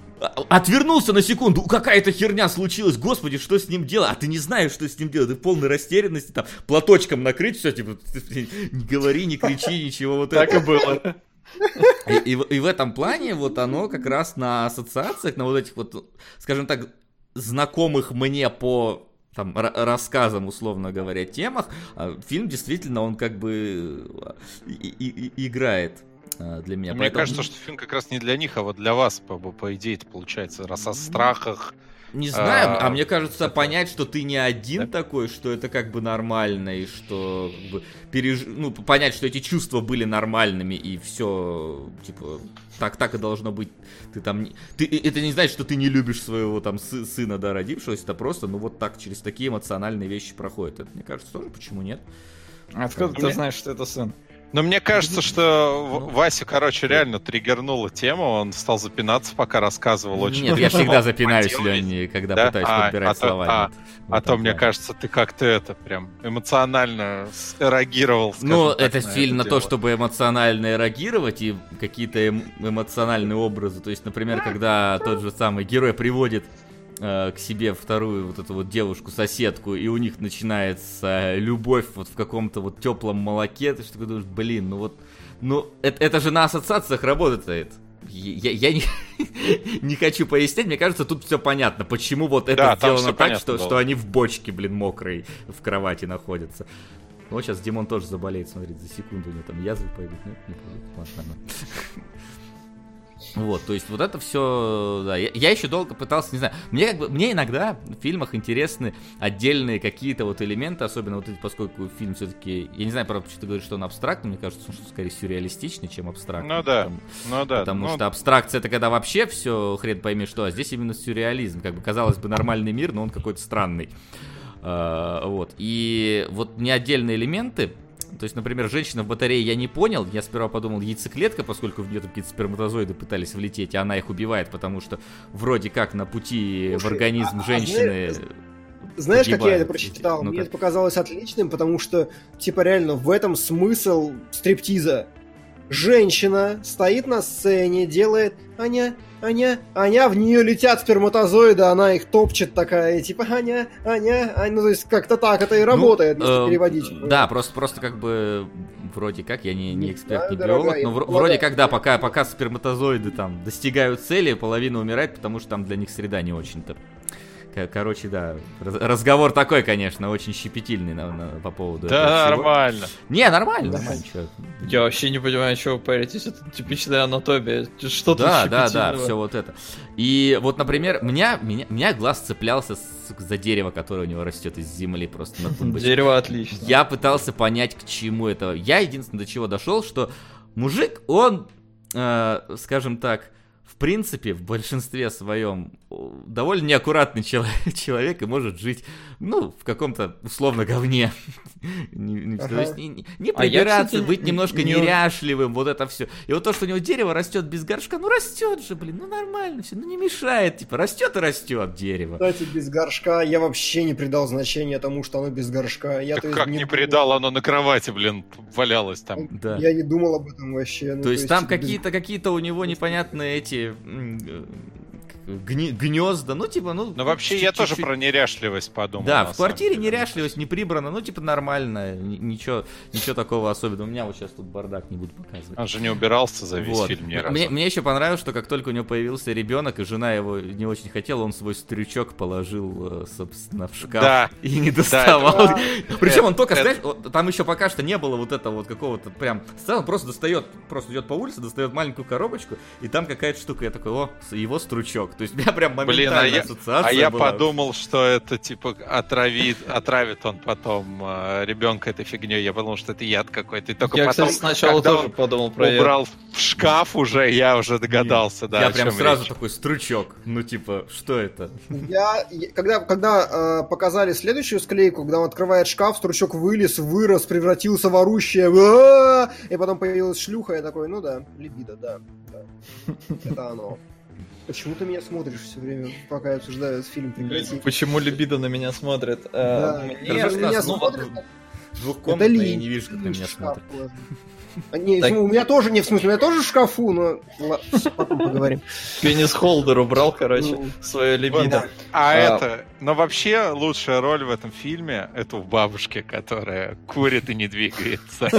отвернулся на секунду, какая-то херня случилась, господи, что с ним делать? А ты не знаешь, что с ним делать, ты в полной растерянности, там, платочком накрыть все, типа, не говори, не кричи, ничего вот этого. Так и было. И, и, и в этом плане вот оно как раз на ассоциациях, на вот этих вот, скажем так, знакомых мне по там, р- рассказам, условно говоря, темах, фильм действительно, он как бы и, и, и играет для меня. Мне Поэтому... кажется, что фильм как раз не для них, а вот для вас, по, по идее, это получается, раз о страхах. Не знаю, а, а мне кажется, это... понять, что ты не один да? такой, что это как бы нормально, и что как бы, переж... ну, понять, что эти чувства были нормальными, и все, типа, так, так и должно быть. Ты там не... ты... Это не значит, что ты не любишь своего там сы- сына, да, родившегося, это просто, ну, вот так через такие эмоциональные вещи проходит. Это, мне кажется, тоже, почему нет? Откуда ты знаешь, что это сын? Но мне кажется, что ну, Вася, короче, реально триггернула тему, он стал запинаться, пока рассказывал очень. Нет, я всегда запинаюсь, Лёнь, когда да? пытаюсь а, подбирать а слова. То, а, вот, а вот то, мне кажется, ты как-то это прям эмоционально эрогировал. Ну, так, это на фильм это на то, чтобы эмоционально эрогировать и какие-то эм- эмоциональные образы. То есть, например, когда тот же самый герой приводит к себе вторую вот эту вот девушку-соседку, и у них начинается любовь вот в каком-то вот теплом молоке, ты что думаешь, блин, ну вот, ну, это, это же на ассоциациях работает. Я, я не, не хочу пояснять, мне кажется, тут все понятно, почему вот это да, сделано так, что, что они в бочке, блин, мокрой в кровати находятся. Ну, вот сейчас Димон тоже заболеет, смотрите, за секунду у него там язвы пойдут, нет, не пойдут, ладно. Вот, то есть вот это все, да, я, я еще долго пытался, не знаю, мне как бы, мне иногда в фильмах интересны отдельные какие-то вот элементы, особенно вот эти, поскольку фильм все-таки, я не знаю, правда, что ты говоришь, что он абстрактный, мне кажется, что скорее сюрреалистичный, чем абстрактный. Ну да, потому, ну да. Потому ну... что абстракция это когда вообще все хрен пойми что, а здесь именно сюрреализм, как бы казалось бы нормальный мир, но он какой-то странный. А, вот, и вот не отдельные элементы. То есть, например, женщина в батарее я не понял, я сперва подумал яйцеклетка, поскольку в нее там какие-то сперматозоиды пытались влететь, и она их убивает, потому что вроде как на пути Слушай, в организм а, женщины... А знаешь, как я это прочитал? Ну, Мне как... это показалось отличным, потому что, типа, реально, в этом смысл стриптиза. Женщина стоит на сцене, делает Аня, Аня, Аня, в нее летят сперматозоиды, она их топчет такая, типа Аня, Аня, Аня, ну то есть как-то так это и работает, ну, если э, переводить. Да, просто, просто как бы вроде как, я не, не эксперт, не биолог, но в, вроде как, да, пока, пока сперматозоиды там достигают цели, половина умирает, потому что там для них среда не очень-то. Короче, да, разговор такой, конечно, очень щепетильный на, на, по поводу да, этого всего. нормально. Не, нормально, нормально. Чё. Я вообще не понимаю, что вы паритесь, это типичная анатомия, что тут да, да, да, все вот это. И вот, например, меня, меня, меня глаз цеплялся за дерево, которое у него растет из земли просто на тумбочке. Дерево отлично. Я пытался понять, к чему это. Я единственное, до чего дошел, что мужик, он, э, скажем так, в принципе, в большинстве своем довольно неаккуратный человек, человек и может жить, ну, в каком-то условно говне. Не, ага. То есть не, не прибираться, а я, кстати, быть немножко не... неряшливым, вот это все. И вот то, что у него дерево растет без горшка, ну растет же, блин, ну нормально все, ну не мешает, типа, растет и растет дерево. Кстати, без горшка я вообще не придал значения тому, что оно без горшка. Я, так то есть, как не, не придал, оно на кровати, блин, валялось там. Да. Я не думал об этом вообще. Ну, то, то есть там какие-то, без... какие-то у него непонятные эти... Гни- гнезда, ну типа, ну... Ну вообще чуть-чуть, я тоже про неряшливость подумал. Да, в квартире неряшливость, не прибрано, ну типа нормально, ничего, ничего такого особенного. У меня вот сейчас тут бардак, не буду показывать. Он же не убирался за весь вот. фильм ни разу. Мне, мне еще понравилось, что как только у него появился ребенок, и жена его не очень хотела, он свой стрючок положил, собственно, в шкаф да. и не доставал. Да, Причем он только, знаешь, там еще пока что не было вот этого вот какого-то прям... Он просто достает, просто идет по улице, достает маленькую коробочку, и там какая-то штука. Я такой, о, его стручок. То есть у меня прям моментальная Блин, а ассоциация я, А была. я подумал, что это типа отравит, отравит он потом э, ребенка этой фигней. Я подумал, что это яд какой-то. И только я, потом, кстати, сначала тоже подумал про убрал яд. В шкаф уже, я уже догадался. Да, я прям сразу речь. Такой стручок. Ну типа, что это? Я, когда когда э, показали следующую склейку, когда он открывает шкаф, стручок вылез, вырос, превратился в орущее. И потом появилась шлюха, я такой, ну да, либидо, да. да. Это оно. Почему ты меня смотришь все время, пока я обсуждаю этот фильм? Прекрати. Почему либидо на меня смотрит? Да, мне меня смотрит... Двухкомнатная, я не вижу, как на меня смотрит. Не, так... у меня тоже, не в смысле, у меня тоже в шкафу, но потом поговорим. Пенис-холдер убрал, короче, ну, свое либидо. Вот. А, а это, но вообще лучшая роль в этом фильме это у бабушки, которая курит и не двигается.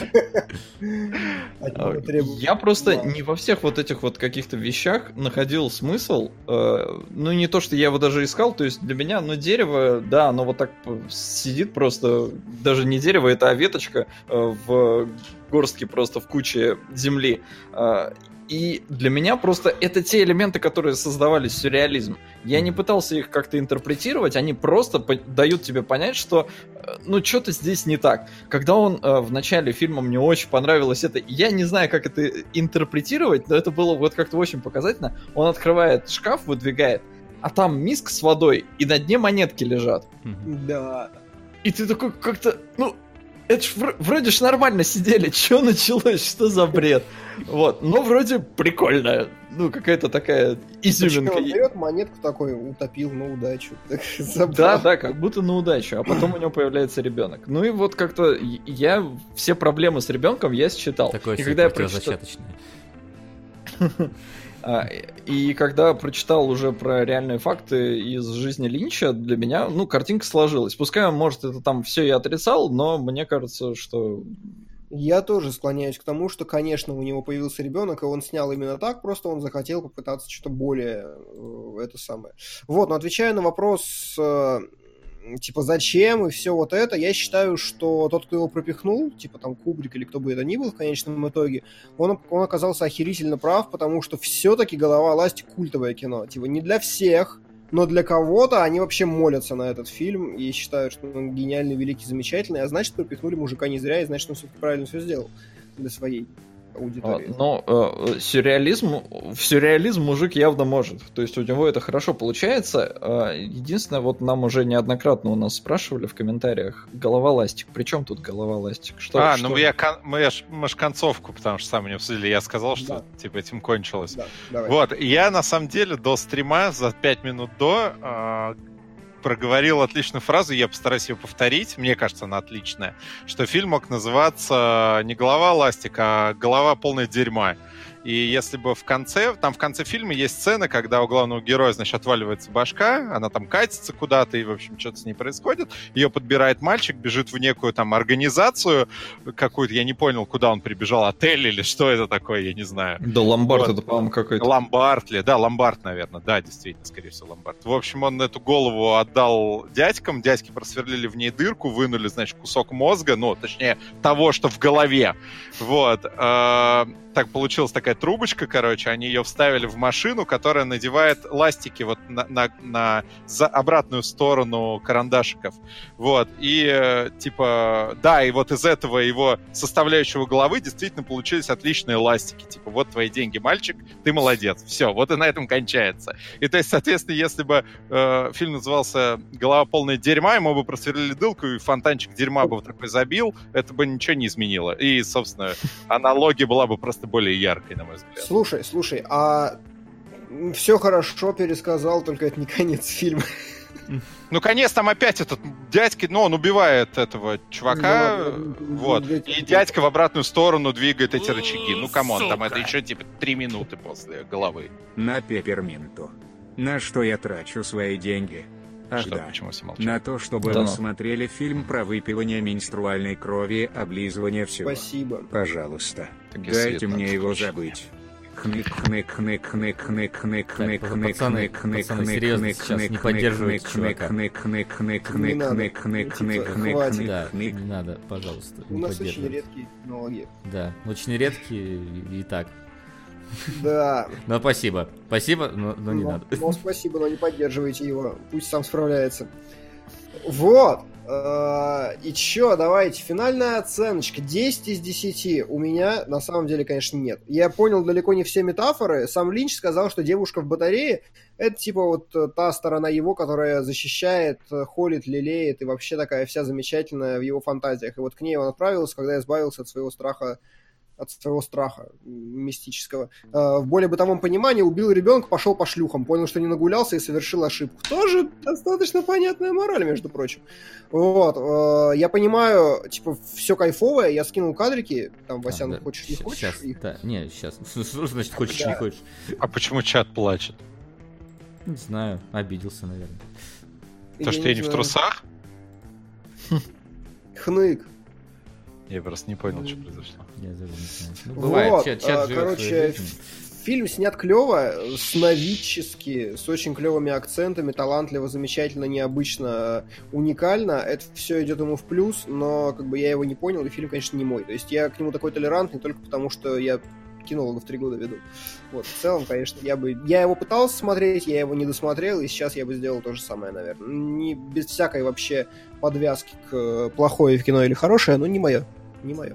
Я просто не во всех вот этих вот каких-то вещах находил смысл. Ну, не то, что я его даже искал, то есть для меня, ну, дерево, да, оно вот так сидит просто, даже не дерево, это веточка в горстки просто в куче земли. И для меня просто это те элементы, которые создавали сюрреализм. Я не пытался их как-то интерпретировать, они просто по- дают тебе понять, что ну что-то здесь не так. Когда он э, в начале фильма, мне очень понравилось это, я не знаю, как это интерпретировать, но это было вот как-то очень показательно. Он открывает шкаф, выдвигает, а там миска с водой, и на дне монетки лежат. Да. И ты такой как-то, ну... Это ж вроде ж нормально сидели, что началось, что за бред? Вот, но вроде прикольно, ну какая-то такая изюминка. Он берет монетку такой, утопил на удачу. Да, да, как будто на удачу, а потом у него появляется ребенок. Ну и вот как-то я все проблемы с ребенком я считал. Такое и когда я прочитал... И когда прочитал уже про реальные факты из жизни Линча, для меня, ну, картинка сложилась. Пускай, может, это там все и отрицал, но мне кажется, что... Я тоже склоняюсь к тому, что, конечно, у него появился ребенок, и он снял именно так, просто он захотел попытаться что-то более это самое. Вот, но отвечая на вопрос... типа, зачем и все вот это, я считаю, что тот, кто его пропихнул, типа там Кубрик или кто бы это ни был в конечном итоге, он, он оказался охерительно прав, потому что все-таки «Голова Ластик» культовое кино. Типа, не для всех, но для кого-то они вообще молятся на этот фильм и считают, что он гениальный, великий, замечательный, а значит, пропихнули мужика не зря, и значит, он все-таки правильно все сделал для своей аудитории. Но э, сюрреализм, в сюрреализм мужик явно может. То есть у него это хорошо получается. Единственное, вот нам уже неоднократно у нас спрашивали в комментариях: голова ластик. При чем тут голова ластик? Что, а, что? ну я, мы, я, мы ж концовку, потому что сами не обсудили. Я сказал, что да. типа этим кончилось. Да, вот, я на самом деле до стрима за пять минут до э, проговорил отличную фразу, я постараюсь ее повторить, мне кажется, она отличная, что фильм мог называться не «Голова ластик», а «Голова полная дерьма». И если бы в конце, там в конце фильма есть сцена, когда у главного героя, значит, отваливается башка, она там катится куда-то, и, в общем, что-то с ней происходит. Ее подбирает мальчик, бежит в некую там организацию какую-то, я не понял, куда он прибежал, отель или что это такое, я не знаю. Да, ломбард вот. Это, по-моему, какой-то. Ломбард ли? Да, ломбард, наверное. Да, действительно, скорее всего, ломбард. В общем, он эту голову отдал дядькам, дядьки просверлили в ней дырку, вынули, значит, кусок мозга, ну, точнее, того, что в голове. Вот. так получилась такая трубочка, короче, они ее вставили в машину, которая надевает ластики вот на, на, на за обратную сторону карандашиков. Вот, и э, типа, да, и вот из этого его составляющего головы действительно получились отличные ластики. Типа, вот твои деньги, мальчик, ты молодец. Все, вот и на этом кончается. И то есть, соответственно, если бы э, фильм назывался «Голова полная дерьма», ему бы просверлили дылку, и фонтанчик дерьма бы вот такой забил, это бы ничего не изменило. И, собственно, аналогия была бы просто более яркой, на мой взгляд. Слушай, слушай, а все хорошо пересказал, только это не конец фильма. Ну, конец там опять этот дядька, ну, он убивает этого чувака, Ну, вот, дядька- и дядька в обратную сторону двигает эти рычаги. Ну, камон, там это еще, типа, три минуты после головы. На пепперминту. На что я трачу свои деньги? Ах Что, да, почему все молчат? на то, чтобы Да вы ну. смотрели фильм про выпивание менструальной крови, облизывание всего. Спасибо. Пожалуйста, Так если дайте это мне так его точно. забыть. Хнык, хнык, хнык, хнык, хнык, хнык, хнык, Так, хнык, пацаны, хнык, хнык, пацаны, хнык, серьезно, хнык, сейчас не хнык, поддерживайте хнык, чувака. хнык, хнык, хнык, Не хнык, надо. хнык, хнык, Ну, хнык, типа, хнык, хватит. хнык, Да, хнык. не надо, пожалуйста, У не нас очень поддерживайте. редкие технологии. Да, очень редкие и, и так. Да. Ну, спасибо. Спасибо, но, но не Ну, надо. ну, спасибо, но не поддерживайте его. Пусть сам справляется. Вот. Э, И чё, давайте, финальная оценочка. десять из десяти. У меня, на самом деле, конечно, нет. Я понял далеко не все метафоры. Сам Линч сказал, что девушка в батарее — это типа вот э, та сторона его, которая защищает, э, холит, лелеет и вообще такая вся замечательная в его фантазиях. И вот к ней он отправился, когда избавился от своего страха от своего страха мистического. Э, В более бытовом понимании убил ребенка, пошел по шлюхам, понял, что не нагулялся и совершил ошибку. Тоже достаточно понятная мораль, между прочим. Вот. э, Я понимаю, типа, все кайфовое, я скинул кадрики, там, Васян, А, да. хочешь, не Щ- хочешь? Щас, их? да, не, сейчас. Что значит хочешь, Да. не хочешь? А почему чат плачет? Не знаю, обиделся, наверное. То, что я не в знаю. трусах? Хнык. Я просто не понял, что произошло. Я даже не знаю. Ну, бывает, Вот, чат, чат а, живет короче, своей жизнью. фильм снят клево, сновидчески, с очень клевыми акцентами, талантливо, замечательно, необычно, уникально. Это все идет ему в плюс, но как бы я его не понял, и фильм, конечно, не мой. То есть я к нему такой толерантный только потому, что я кинологов три года веду. Вот, в целом, конечно, я бы... Я его пытался смотреть, я его не досмотрел, и сейчас я бы сделал то же самое, наверное. Не без всякой вообще подвязки к э, плохое в кино или хорошее, но не мое. Не мое.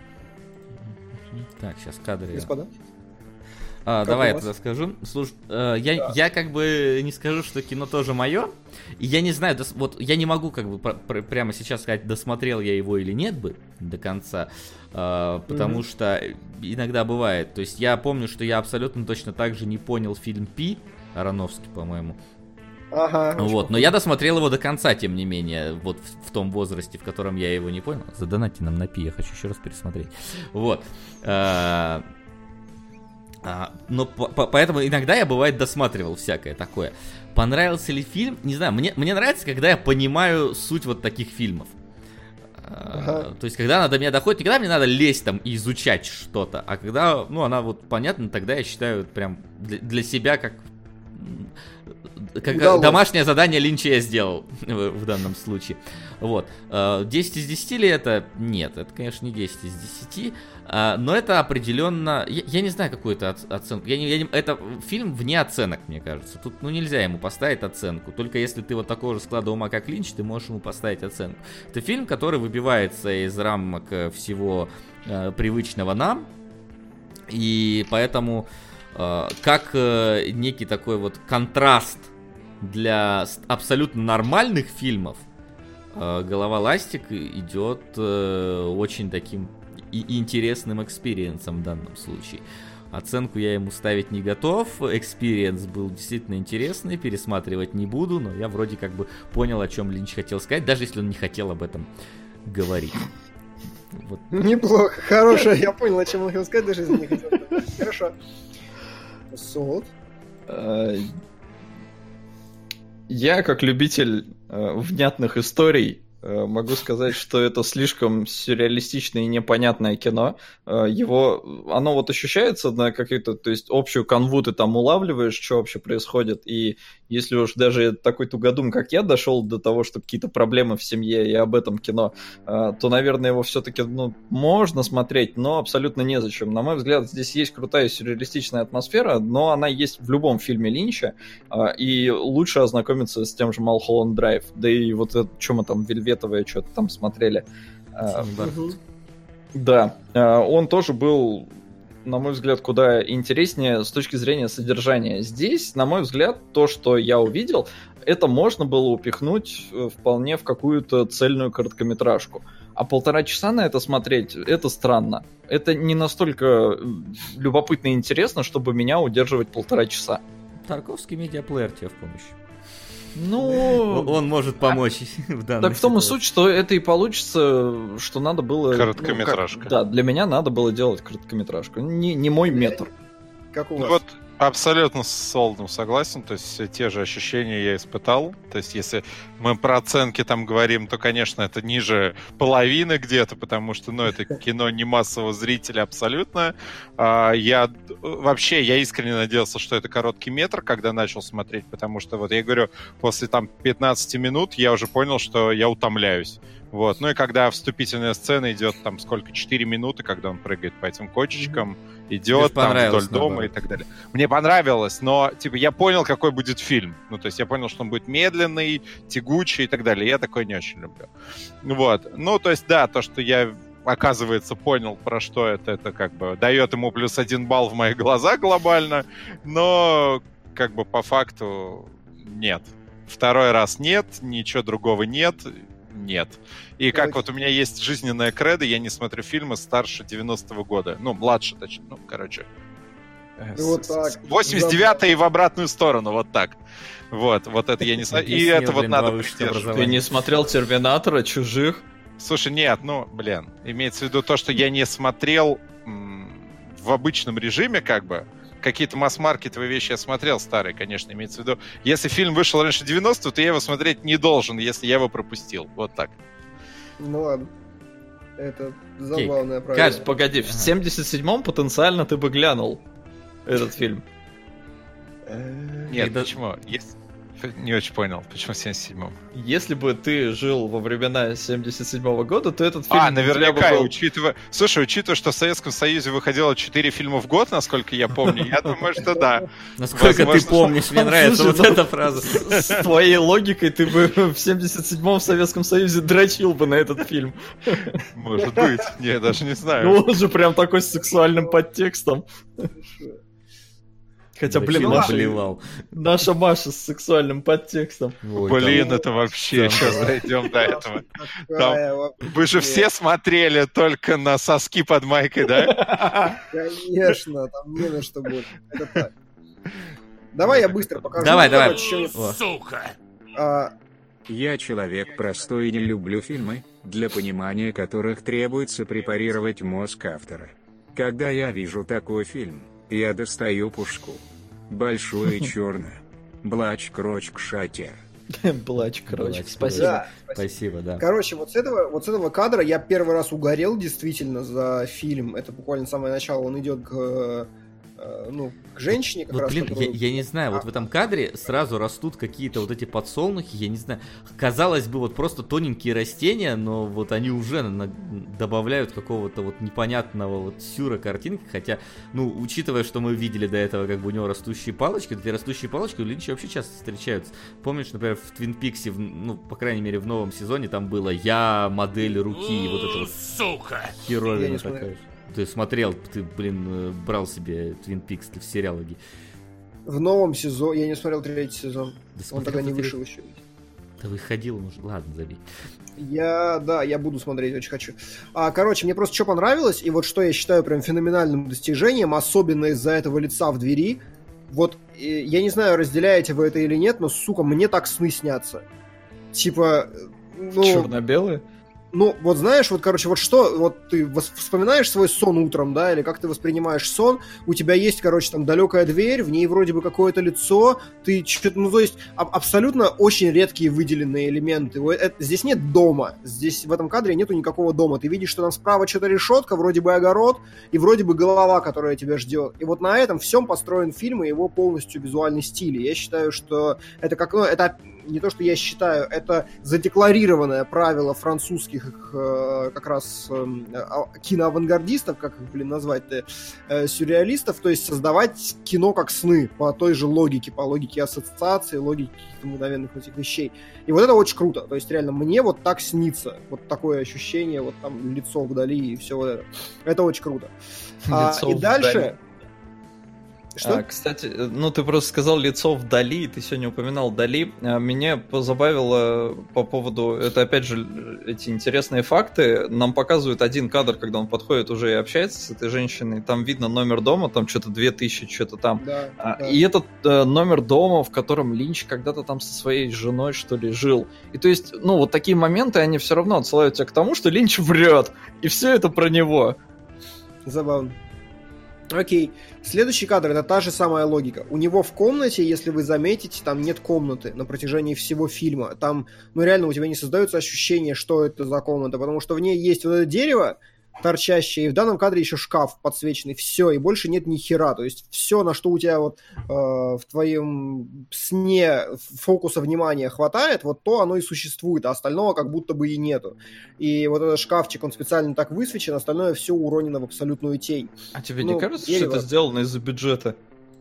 Так, сейчас кадры. Господа. А, Как давай у я вас? тогда скажу. Слушай, э, я, я как бы не скажу, что кино тоже мое. И я не знаю, дос- вот я не могу как бы пр- пр- прямо сейчас сказать, досмотрел я его или нет бы до конца. э, потому Мгм. что иногда бывает. То есть я помню, что я абсолютно точно так же не понял фильм «Пи», Аронофский, по-моему. Ага. Вот, но я досмотрел его до конца, тем не менее, вот в, в том возрасте, в котором я его не понял. Задонатьте нам на Пи, я хочу еще раз пересмотреть. Вот. А, а, но по- по- поэтому иногда я, бывает, досматривал всякое такое. Понравился ли фильм? Не знаю, мне, мне нравится, когда я понимаю суть вот таких фильмов. А, Ага. То есть, когда она до меня доходит, не когда мне надо лезть там и изучать что-то, а когда, ну, она вот понятна, тогда я считаю, прям для, для себя как... Как Удалось. домашнее задание Линча я сделал в, в данном случае. Вот. Э, десять из десяти ли это? Нет, это, конечно, не десять из десяти. э, Но это определенно... Я, я не знаю, какую это оц- оценку. Я не, я не- это фильм вне оценок, мне кажется. Тут ну, нельзя ему поставить оценку. Только если ты вот такого же склада ума, как Линч, ты можешь ему поставить оценку. Это фильм, который выбивается из рамок э, всего э, привычного нам. И поэтому... э, Как э, некий такой вот контраст для с- абсолютно нормальных фильмов, э, «Голова ластик» идет э, очень таким и интересным экспириенсом в данном случае. Оценку я ему ставить не готов, экспириенс был действительно интересный, пересматривать не буду, но я вроде как бы понял, о чем Линч хотел сказать, даже если он не хотел об этом говорить. Вот. Неплохо, хорошо, я понял, о чем он хотел сказать, даже если не хотел. Хорошо. Солод. Я, как любитель э, внятных историй, Могу сказать, что это слишком сюрреалистичное и непонятное кино. Его, оно вот ощущается на какую-то, то есть общую канву ты там улавливаешь, что вообще происходит, и если уж даже такой тугодум, как я, дошел до того, что какие-то проблемы в семье и об этом кино, то, наверное, его все-таки ну, можно смотреть, но абсолютно незачем. На мой взгляд, здесь есть крутая сюрреалистичная атмосфера, но она есть в любом фильме Линча, и лучше ознакомиться с тем же Малхолланд Драйв, да и вот это, что мы там, Вельветовое что-то там смотрели. Угу. Да, он тоже был, на мой взгляд, куда интереснее с точки зрения содержания. Здесь, на мой взгляд, то, что я увидел, это можно было упихнуть вполне в какую-то цельную короткометражку. А полтора часа на это смотреть, это странно. Это не настолько любопытно и интересно, чтобы меня удерживать полтора часа. Тарковский медиаплеер тебе в помощь. Ну... Он может помочь а, в данной Так в том и ситуации. суть, что это и получится, что надо было... Короткометражка. Ну, как, да, для меня надо было делать короткометражку. Не, не мой метр. Как у Ну вас? вот абсолютно с Солдом согласен, то есть все те же ощущения я испытал. То есть если мы про оценки там говорим, то, конечно, это ниже половины где-то, потому что, ну, это кино не массового зрителя абсолютно. А, я вообще, я искренне надеялся, что это короткий метр, когда начал смотреть, потому что, вот я говорю, после там пятнадцати минут я уже понял, что я утомляюсь. Вот. Ну и когда вступительная сцена идет там сколько, четыре минуты, когда он прыгает по этим кочечкам, идет там вдоль дома и так далее. Мне понравилось, но типа я понял, какой будет фильм. Ну, то есть я понял, что он будет медленный, тягучий и так далее. Я такой не очень люблю. Вот. Ну, то есть, да, то, что я, оказывается, понял, про что это, это как бы дает ему плюс один балл в моих глазах глобально, но как бы по факту нет. Второй раз нет, ничего другого нет. Нет. И как вот у меня есть жизненная кредо, я не смотрю фильмы старше девяностого года. Ну, младше, точнее. Ну, короче. Вот так. восемьдесят девятый и в обратную сторону, вот так. Вот, вот это я не смотрю. И это вот надо придерживать. Ты не смотрел «Терминатора», «Чужих»? Слушай, нет, ну, блин. Имеется в виду то, что я не смотрел м- в обычном режиме, как бы. Какие-то масс-маркетовые вещи я смотрел, старые, конечно, имеется в виду. Если фильм вышел раньше девяностого, то я его смотреть не должен, если я его пропустил. Вот так. Ну ладно. Это забавное правило. Кать, погоди, в семьдесят седьмом потенциально ты бы глянул этот фильм. Нет, почему? Есть... Не очень понял, почему в семьдесят седьмом. Если бы ты жил во времена семьдесят седьмого года, то этот фильм... А, наверняка, был... учитывая... Слушай, учитывая, что в Советском Союзе выходило четыре фильма в год, насколько я помню, я думаю, что да. Насколько ты помнишь, мне нравится вот эта фраза. С твоей логикой ты бы в семьдесят седьмом в Советском Союзе дрочил бы на этот фильм. Может быть, я даже не знаю. Ну он же прям такой с сексуальным подтекстом. Хотя, блин, наша, наша Маша с сексуальным подтекстом. Ой, блин, там... это вообще, сейчас дойдем до этого. Там... Вы же все смотрели только на соски под майкой, да? Конечно, там не на что будет. Это так. Давай я быстро покажу. Давай, давай. Сука! А... Я человек простой и не люблю фильмы, для понимания которых требуется препарировать мозг автора. Когда я вижу такой фильм, я достаю пушку. Большую и черную. Блач, кроч, кшатер. Блач, кроч, спасибо. Да, спасибо, да. Короче, вот с, этого, вот с этого кадра я первый раз угорел действительно за фильм. Это буквально самое начало. Он идет к, ну, к женщине. Как вот, раз, блин, которую... я, я не знаю, вот в этом кадре сразу растут какие-то вот эти подсолнухи, я не знаю. Казалось бы, вот просто тоненькие растения, но вот они уже на... добавляют какого-то вот непонятного вот сюра картинки, хотя, ну, учитывая, что мы видели до этого, как бы у него растущие палочки, эти растущие палочки у Линча вообще часто встречаются. Помнишь, например, в Твин Пиксе, ну, по крайней мере, в новом сезоне там было «Я модель руки», и вот это вот сука! Херовина такая. Ты смотрел, ты, блин, брал себе Твин Пикс, ты в сериалоги. В новом сезоне, я не смотрел третий сезон, да он тогда не вышел еще. Да выходил, может, ладно, забей. Я, да, я буду смотреть, очень хочу. А, короче, мне просто что понравилось, и вот что я считаю прям феноменальным достижением, особенно из-за этого лица в двери, вот, я не знаю, разделяете вы это или нет, но, сука, мне так сны снятся. Типа, ну... Черно-белые? Ну, вот знаешь, вот, короче, вот что, вот ты вспоминаешь свой сон утром, да, или как ты воспринимаешь сон, у тебя есть, короче, там далекая дверь, в ней вроде бы какое-то лицо, ты что-то, ну, то есть а- абсолютно очень редкие выделенные элементы. Это, здесь нет дома, здесь в этом кадре нету никакого дома. Ты видишь, что там справа что-то решетка, вроде бы огород, и вроде бы голова, которая тебя ждет. И вот на этом всем построен фильм и его полностью визуальный стиль. И я считаю, что это как, ну, это не то, что я считаю, это задекларированное правило французских э, как раз э, киноавангардистов, как их, блин, назвать-то, э, сюрреалистов, то есть создавать кино как сны по той же логике, по логике ассоциации, логике каких-то мгновенных этих вещей. И вот это очень круто. То есть реально мне вот так снится, вот такое ощущение, вот там лицо вдали и все вот это. Это очень круто. А, и дальше... Вдали. Что? А, кстати, ну ты просто сказал лицо вдали, ты сегодня упоминал Дали. Меня позабавило по поводу, это опять же эти интересные факты. Нам показывают один кадр, когда он подходит уже и общается с этой женщиной. Там видно номер дома, там что-то две тысячи, что-то там. Да, а, да. И этот э, номер дома, в котором Линч когда-то там со своей женой, что ли, жил. И то есть, ну вот такие моменты, они все равно отсылают тебя к тому, что Линч врет. И все это про него. Забавно. Окей. Следующий кадр — это та же самая логика. У него в комнате, если вы заметите, там нет комнаты на протяжении всего фильма. Там, ну реально, у тебя не создается ощущение, что это за комната, потому что в ней есть вот это дерево торчащее, и в данном кадре еще шкаф подсвеченный. Все, и больше нет ни хера. То есть все, на что у тебя вот э, в твоем сне фокуса внимания хватает, вот то оно и существует, а остального как будто бы и нету. И вот этот шкафчик, он специально так высвечен, остальное все уронено в абсолютную тень. А тебе ну, не кажется, дерево... что это сделано из-за бюджета?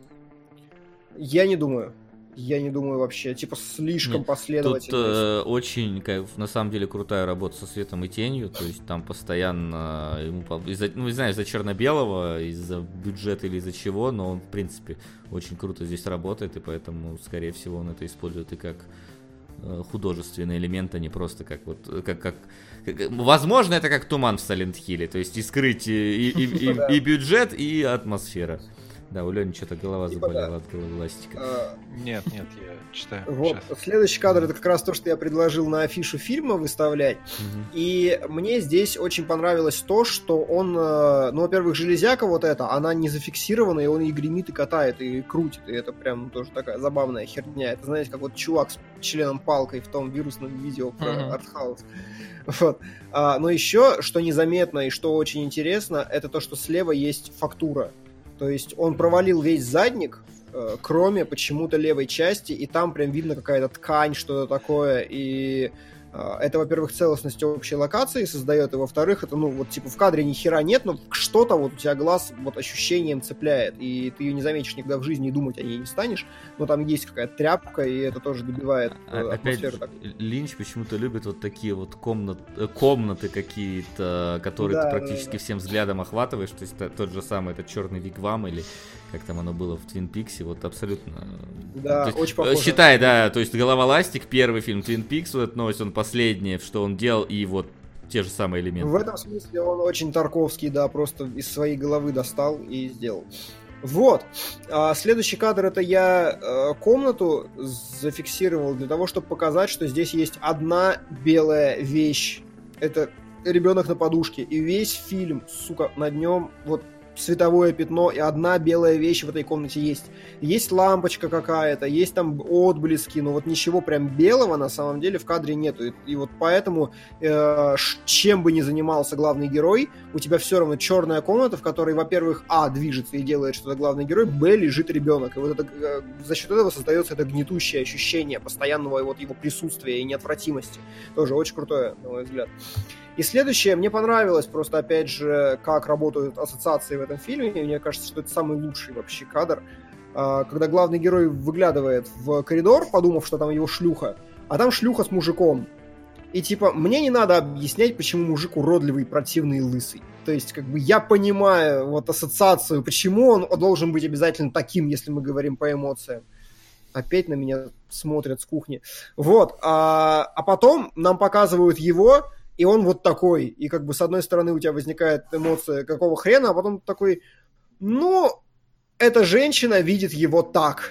Я не думаю. Я не думаю вообще. Типа слишком Нет, последовательно. Тут э, очень, как, на самом деле, крутая работа со светом и тенью. То есть там постоянно ему, из-за, ну, не знаю, из-за черно-белого, из-за бюджета или из-за чего, но он, в принципе, очень круто здесь работает, и поэтому, скорее всего, он это использует и как э, художественный элемент, а не просто как вот, как, как, как возможно, это как туман в Silent Hill, то есть и скрыть и, и, и, и, и бюджет, и атмосфера. Да, у Лени что-то голова типа заболела да. от головоластика. А... Нет, нет, я читаю. Вот, сейчас. Следующий кадр — это как раз то, что я предложил на афишу фильма выставлять. Угу. И мне здесь очень понравилось то, что он, ну, во-первых, железяка вот эта, она не зафиксирована, и он и гремит, и катает, и крутит. И это прям тоже такая забавная херня. Это, знаете, как вот чувак с членом-палкой в том вирусном видео про угу. артхаус. Вот. А, но еще, что незаметно и что очень интересно, это то, что слева есть фактура. То есть он провалил весь задник, э, кроме почему-то левой части, и там прям видно какая-то ткань, что-то такое, и э, это, во-первых, целостность общей локации создает, и, во-вторых, это, ну, вот, типа, в кадре ни хера нет, но что-то вот у тебя глаз вот ощущением цепляет, и ты ее не заметишь никогда в жизни и думать о ней не станешь, но там есть какая-то тряпка, и это тоже добивает э, атмосферу. Опять же, Линч почему-то любит вот такие вот комнат, комнаты какие-то, которые да, ты практически да, да. всем взглядом охватываешь, то есть тот же самый этот черный вигвам или как там оно было в Твин Пиксе, вот абсолютно... Да, есть, очень похоже. Считай, да, то есть Головоластик, первый фильм, Твин Пикс, вот новость, он последний, что он делал, и вот те же самые элементы. В этом смысле он очень Тарковский, да, просто из своей головы достал и сделал. Вот. А следующий кадр — это я э, комнату зафиксировал для того, чтобы показать, что здесь есть одна белая вещь. Это ребенок на подушке. И весь фильм, сука, над нем вот световое пятно, и одна белая вещь в этой комнате есть. Есть лампочка какая-то, есть там отблески, но вот ничего прям белого на самом деле в кадре нету. И, и вот поэтому, э, чем бы ни занимался главный герой, у тебя все равно черная комната, в которой, во-первых, а, движется и делает что-то главный герой, б, лежит ребенок. И вот это, э, за счет этого создается это гнетущее ощущение постоянного вот его присутствия и неотвратимости. Тоже очень крутое, на мой взгляд. И следующее, мне понравилось просто, опять же, как работают ассоциации в этом фильме. И мне кажется, что это самый лучший вообще кадр. Когда главный герой выглядывает в коридор, подумав, что там его шлюха, а там шлюха с мужиком. И типа, мне не надо объяснять, почему мужик уродливый, противный и лысый. То есть, как бы, я понимаю вот ассоциацию, почему он должен быть обязательно таким, если мы говорим по эмоциям. Опять на меня смотрят с кухни. Вот. А, а потом нам показывают его... И он вот такой, и как бы с одной стороны у тебя возникает эмоция какого хрена, а потом такой, ну, эта женщина видит его так.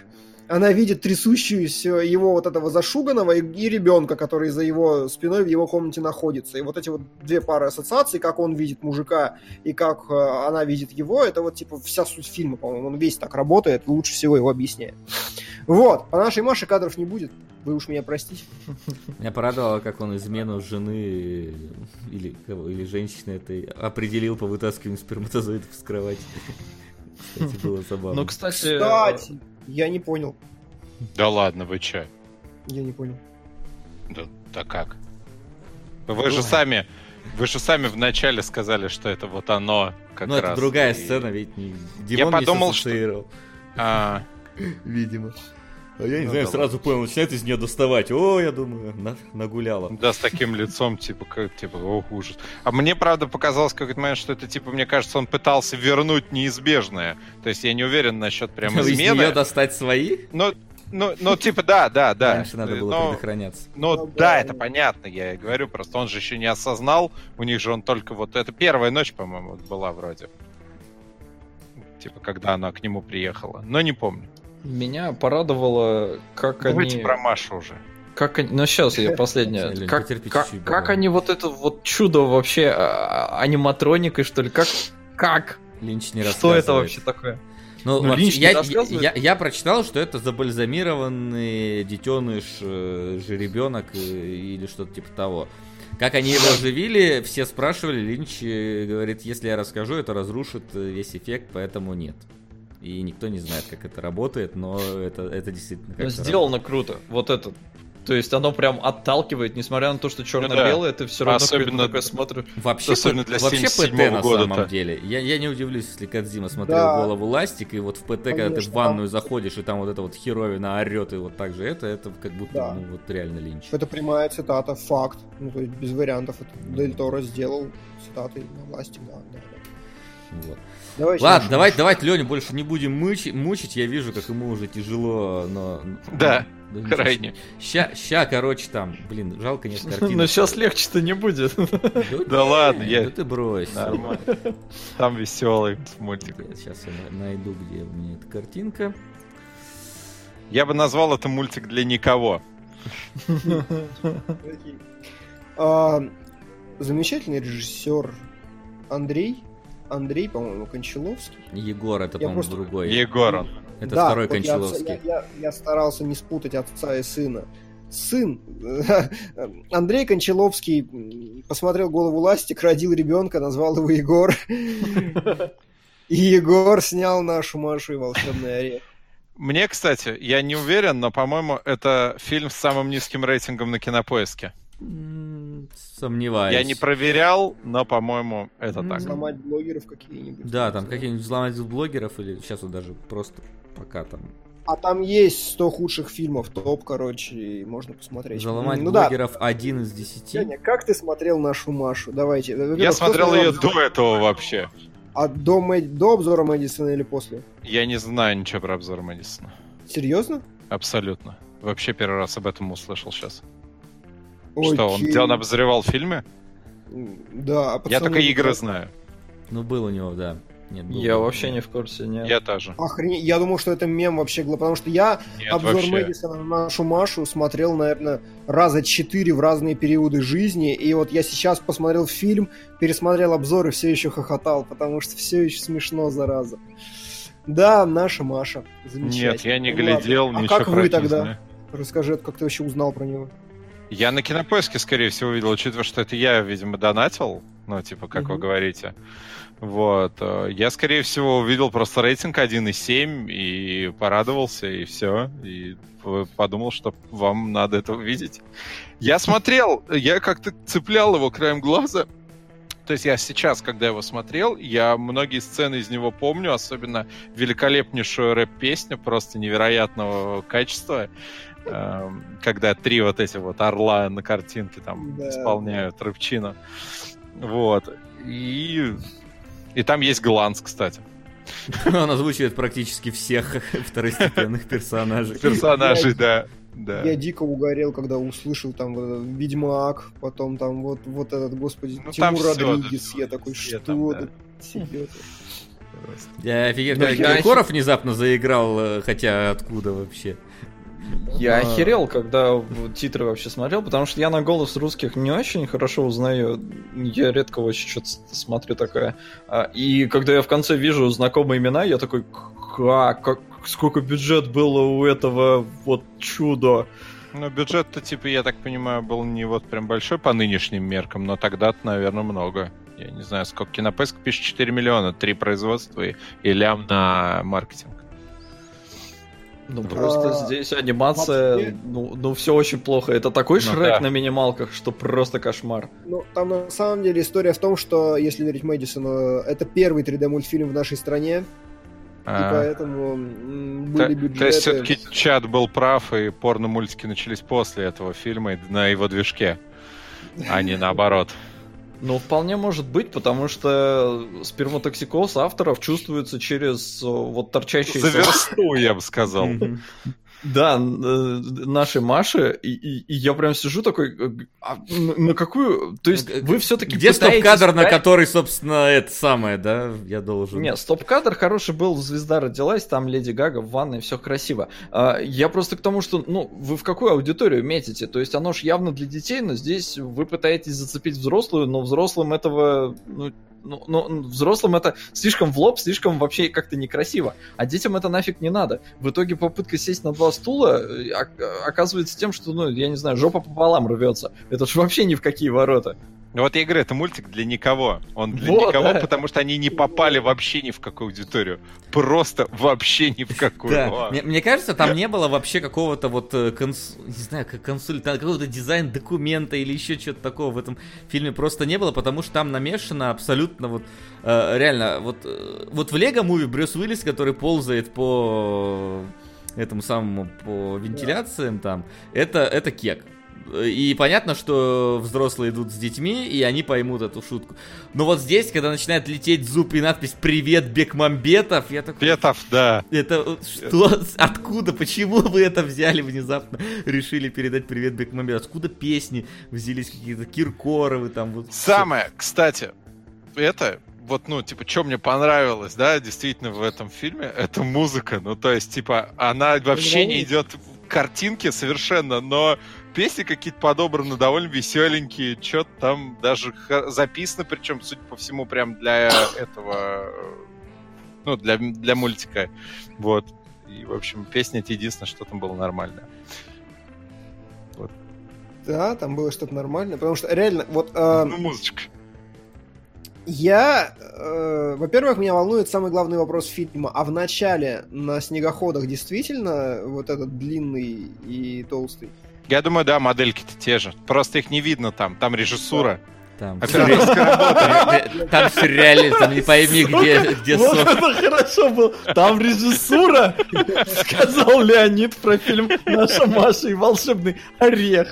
она видит трясущуюся его вот этого зашуганного и, и ребенка, который за его спиной в его комнате находится. И вот эти вот две пары ассоциаций, как он видит мужика и как э, она видит его, это вот типа вся суть фильма, по-моему. Он весь так работает, лучше всего его объясняет. Вот, по нашей Маше кадров не будет. Вы уж меня простите. Меня порадовало, как он измену жены или, или женщины этой определил по вытаскиванию сперматозоидов с кровати. Кстати, было забавно. Ну, кстати... Кстати, я не понял. Да ладно, вы че? Я не понял. Да, да как? Вы же сами... Вы же сами вначале сказали, что это вот оно как ну, раз. Ну, это другая и... сцена, ведь не... Я Димон подумал, не что... А... Видимо. А я не ну, знаю, да сразу понял, начинает из нее доставать. О, я думаю, на, нагуляла. Да, с таким лицом, типа, как, типа, о, ужас. А мне, правда, показалось в какой-то момент, что это, типа, мне кажется, он пытался вернуть неизбежное. То есть я не уверен насчет прям измены. Из нее достать свои? Ну, ну, ну, типа, да, да, да. Раньше надо было но, предохраняться. Ну, Ну, да, да, это да. понятно, я и говорю, просто он же еще не осознал. У них же он только вот... Это первая ночь, по-моему, была вроде. Типа, когда она к нему приехала. Но не помню. Меня порадовало, как Давайте они... про Машу уже. Как они... Ну, сейчас я последнее. Лень, Как, потерпи как, чуть-чуть, как давай. они вот это вот чудо вообще а, аниматроникой, что ли? Как? Как? Линч не Что рассказывает. это вообще такое? Ну, Ну, вообще, Линч не я, я, рассказывает? я, я прочитал, что это забальзамированный детеныш, э, жеребенок э, или что-то типа того. Как они его оживили, все спрашивали, Линч э, говорит, если я расскажу, это разрушит э, весь эффект, поэтому нет. И никто не знает, как это работает, но это, это действительно Ну, как-то сделано круто. Вот это. То есть оно прям отталкивает, несмотря на то, что черно-белое, ты все равно Особенно- такой смотришь. Вообще, Особенно п- для вообще ПТ семьдесят седьмого на года-то. самом деле. Я, я не удивлюсь, если Кодзима смотрел Да. голову Ластик, и вот в ПТ, когда ты в Конечно, ванную заходишь, и там вот эта вот херовина орет, и вот так же это, это как будто, Да. ну, вот реально Линч. Это прямая цитата, факт. Ну, то есть без вариантов. Это Дель Торо сделал цитаты на власти, да, да, да. Вот. Давайте Ладно, нашу давайте, Машу. давайте Леню больше не будем мучить, мучить. Я вижу, как ему уже тяжело, но... Да, да ничего крайне. себе. Ща, ща, короче, там, блин, жалко нет картинок. Но сейчас легче-то не будет. Да ладно, я- Да ты брось. Нормально. Там веселый мультик. Сейчас я на- найду, где у меня эта картинка. Я бы назвал это мультик для никого. Окей. А, замечательный режиссер Андрей. Андрей, по-моему, Кончаловский. Егор, это, Я по-моему, просто- другой. Егор он. Это Да, второй вот я отца- Кончаловский. Я, я- я старался не спутать отца и сына. Сын. Андрей Кончаловский м, посмотрел «Голову Ластик», родил ребенка, назвал его Егор. И Егор снял нашу Машу и волшебный орех. Мне, кстати, я не уверен, но, по-моему, это фильм с самым низким рейтингом на Кинопоиске. М, Сомневаюсь. Я не проверял, но, по-моему, это М. так. Сломать блогеров какие-нибудь. Да, там какие-нибудь взломать блогеров, или сейчас вот даже просто пока там А там есть сто худших фильмов, топ, короче, и можно посмотреть. заломать Ну да. блогеров один из десяти. Женя, как ты смотрел нашу Машу? Давайте. Во-первых, Я кто смотрел смотрел ее обзор? до этого вообще. А до, Мэ- до обзора Мэдисона или после? Я не знаю ничего про обзор Мэдисона. Серьезно? Абсолютно. Вообще первый раз об этом услышал сейчас. Что, он, где он обозревал фильмы? Да, а Я пацаны, только игры да. знаю. Ну, был у него, да. Нет, был, Я был. вообще не в курсе, нет. Я тоже. Охренеть, я думал, что это мем вообще, гла- потому что я Нет, обзор вообще. Мэдисона на нашу Машу смотрел, наверное, раза четыре в разные периоды жизни, и вот я сейчас посмотрел фильм, пересмотрел обзор и все еще хохотал, потому что все еще смешно, зараза. Да, наша Маша. Замечательно. Нет, я не Ну ладно. глядел, А ничего как про вы это не тогда? знаю. Расскажи, как ты вообще узнал про него? Я на Кинопоиске, скорее всего, увидел, учитывая, что это я, видимо, донатил, ну, типа, как вы Мгм. говорите. Вот. э, Я, скорее всего, увидел просто рейтинг один и семь и порадовался, и все. И п- подумал, что вам надо это увидеть. Я смотрел, я как-то цеплял его краем глаза. То есть я сейчас, когда его смотрел, я многие сцены из него помню, особенно великолепнейшую рэп-песню просто невероятного качества, эм, когда три вот эти вот орла на картинке там Да. исполняют рэпчину. Вот. И... И там есть Гланс, кстати. Он озвучивает практически всех второстепенных персонажей. Персонажей, да. Да. Я дико угорел, когда услышал там вот этот Ведьмак, потом там вот, вот этот, господи, Ну, там Тимур всё, Родригес. да, Я такой, все что там, да. тут себе-то? Я офигел, Ну, как я Киркоров внезапно заиграл, хотя откуда вообще? Я А. охерел, когда в- титры вообще смотрел, потому что я на голос русских не очень хорошо узнаю. Я редко очень что-то с- смотрю такое. А, И когда я в конце вижу знакомые имена, я такой, как, как сколько бюджет было у этого вот чуда. Ну, бюджет-то, типа, я так понимаю, был не вот прям большой по нынешним меркам, но тогда-то, наверное, много. Я не знаю, сколько. Кинопоиск пишет четыре миллиона, три производства и, и лям на маркетинг. Ну Вот. просто А, здесь анимация, вообще- ну, ну все очень плохо. Это такой Ну Шрек да. на минималках, что просто кошмар. Ну, там на самом деле история в том, что, если верить Мэдисону, это первый три дэ-мультфильм в нашей стране, и А, поэтому м, то, были то бюджеты... есть все-таки чат был прав, и порно-мультики начались после этого фильма и на его движке, а не наоборот. Ну, вполне может быть, потому что сперматоксикоз авторов чувствуется через о, вот торчащие... За версту, я бы сказал. Мгм. Да, н- э, нашей Маши, и, и- и я прям сижу такой, э, а на, на какую... То есть Ну, вы все-таки Где стоп-кадр, на который, собственно, это самое, да, я должен... Нет, стоп-кадр хороший был, звезда родилась, там Леди Гага в ванной, все красиво. А, я просто к тому, что, ну, вы в какую аудиторию метите? То есть оно ж явно для детей, но здесь вы пытаетесь зацепить взрослую, но взрослым этого, ну, ну, ну, взрослым это слишком в лоб, слишком вообще как-то некрасиво. А детям это нафиг не надо. В итоге попытка сесть на два стула э, ок- оказывается тем, что, ну, я не знаю, жопа пополам рвется. Это ж вообще ни в какие ворота. Ну вот я говорю, это мультик для никого. Он для Вот, никого, да. потому что они не попали вообще ни в какую аудиторию. Просто вообще ни в какую. Да, О. мне, мне кажется, там не было вообще какого-то вот, э, конс- не знаю, как консультанта, какого-то дизайн-документа или еще чего-то такого в этом фильме просто не было, потому что там намешано абсолютно вот, э, реально, вот, э, вот в Лего Муви Брюс Уиллис, который ползает по этому самому, по вентиляциям там, это, это кек. И понятно, что взрослые идут с детьми, и они поймут эту шутку. Но вот здесь, когда начинает лететь зуб и надпись «Привет, Бекмамбетов», я такой... Петов, да. Это что? Откуда? Почему вы это взяли внезапно? Решили передать «Привет, Бекмамбетов». Откуда песни взялись какие-то Киркоровы там? Вот Самое, кстати, это... Вот, ну, типа, что мне понравилось, да, действительно, в этом фильме, это музыка. Ну, то есть, типа, она вообще не идет в картинке совершенно, но песни какие-то подобраны довольно веселенькие, что-то там даже х- записано, причем, судя по всему, прям для этого, ну, для, для мультика. Вот. И, в общем, песня — это единственное, что там было нормальное. Да, там было что-то нормальное, потому что реально, вот... э, Ну, музычка. Я, э, во-первых, меня волнует самый главный вопрос фильма. А в начале на снегоходах действительно вот этот длинный и толстый? Я думаю, да, модельки-то те же. Просто их не видно там. Там режиссура. Там Операторская работа. Там сюрреализм, там не пойми, где, где Вот сок. это хорошо было. Там режиссура, сказал Леонид про фильм «Наша Маша и волшебный орех».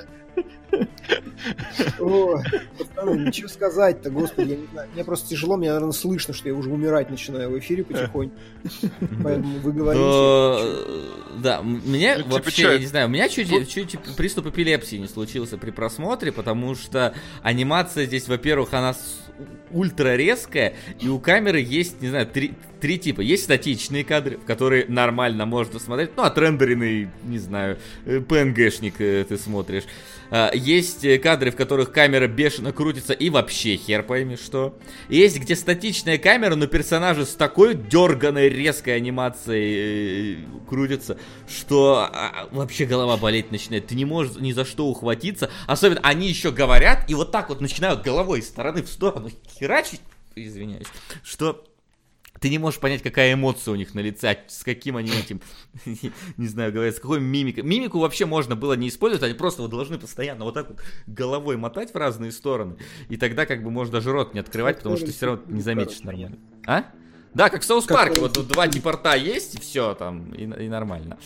О, пацаны, ничего сказать-то, господи, я не знаю. Мне просто тяжело, мне, наверное, слышно, что я уже умирать начинаю в эфире потихоньку. Поэтому вы говорите. То, да, мне Ну, типа, вообще, чё? я не знаю, у меня чуть, чуть приступ эпилепсии не случился при просмотре, потому что анимация здесь, во-первых, она с- ультра резкая, и у камеры есть, не знаю, три, три типа. Есть статичные кадры, в которые нормально можно смотреть, ну, отрендеренный, не знаю, э, пи эн джи-шник э, ты смотришь. А, Есть э, кадры, в которых камера бешено крутится и вообще хер пойми что. Есть, где статичная камера, но персонажи с такой дерганой резкой анимацией э, крутятся, что а, вообще голова болеть начинает. Ты не можешь ни за что ухватиться. Особенно они еще говорят и вот так вот начинают головой из стороны в сторону херачить, извиняюсь, что... Ты не можешь понять, какая эмоция у них на лице, с каким они этим, не знаю, говорят, с какой мимикой. Мимику вообще можно было не использовать, они просто вот должны постоянно вот так вот головой мотать в разные стороны, и тогда как бы можно даже рот не открывать, потому что ты все равно не заметишь нормально. А? Да, как в Соус Парке, вот два типа рта есть, и все там, и, и нормально.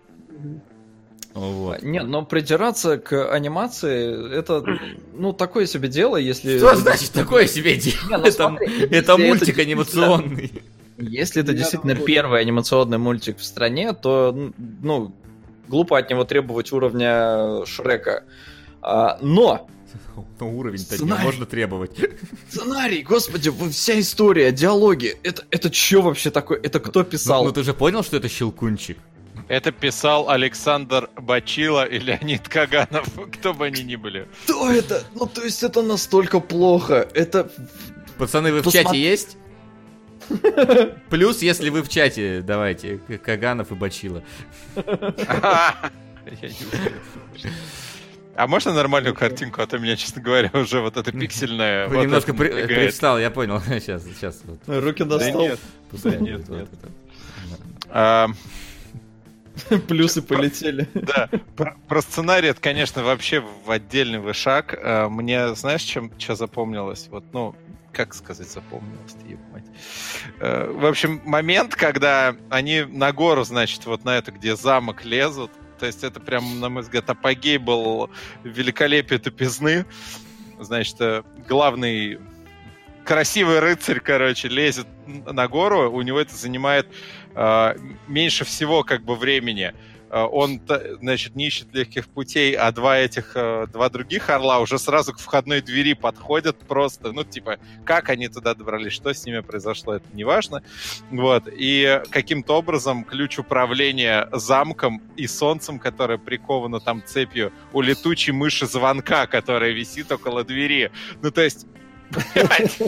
Вот. Нет, но придираться к анимации, это, ну, такое себе дело, если... Что значит такое себе Не, дело? ну Это, смотри, это если мультик это анимационный. Если это Я действительно понял. первый анимационный мультик в стране, то, ну, глупо от него требовать уровня Шрека. А, но Ну, уровень-то Сценарий. можно требовать. Сценарий, господи, вся история, диалоги. Это, это что вообще такое? Это кто писал? Ну, ну ты же понял, что это Щелкунчик? Это писал Александр Бачила и Леонид Каганов, кто бы они ни были. Кто это? Ну, то есть это настолько плохо. Это... Пацаны, вы в Посмотри- чате есть? Плюс, если вы в чате, давайте, Каганов и Бачила. Я не уверен. А можно нормальную картинку? А то меня, честно говоря, уже вот это пиксельное... Вы вот немножко это при- напрягает. привстал, я понял. Сейчас, сейчас. Вот. Руки на Да стол, нет. Пускай нет, будет нет. вот это. А, плюсы полетели. Да, про, про сценарий это, конечно, вообще в отдельный вышаг. А, Мне, знаешь, чем что запомнилось? Вот, ну, как сказать, запомнилось-то, ебать. А, В общем, момент, когда они на гору, значит, вот на это, где замок лезут, то есть это прям, на мой взгляд, апогей был великолепие тупизны. Значит, э, главный красивый рыцарь, короче, лезет на гору, у него это занимает э, меньше всего как бы времени. Э, он, т- значит, не ищет легких путей, а два этих, э, два других орла уже сразу к входной двери подходят просто, ну, типа, как они туда добрались, что с ними произошло, это не важно. Вот, и каким-то образом ключ управления замком и солнцем, которое приковано там цепью, у летучей мыши звонка, которая висит около двери. Ну, то есть, блядь,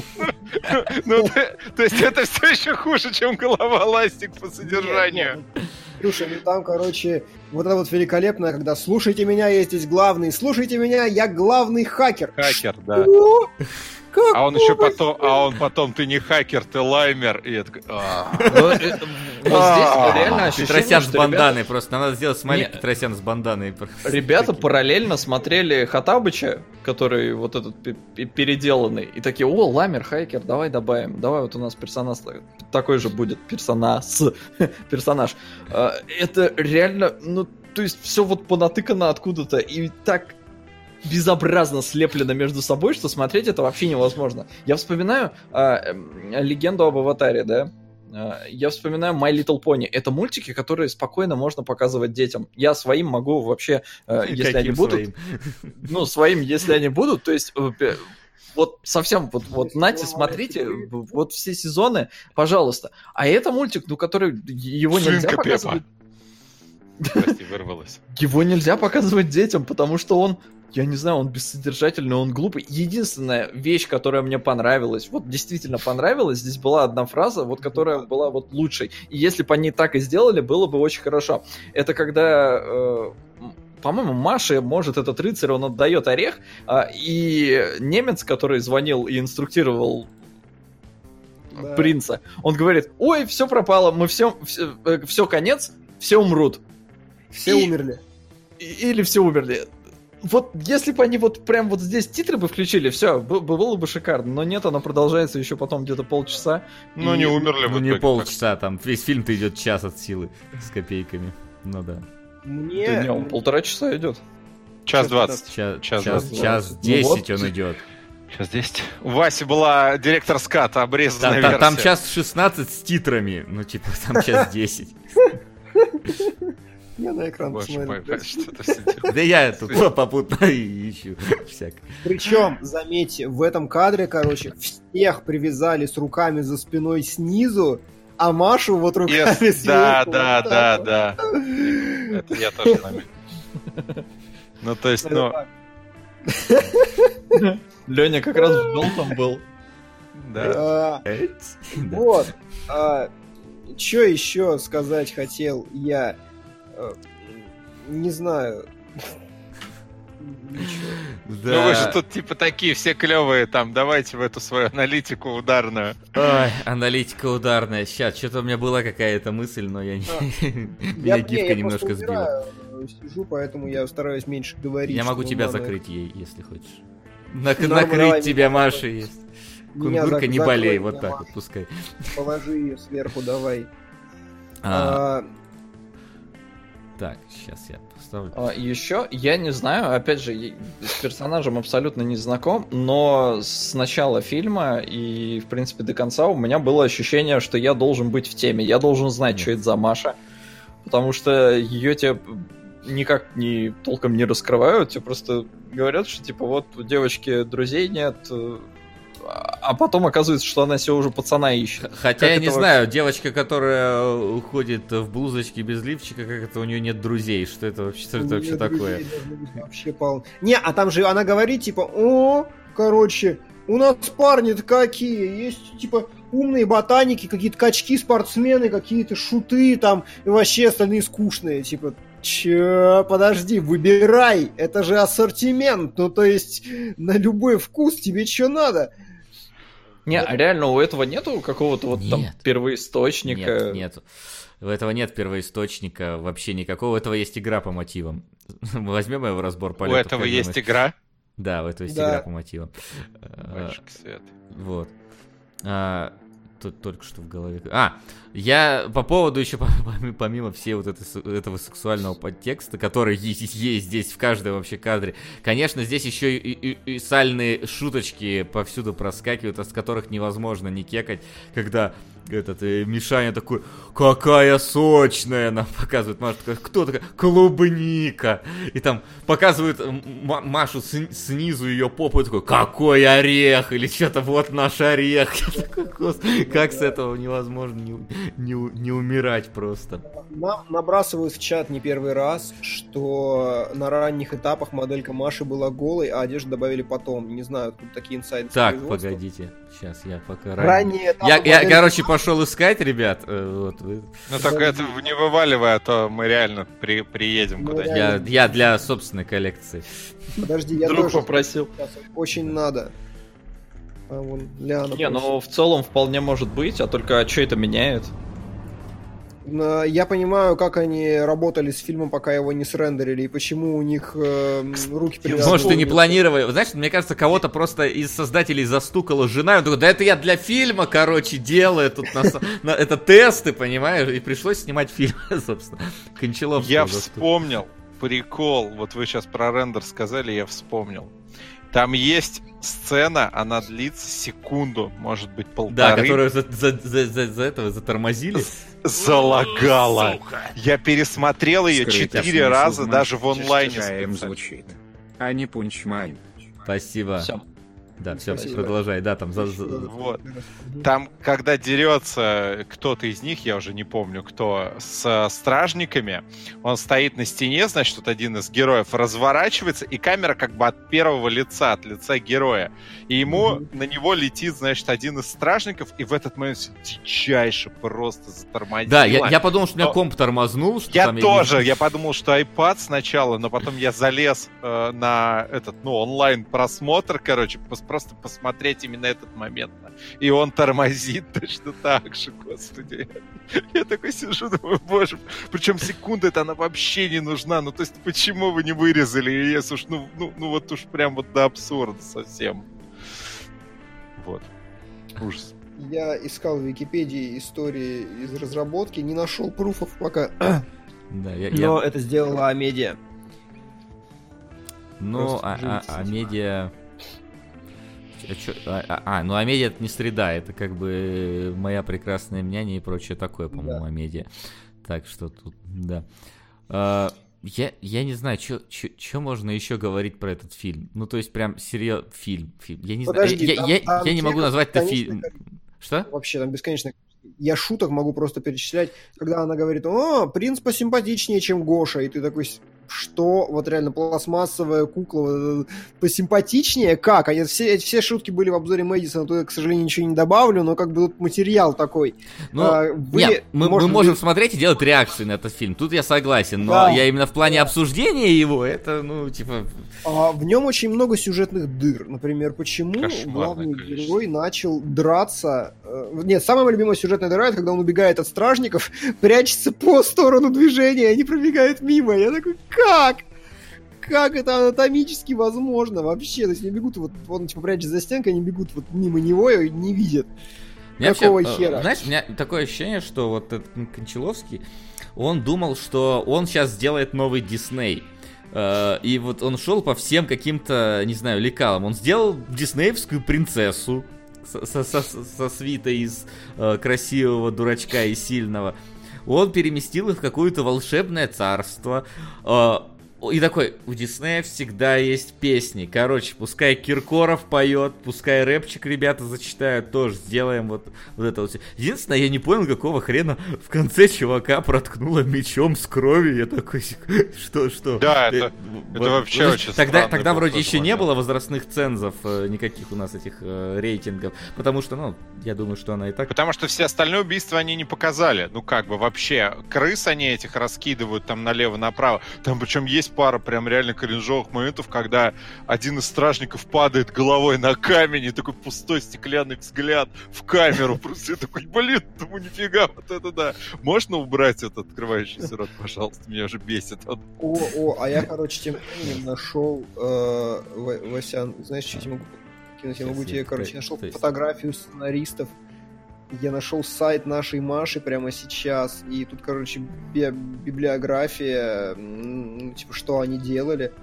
ну, то то есть это все еще хуже, чем голова ластик по содержанию. Слушай, ну там, короче, вот это вот великолепно, когда «Слушайте меня, я здесь главный, слушайте меня, я главный хакер». Хакер, да. Что? Как А он еще можно? потом, а он потом, ты не хакер, ты лаймер. И я такой, «А». Но это- вот здесь реально ощущение, Петросян с что ребята- банданой, просто нам надо сделать смайлик Не- Петросян с банданой. Ребята Такие. параллельно смотрели Хаттабыча, который вот этот пе- пе- переделанный, и такие: о, ламер, хайкер, давай добавим, давай вот у нас персонаж та- такой же будет, персонаж, персонаж. А, Это реально, ну, то есть все вот понатыкано откуда-то, и так безобразно слеплено между собой, что смотреть это вообще невозможно. Я вспоминаю а, эм, легенду об Аватаре, да? А, Я вспоминаю My Little Pony. Это мультики, которые спокойно можно показывать детям. Я своим могу вообще, э, если Каким они будут, своим? ну, своим, если они будут, то есть э, пе- вот совсем, вот, вот нате, смотрите, в- вот все сезоны, пожалуйста. А это мультик, ну, который, его нельзя Свинка показывать, Пеппа. Прости, вырвалось. его нельзя показывать детям, потому что он, я не знаю, он бессодержательный, он глупый. Единственная вещь, которая мне понравилась, вот действительно понравилась, здесь была одна фраза, вот которая была вот лучшей. И если бы они так и сделали, было бы очень хорошо. Это когда, э, м, по-моему, Маше, может, этот рыцарь, он отдает орех, а, и немец, который звонил и инструктировал Да. принца, он говорит: ой, все пропало, мы все, все, все конец, все умрут. Все И- умерли. И- Или все умерли. Вот если бы они вот прям вот здесь титры бы включили, все, было бы шикарно. Но нет, оно продолжается еще потом где-то полчаса. Ну, И- не умерли в Ну, не итоге. полчаса, там весь фильм-то идет час от силы с копейками. Ну да. Мне... Да не, он полтора часа идет. Час двадцать. Час, Час час, двадцать. час Ну десять вот. он идет. Сейчас десять. У Васи была директор ската, обрезанная Там, там- там версия. час шестнадцать с титрами. Ну, типа, там час десять. Я на экран Боже мой, посмотрю. Вася, что ты все делаешь? Да я тут попутно и ищу всякое. Причем, заметьте, в этом кадре, короче, всех привязали с руками за спиной снизу, а Машу вот руками Yes, сверху. Да, вот да, так да, вот. да. Это я тоже заметил. Ну, то есть, ну, Леня как раз в желтом был. да. А, Эть, да. Вот. Что еще сказать хотел я? А, Не знаю. Ничего. Да. Ну вы же тут типа такие все клевые, там, давайте в эту свою аналитику ударную. Ой, аналитика ударная. Сейчас, что-то у меня была какая-то мысль, но я не... Меня Я, не, гифка я немножко просто сбила. убираю, сижу, поэтому я стараюсь меньше говорить. Я могу чтобы тебя мама- закрыть ей, если хочешь. Нак- Ну, давай, Накрыть тебя, меня Маша, закрой. есть. Меня Кунгурка, зак- не закрой болей, меня, вот так Маша. вот, пускай. Положи ее сверху, давай. А, А, Так, сейчас я поставлю. А, еще, я не знаю, опять же, я с персонажем абсолютно не знаком, но с начала фильма и, в принципе, до конца у меня было ощущение, что я должен быть в теме, я должен знать, Нет. что это за Маша, потому что ее тебе никак не толком не раскрывают, тебе просто говорят, что типа вот у девочки друзей нет, а потом оказывается, что она себе уже пацана ищет. Хотя как я не вообще... знаю, девочка, которая уходит в блузочке без лифчика, как это у нее нет друзей, что это вообще, что это вообще такое? Вообще пол... Не, а там же она говорит типа, о, короче, у нас парни-то какие, есть типа умные ботаники, какие-то качки, спортсмены, какие-то шуты там, и вообще остальные скучные, типа... Че, подожди, выбирай, это же ассортимент, ну то есть на любой вкус тебе что надо? Не, а реально у этого нету какого-то вот нет. там первоисточника? Нет, нет, у этого нет первоисточника вообще никакого, у этого есть игра по мотивам. Возьмем его разбор полетов. У этого есть игра? Да, у этого есть да. игра по мотивам. Мальчик свет. Вот. А, тут только что в голове... А, я по поводу еще, помимо всей вот этой, этого сексуального подтекста, который есть, есть здесь в каждом вообще кадре, конечно, здесь еще и, и, и сальные шуточки повсюду проскакивают, от которых невозможно не кекать, когда этот э, Мишаня такой, какая сочная, нам показывает, Маша такая, кто такая, клубника, и там показывают М- Машу с- снизу ее попу, и такой, какой орех, или что-то, вот наш орех, я такой, как с этого невозможно не, не, не умирать просто. Нам набрасывают в чат не первый раз, что на ранних этапах моделька Маши была голой, а одежду добавили потом, не знаю, тут такие инсайды. Так, погодите, сейчас я пока... Ранние я, я, короче, пошел искать, ребят. Вот. Ну только это не вываливай, а то мы реально при, приедем ну, куда-нибудь. Я, я для собственной коллекции. Подожди, я Друг тоже попросил. Очень надо. А вон, Ляна не, ну в целом вполне может быть, а только а что это меняет? Я понимаю, как они работали с фильмом, пока его не срендерили, и почему у них э, руки привязаны. Может, и не планировали. Знаешь, мне кажется, кого-то просто из создателей застукала жена, и он такой, да это я для фильма, короче, делаю, тут на, на, это тесты, понимаешь, и пришлось снимать фильм, собственно. Кончаловского Я застукал. вспомнил прикол, вот вы сейчас про рендер сказали, я вспомнил. Там есть сцена, она длится секунду, может быть, полторы. Да, которую за, за, за, за, за этого затормозили. Залагала. Я пересмотрел ее четыре раза, даже в онлайне. Звучит, а не пунчмайн. Спасибо. Все. Да, все, продолжай, да, там за... за... Вот. Там, когда дерется кто-то из них, я уже не помню кто, с стражниками, он стоит на стене, значит, вот один из героев разворачивается, и камера как бы от первого лица, от лица героя. И ему mm-hmm. на него летит, значит, один из стражников, и в этот момент все дичайше просто затормозило. Да, я, я подумал, что у меня но... комп тормознул. Что я там тоже, я... я подумал, что iPad сначала, но потом я залез э, на этот, ну, онлайн-просмотр, короче, просто посмотреть именно этот момент. И он тормозит точно так же, господи. Я такой сижу, думаю, боже. Причем секунда-то она вообще не нужна. Ну, то есть, почему вы не вырезали ее, если уж, ну, ну, ну, вот уж прям вот до абсурда совсем. Вот. Ужас. Я искал в Википедии истории из разработки, не нашел пруфов пока. Да, я, Но я... это сделала Амедиа. Ну, а, а, Амедиа... А, чё, а, а, а, ну Амедиа это не среда, это как бы Моя прекрасная няня и прочее такое, по-моему, да. Амедиа. Так что тут, да. А, я, я не знаю, что можно еще говорить про этот фильм. Ну, то есть, прям серьезно, фильм, фильм. Я не Подожди, знаю. там, я, там я не могу назвать это фильм. Что? Вообще, там бесконечно. Я шуток могу просто перечислять, когда она говорит, о, принц посимпатичнее, чем Гоша, и ты такой, что? Вот реально пластмассовая кукла посимпатичнее? Как? Они, все, все шутки были в обзоре Мэдисона, то я, к сожалению, ничего не добавлю, но как бы тут материал такой. Ну, а, вы, нет, мы, может, мы можем вы... смотреть и делать реакции на этот фильм, тут я согласен, но да, я именно в плане да. обсуждения его, это, ну, типа... А, в нем очень много сюжетных дыр. Например, почему Кошмарное главный количество. герой начал драться... Э, нет, самая моя любимая сюжетная дыра — это когда он убегает от стражников, прячется по сторону движения, и они пробегают мимо. Я такой, как? Как это анатомически возможно вообще? То есть они бегут, вот он типа прячется за стенкой, они бегут вот мимо него и не видят. Меня Какого вообще, хера? Знаешь, у меня такое ощущение, что вот этот Кончаловский, он думал, что он сейчас сделает новый Дисней. И вот он шел по всем каким-то, не знаю, лекалам. Он сделал диснеевскую принцессу со, со, со, со свитой из э, красивого дурачка и сильного. он переместил их в какое-то волшебное царство. И такой, у Диснея всегда есть песни. Короче, пускай Киркоров поет, пускай рэпчик ребята зачитают, тоже сделаем вот, вот это вот. Единственное, я не понял, какого хрена в конце чувака проткнуло мечом с кровью. Я такой, что, что? Да, это, вот, это вообще вот, очень Тогда, странный тогда был вроде еще момент. не было возрастных цензов, никаких у нас этих э, рейтингов. Потому что, ну, я думаю, что она и так... Потому что все остальные убийства они не показали. Ну как бы вообще. Крыс они этих раскидывают там налево-направо. Там причем есть пара прям реально кринжовых моментов, когда один из стражников падает головой на камень, и такой пустой стеклянный взгляд в камеру. Просто я такой, блин, думаю, нифига, вот это да. Можно убрать этот открывающийся рот, пожалуйста? Меня уже бесит. О, о, а я, короче, тем временем нашел, э, Васян, знаешь, что я могу кинуть? Я могу тебе, короче, нашел фотографию сценаристов. Я нашел сайт нашей Маши прямо сейчас, и тут, короче, би- библиография, ну, типа, что они делали.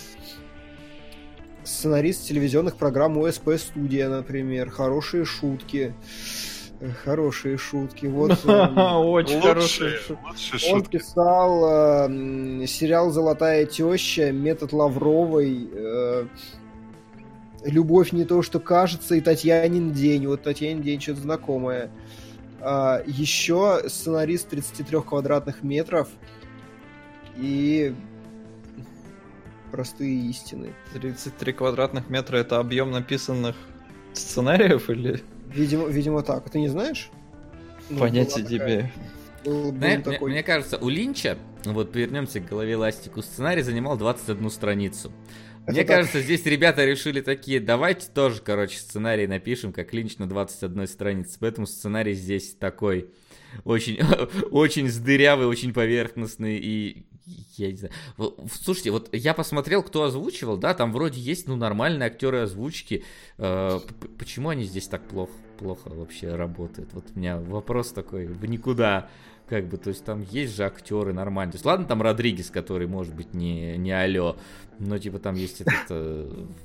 Сценарист телевизионных программ ОСП Студия, например. Хорошие шутки. Хорошие шутки. Вот, очень хорошие шутки. Он писал э, сериал «Золотая теща», «Метод Лавровой», э, «Любовь не то, что кажется» и «Татьянин день». Вот «Татьянин день» что-то знакомое. А, еще сценарист тридцать три квадратных метров и простые истины. тридцать три квадратных метра — это объем написанных сценариев или... Видимо, видимо так. А ты не знаешь? Ну, Понятия тебе. Был, был Мне, такой... мне, мне кажется, у Линча, вот вернемся к голове Ластику, сценарий занимал двадцать одну страницу. Это Мне так. кажется, здесь ребята решили такие, давайте тоже, короче, сценарий напишем, как Линч на двадцать одной странице. Поэтому сценарий здесь такой очень, очень сдырявый, очень поверхностный и... Я не знаю. Слушайте, вот я посмотрел, кто озвучивал, да, там вроде есть, ну, нормальные актеры озвучки. Э, почему они здесь так плохо, плохо вообще работают? Вот у меня вопрос такой в никуда. Как бы, то есть там есть же актеры нормальные. То есть, ладно, там Родригес, который, может быть, не, не алё, но типа там есть этот э,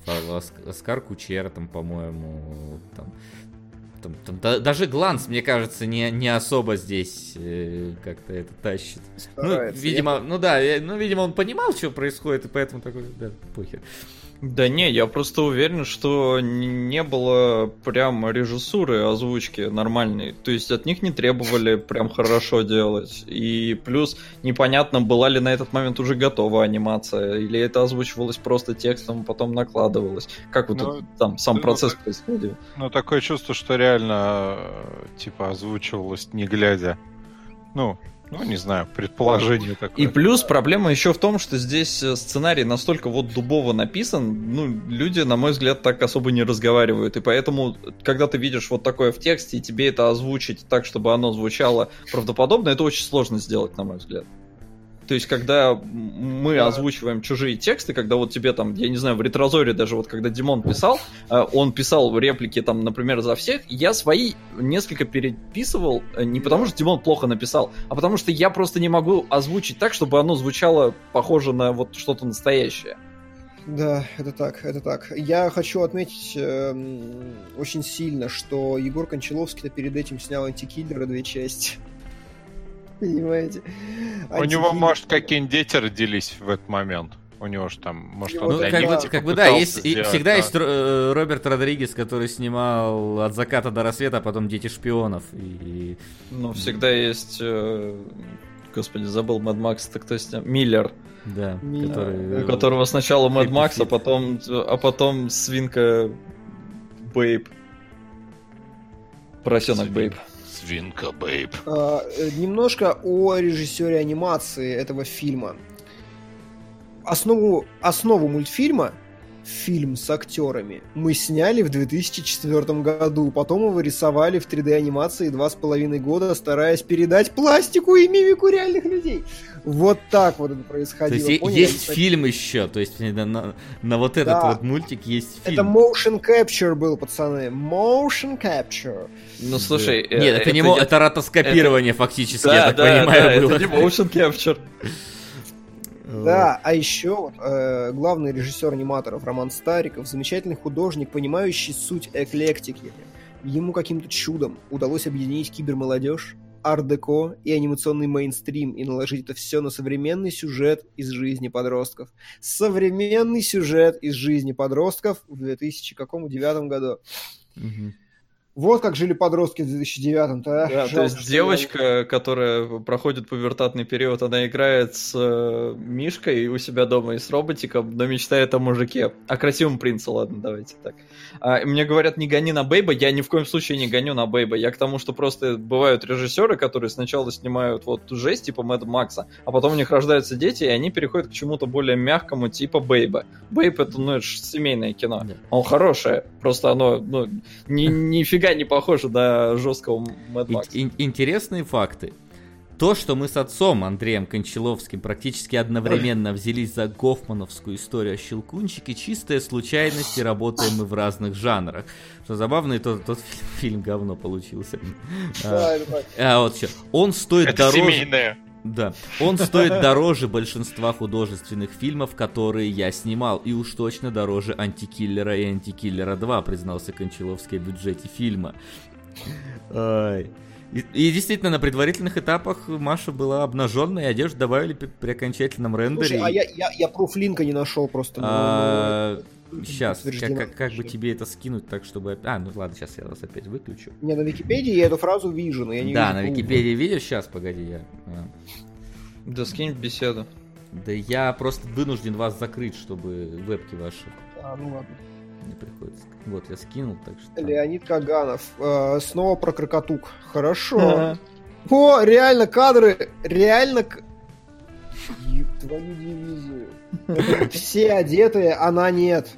Оскар Кучера, там, по-моему, там, там, там да, даже Гланс, мне кажется, не, не особо здесь э, как-то это тащит. Ну, видимо, Я... ну да, я, ну, видимо, он понимал, что происходит, и поэтому такой, да, похер. Да не, я просто уверен, что не было прям режиссуры озвучки нормальной. То есть от них не требовали прям хорошо делать. И плюс непонятно, была ли на этот момент уже готова анимация, или это озвучивалось просто текстом, потом накладывалось. Как вот ну, это, там сам ну, процесс ну, происходил. Ну, такое чувство, что реально типа озвучивалось не глядя. Ну, Ну, не знаю, предположение такое. И плюс проблема еще в том, что здесь сценарий настолько вот дубово написан, ну, люди, на мой взгляд, так особо не разговаривают. И поэтому, когда ты видишь вот такое в тексте, и тебе это озвучить так, чтобы оно звучало правдоподобно, это очень сложно сделать, на мой взгляд. То есть, когда мы да. озвучиваем чужие тексты, когда вот тебе там, я не знаю, в Ретрозоре даже вот когда Димон писал, он писал реплики там, например, за всех, я свои несколько переписывал не потому, что Димон плохо написал, а потому что я просто не могу озвучить так, чтобы оно звучало похоже на вот что-то настоящее. Да, это так, это так. Я хочу отметить э, очень сильно, что Егор Кончаловский-то перед этим снял «Антикиллера» две части. Понимаете? У него, может, какие-нибудь дети родились в этот момент. У него же там, может, он ну, для как них, бы, типа, как бы да, есть, сделать, всегда да. есть э, Роберт Родригес, который снимал «От заката до рассвета», а потом «Дети шпионов». И... Ну, всегда есть... Э, господи, забыл Мэд Макс-то кто снял? Миллер. Да, Миллер. который... У которого сначала Мэд Макс, а Фит. потом, а потом свинка Бэйб. Поросенок Бэйб. Свинка Бэйб. А, немножко о режиссере анимации этого фильма. Основу, основу мультфильма, фильм с актерами, мы сняли в две тысячи четвёртом году. Потом его рисовали в три дэ-анимации два с половиной года, стараясь передать пластику и мимику реальных людей. Вот так вот это происходило. То есть Поняли? есть фильм еще, то есть на, на, на вот этот Да. вот мультик есть фильм. Это motion capture был, пацаны. Motion capture. Ну, слушай... Нет, это, это не мо... это ротоскопирование это... фактически, да, я так да, понимаю, да, было. это не motion capture. Да, а еще вот, э, главный режиссер аниматоров Роман Стариков, замечательный художник, понимающий суть эклектики. Ему каким-то чудом удалось объединить кибермолодежь, ар-деко и анимационный мейнстрим и наложить это все на современный сюжет из жизни подростков. Современный сюжет из жизни подростков в две тысячи девятом году. Мгм. Вот как жили подростки в две тысячи девятом-то, а? Да, то Жалко, есть что девочка, которая проходит пубертатный период, она играет с э, Мишкой у себя дома и с роботиком, но мечтает о мужике. О красивом принце, ладно, давайте так. А, мне говорят, не гони на Бейба, я ни в коем случае не гоню на Бейба. Я к тому, что просто бывают режиссеры, которые сначала снимают вот жесть типа Мэд Макса, а потом у них рождаются дети, и они переходят к чему-то более мягкому типа Бейба. Бейб это, ну, это же семейное кино. Да. Он хорошее, просто оно, ну, ни, нифига не похоже на жесткого Мэд Ин- Макса. ин- интересные факты. То, что мы с отцом Андреем Кончаловским практически одновременно взялись за гофмановскую историю о Щелкунчике, чистая случайность, и работаем мы в разных жанрах. Что забавно, и тот, тот фильм, фильм говно получился. Да, А, это так. а, вот еще. Он стоит Это дороже... семейное. Да, он стоит дороже большинства художественных фильмов, которые я снимал, и уж точно дороже «Антикиллера» и «Антикиллера два», признался Кончаловский о бюджете фильма. Ай. И, и действительно, на предварительных этапах Маша была обнаженная, и одежду добавили при, при окончательном рендере. Слушай, а я, я, я пруфлинка не нашел просто. ну, А, ну, Сейчас, как, подтверждено. как- как бы тебе это скинуть так, чтобы... А, ну ладно, сейчас я вас опять выключу. Не, на Википедии я эту фразу вижу, но я не Да, вижу на паука. Википедии видишь? Сейчас, погоди, я... а. Да скинь в беседу. Да я просто вынужден вас закрыть, чтобы вебки ваши А, ну ладно. не приходится. Вот, я скинул, так что... Леонид Каганов. Э, снова про крокотук. Хорошо. О, реально кадры, реально... к- Еб твою дивизию. Это все одетые, она нет.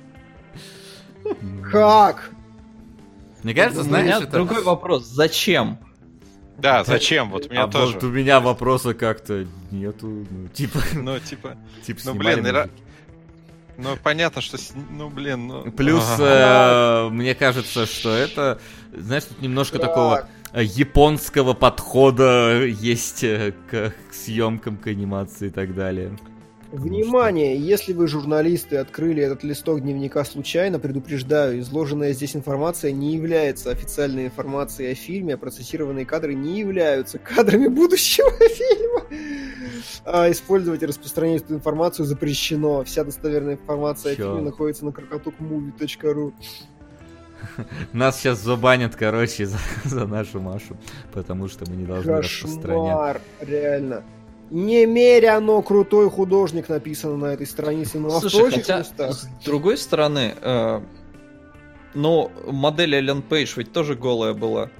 Как? Мне кажется, У знаешь, меня это... другой вопрос. Зачем? Да, зачем? Вот у меня А тоже. вот у меня вопроса как-то нету, ну, типа... Ну, типа, типа ну, снимали блин, и ра- мужики. ну, понятно, что, с- ну, блин, ну... Плюс, Ага. э, мне кажется, что это, знаешь, тут немножко Так. такого э, японского подхода есть э, к, к съемкам, к анимации и так далее. Внимание! Если вы, журналисты, открыли этот листок дневника случайно, предупреждаю, изложенная здесь информация не является официальной информацией о фильме, а процессированные кадры не являются кадрами будущего фильма. А использовать и распространять эту информацию запрещено. Вся достоверная информация Чё? о фильме находится на крокотукмуви точка ру. Нас сейчас забанят, короче, за, за нашу Машу, потому что мы не должны распространять. Кошмар, реально. Немеряно крутой художник написано на этой странице, но Слушай, в прочих хотя, местах. с другой стороны, э, ну, модель Эллен Пейдж ведь тоже голая была.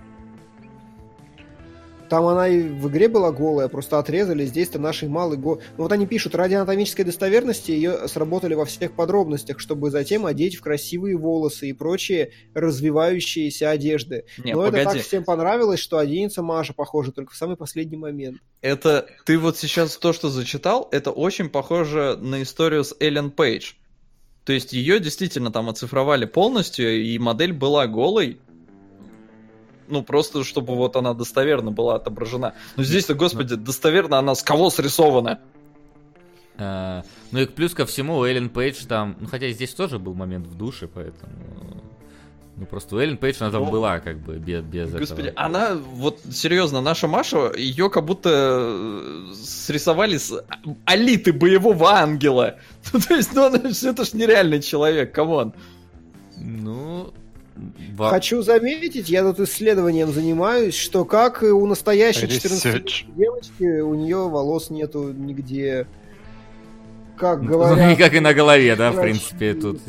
Там она и в игре была голая, просто отрезали. Здесь-то нашей малый го... Ну вот они пишут, ради анатомической достоверности ее сработали во всех подробностях, чтобы затем одеть в красивые волосы и прочие развивающиеся одежды. Не, Но это погоди. так всем понравилось, что оденется Маша, похоже, только в самый последний момент. Это ты вот сейчас то, что зачитал, это очень похоже на историю с Эллен Пейдж. То есть ее действительно там оцифровали полностью, и модель была голой. Ну, просто чтобы вот она достоверно была отображена. Но здесь-то, господи, достоверно она с кого срисована? А, ну и плюс ко всему у Эллен Пейдж там, ну хотя здесь тоже был момент в душе, поэтому... Ну просто у Эллен Пейдж она там Ну, была как бы без, без Господи, этого. она, вот серьезно, наша Маша, ее как будто э, срисовали с алиты боевого ангела. Ну, то есть, ну, она, это ж нереальный человек, камон. Ну... во- Хочу заметить, я тут исследованием занимаюсь, что как и у настоящей Research. четырнадцатилетней девочки, у нее волос нету нигде. Как Ну, и говорят... как и на голове, да, в врачи. принципе, тут...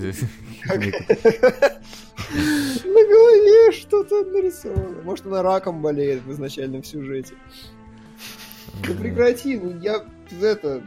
На голове что-то нарисовано. Может, она раком болеет в изначальном сюжете. Ну прекрати, ну я это...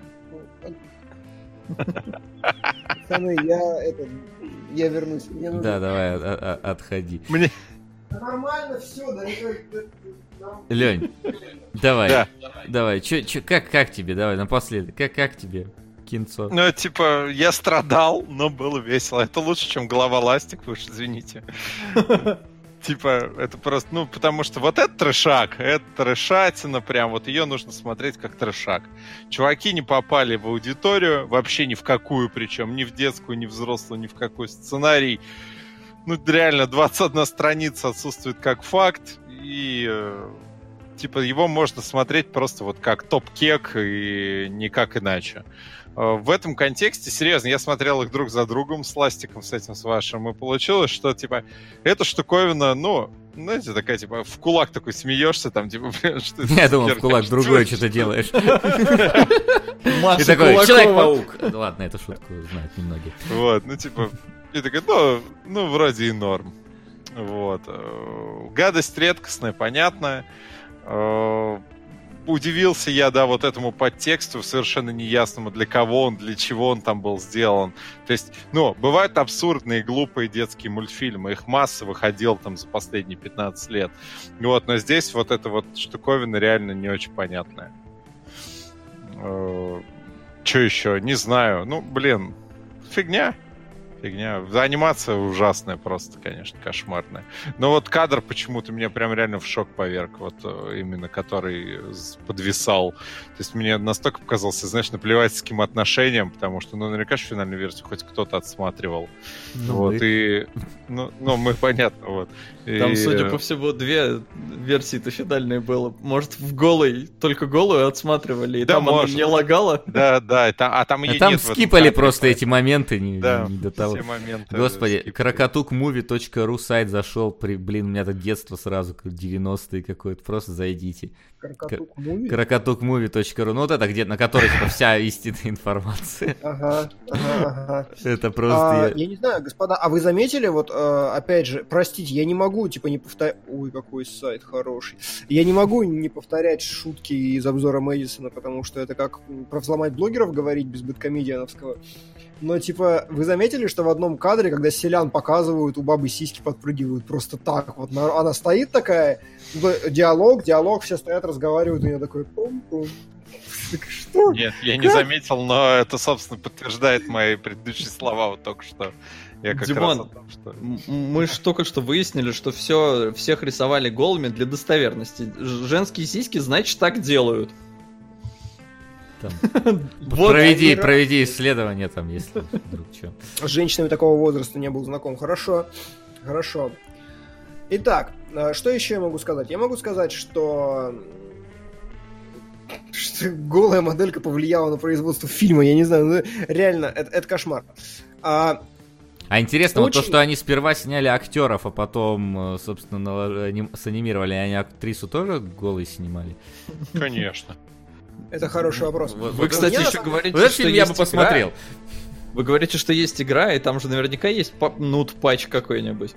Пацаны, я это... Я вернусь. Мне нужно- Да, давай, а- а- отходи. Мне... Да нормально все, да никак... Лень, давай, Да. давай, чё, чё, как, как тебе, давай, напоследок, как, как тебе, кинцо? Ну, типа, я страдал, но было весело. Это лучше, чем голова ластик, вы уж извините. Типа, это просто, ну, потому что вот это трешак, это трешатина, прям вот ее нужно смотреть как трешак. Чуваки не попали в аудиторию, вообще ни в какую, причем ни в детскую, ни в взрослую, ни в какой сценарий. Ну, реально, двадцать одна страница отсутствует как факт, и... э, типа, его можно смотреть просто вот как топ-кек и никак иначе. В этом контексте, серьезно, я смотрел их друг за другом с Ластиком, с этим, с вашим, и получилось, что, типа, эта штуковина, ну, знаете, такая, типа, в кулак такой смеешься, там, типа, блин, что это? Я думал, в кулак другое что-то делаешь. И Маша такой, Кулакова. Человек-паук. Ладно, эту шутку знают немногие. Вот, ну, типа, и такой, ну, ну, вроде и норм. Вот. Гадость редкостная, понятная. Удивился я, да, вот этому подтексту совершенно неясному, для кого он, для чего он там был сделан. То есть, ну, бывают абсурдные, глупые детские мультфильмы, их масса выходила там за последние пятнадцать лет. Вот, но здесь вот эта вот штуковина реально не очень понятная. Что еще? Не знаю. Ну, блин, фигня. Фигня. Анимация ужасная просто, конечно, кошмарная. Но вот кадр почему-то меня прям реально в шок поверг. Вот именно который подвисал. То есть мне настолько показался, знаешь, наплевательским отношением, потому что, ну, наверняка же финальную версию хоть кто-то отсматривал. Ну, вот, мы. и... Ну, ну, мы, понятно, вот. Там, и... судя по всему, две версии-то финальные было. Может, в голой, только голую отсматривали, и Да, там она может. не лагала? Да, да, и там, а там ее А там нет в этом скипали кадре, просто поэтому- эти моменты не, Да, не до того. все моменты Господи, скипали. крокотукмуви точка ру сайт зашел, при, блин, у меня так детство сразу, как девяностые какое-то, просто зайдите. Каркатук муви? крокотукмуви точка ру, ну вот это где, на которой типа вся истинная информация. Ага, ага, ага. Это просто... А, я- я не знаю, господа, а вы заметили, вот, э, опять же, простите, я не могу, типа, не повторять... Ой, какой сайт хороший. Я не могу не повторять шутки из обзора Мэдисона, потому что это как про взломать блогеров говорить без бэдкомедиановского. Но, типа, вы заметили, что в одном кадре, когда селян показывают, у бабы сиськи подпрыгивают просто так вот. На- Она стоит такая, д- диалог, диалог, все стоят, разговаривают, у нее такой пум-пум. Так что? Нет, я не заметил, но это, собственно, подтверждает мои предыдущие слова вот только что. Я как Димон, раз о том, что... М- Мы же только что выяснили, что все, всех рисовали голыми для достоверности. Ж- Женские сиськи, значит, так делают. там. Вот проведи, они- проведи исследование там, если вдруг что. С женщинами такого возраста не был знаком. Хорошо, хорошо. Итак, э, что еще я могу сказать? Я могу сказать, что... что голая моделька повлияла на производство фильма. Я не знаю, ну, реально, это, это кошмар. А, А интересно, вот то, Очень- что они сперва сняли актеров, а потом, э, собственно, нала- аним- санимировали, они актрису тоже голой снимали? Конечно. это хороший вопрос. Вот- Вы, вот кстати, меня на еще самом- говорите, Вот этот что фильм я бы есть посмотрел. игра. Вы говорите, что есть игра, и там же наверняка есть па- нут-патч какой-нибудь.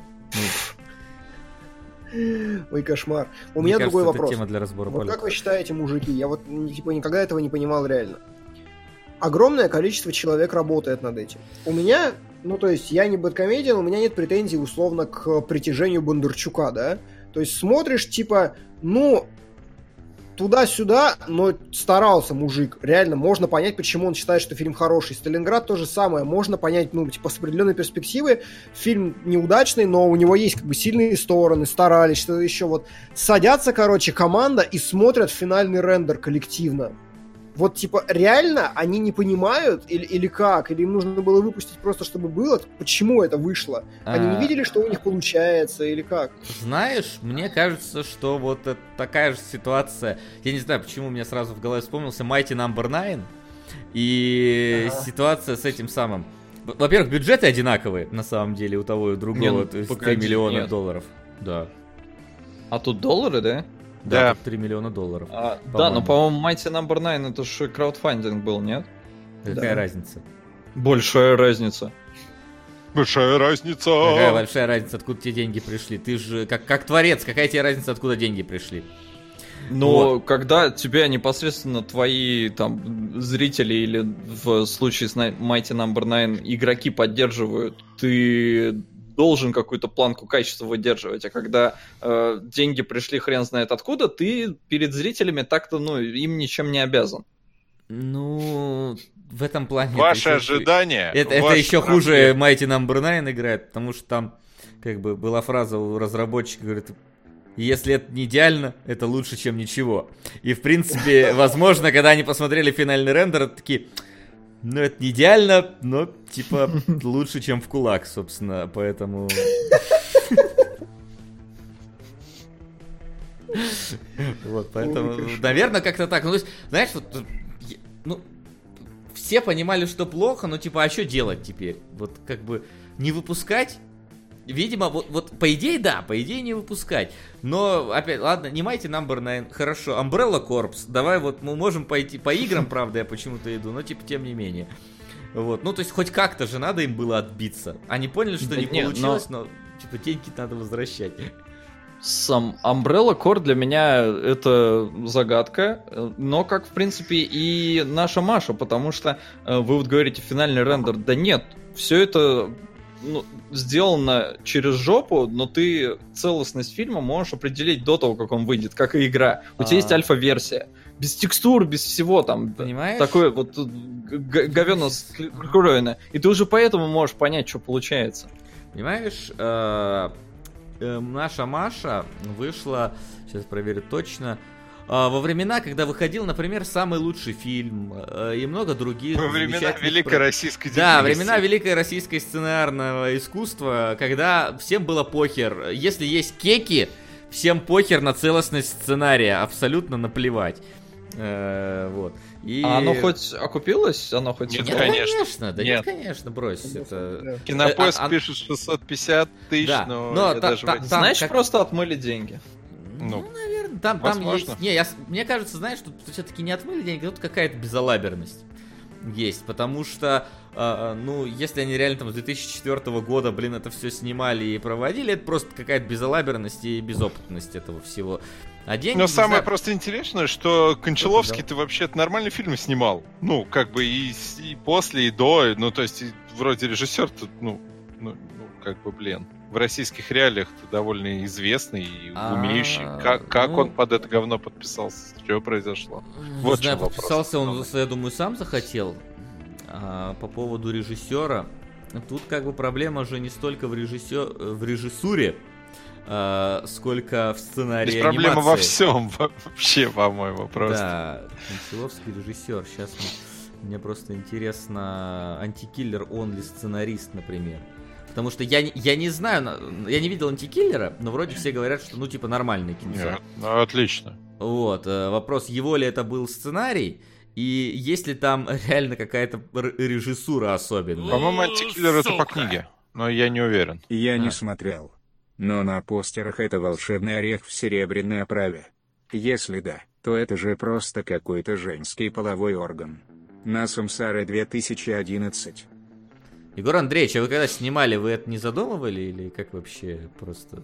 Ой, кошмар. У Мне меня кажется, другой это вопрос. тема для разбора Вот полета. как вы считаете, мужики? Я вот м, типа никогда этого не понимал реально. Огромное количество человек работает над этим. У меня, ну то есть я не бэдкомедиан, у меня нет претензий условно к притяжению Бондарчука, да? То есть смотришь, типа, ну, туда-сюда, но старался мужик. Реально, можно понять, почему он считает, что фильм хороший. Сталинград то же самое. Можно понять, ну, типа, с определенной перспективы фильм неудачный, но у него есть, как бы, сильные стороны, старались, что еще вот. Садятся, короче, команда и смотрят финальный рендер коллективно. Вот, типа, реально они не понимают или, или как? Или им нужно было выпустить просто, чтобы было? Почему это вышло? Они не А, видели, что у них получается или как? Знаешь, мне кажется, что вот это такая же ситуация. Я не знаю, почему мне сразу в голове вспомнился Mighty Number Nine. И Ага. ситуация с этим самым. В- Во-первых, бюджеты одинаковые, на самом деле, у того и другого. Не, ну, то есть погоди, три миллиона нет. долларов. Да. А тут доллары, да? Да, Да. тут три миллиона долларов. А, да, По-моему. но, по-моему, Mighty Number Nine это же краудфандинг был, нет? Какая да. разница? Большая разница. Большая разница. Какая большая разница, откуда тебе деньги пришли? Ты же как, как творец, какая тебе разница, откуда деньги пришли? Но когда тебя непосредственно твои там зрители или в случае с Ni- Mighty Number Nine игроки поддерживают, ты должен какую-то планку качества выдерживать, а когда э, деньги пришли хрен знает откуда, ты перед зрителями так-то, ну, им ничем не обязан. Ну, в этом плане... это Ваши еще- ожидания. Это, это ваши еще проблемы. хуже Mighty Number Nine играет, потому что там как бы была фраза у разработчика, говорит, если это не идеально, это лучше, чем ничего. И в принципе, возможно, когда они посмотрели финальный рендер, это такие, ну это не идеально, но типа лучше, чем в кулак, собственно, поэтому... Вот, поэтому, наверное, как-то так. Ну, то есть, знаешь, вот, ну, все понимали, что плохо, но типа, а что делать теперь? Вот, как бы, не выпускать? Видимо, вот, вот по идее, да, по идее не выпускать. Но, опять, ладно, не Mighty Number Nine, хорошо, Umbrella Corps, давай вот мы можем пойти по играм, правда, я почему-то иду, но типа, тем не менее. Вот, ну, то есть, хоть как-то же надо им было отбиться. Они поняли, что Да не нет, получилось, но... но, типа, деньги надо возвращать. Сам Umbrella Corps для меня это загадка, но как, в принципе, и наша Маша, потому что э, вы вот говорите финальный рендер, да нет, все это ну, сделано через жопу, но ты целостность фильма можешь определить до того, как он выйдет, как и игра. У тебя есть альфа-версия, без текстур, без всего там. Понимаешь? Такое вот говёно скроено. И ты уже поэтому можешь понять, что получается. Понимаешь, э, э, наша Маша вышла, сейчас проверю точно, э, во времена, когда выходил, например, самый лучший фильм э, и много других. Во времена Великой про... Российской депрессии. Да, депрессии. времена Великой Российской сценарного искусства, когда всем было похер. Если есть кеки, всем похер на целостность сценария, абсолютно наплевать. Э, вот. И... А оно хоть окупилось? Оно хоть... Нет, Нет, конечно. конечно, да нет, Нет. конечно, брось. Это... Кинопоиск Э, а- а- пишет шестьсот пятьдесят тысяч, Да, но, но я та- даже та- в эти- там Значит, как- просто отмыли деньги. Ну, Ну, наверное, там, там возможно. есть... Не, я, с- мне кажется, знаешь, тут все-таки не отмыли деньги, тут какая-то безалаберность есть, потому что, э, ну, если они реально там с две тысячи четвёртого года, блин, это все снимали и проводили, это просто какая-то безалаберность и безопытность этого всего. А деньги... Но не самое знаю- просто интересное, что Кончаловский-то вообще-то нормальные фильмы снимал. Ну, как бы и, с- и после, и до. Ну, то есть, и вроде режиссер-то, ну, ну, ну, как бы, блин, в российских реалиях-то довольно известный и А, умеющий. Как, как ну- он под это говно подписался? Что произошло? Не Вот знаю, в чём вопрос. подписался он, основной. я думаю, сам захотел. А по поводу режиссера, тут как бы проблема же не столько в, режиссер... в режиссуре, а, сколько в сценарии Здесь проблема во анимации. всем вообще, по-моему, просто. Да, Кончаловский режиссер. Сейчас мне, мне просто интересно, антикиллер, он ли сценарист, например. Потому что я, не- я не знаю, на- я не видел антикиллера, но вроде все говорят, что ну типа нормальный кинцо. Нет, ну, отлично. Вот, э, вопрос, его ли это был сценарий, и есть ли там реально какая-то р- режиссура особенная. По-моему, антикиллер это по книге, но я не уверен. Я А. не смотрел. Но на постерах это волшебный орех в серебряной оправе. Если да, то это же просто какой-то женский половой орган. На Самсаре две тысячи одиннадцать. Егор Андреевич, а вы когда снимали, вы это не задумывали или как вообще просто?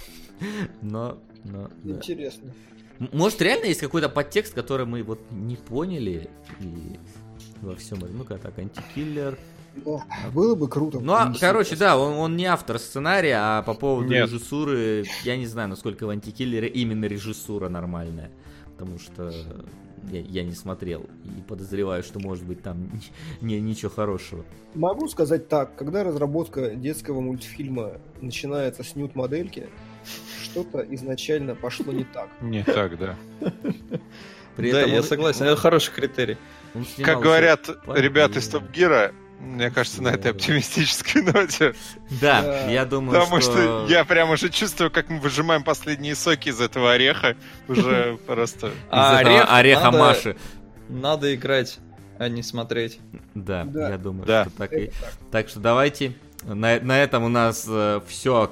Но, но, да. Интересно. М- Может, реально есть какой-то подтекст, который мы вот не поняли и во всем. Ну-ка, так, антикиллер. Да, было бы круто. Ну, а, принести короче, просто. да, он, он не автор сценария, а по поводу Нет. режиссуры, я не знаю, насколько в антикиллере именно режиссура нормальная. Потому что я, я не смотрел и подозреваю, что может быть там не, ничего хорошего. Могу сказать так, когда разработка детского мультфильма начинается с нюд-модельки, что-то изначально пошло не так. Не так, да. При Да, этом я он- согласен, это хороший критерий. он снимался Как говорят по- ребята из Топ Гира, мне кажется, на этой оптимистической ноте. Да, Да. я думаю, Потому что... что я прям уже чувствую, как мы выжимаем последние соки из этого ореха. Уже просто... Из А этого орех ореха надо- Маши. Надо играть, а не смотреть. Да, Да. я думаю, Да. что так и... Это так. Так что давайте. На, на этом у нас все.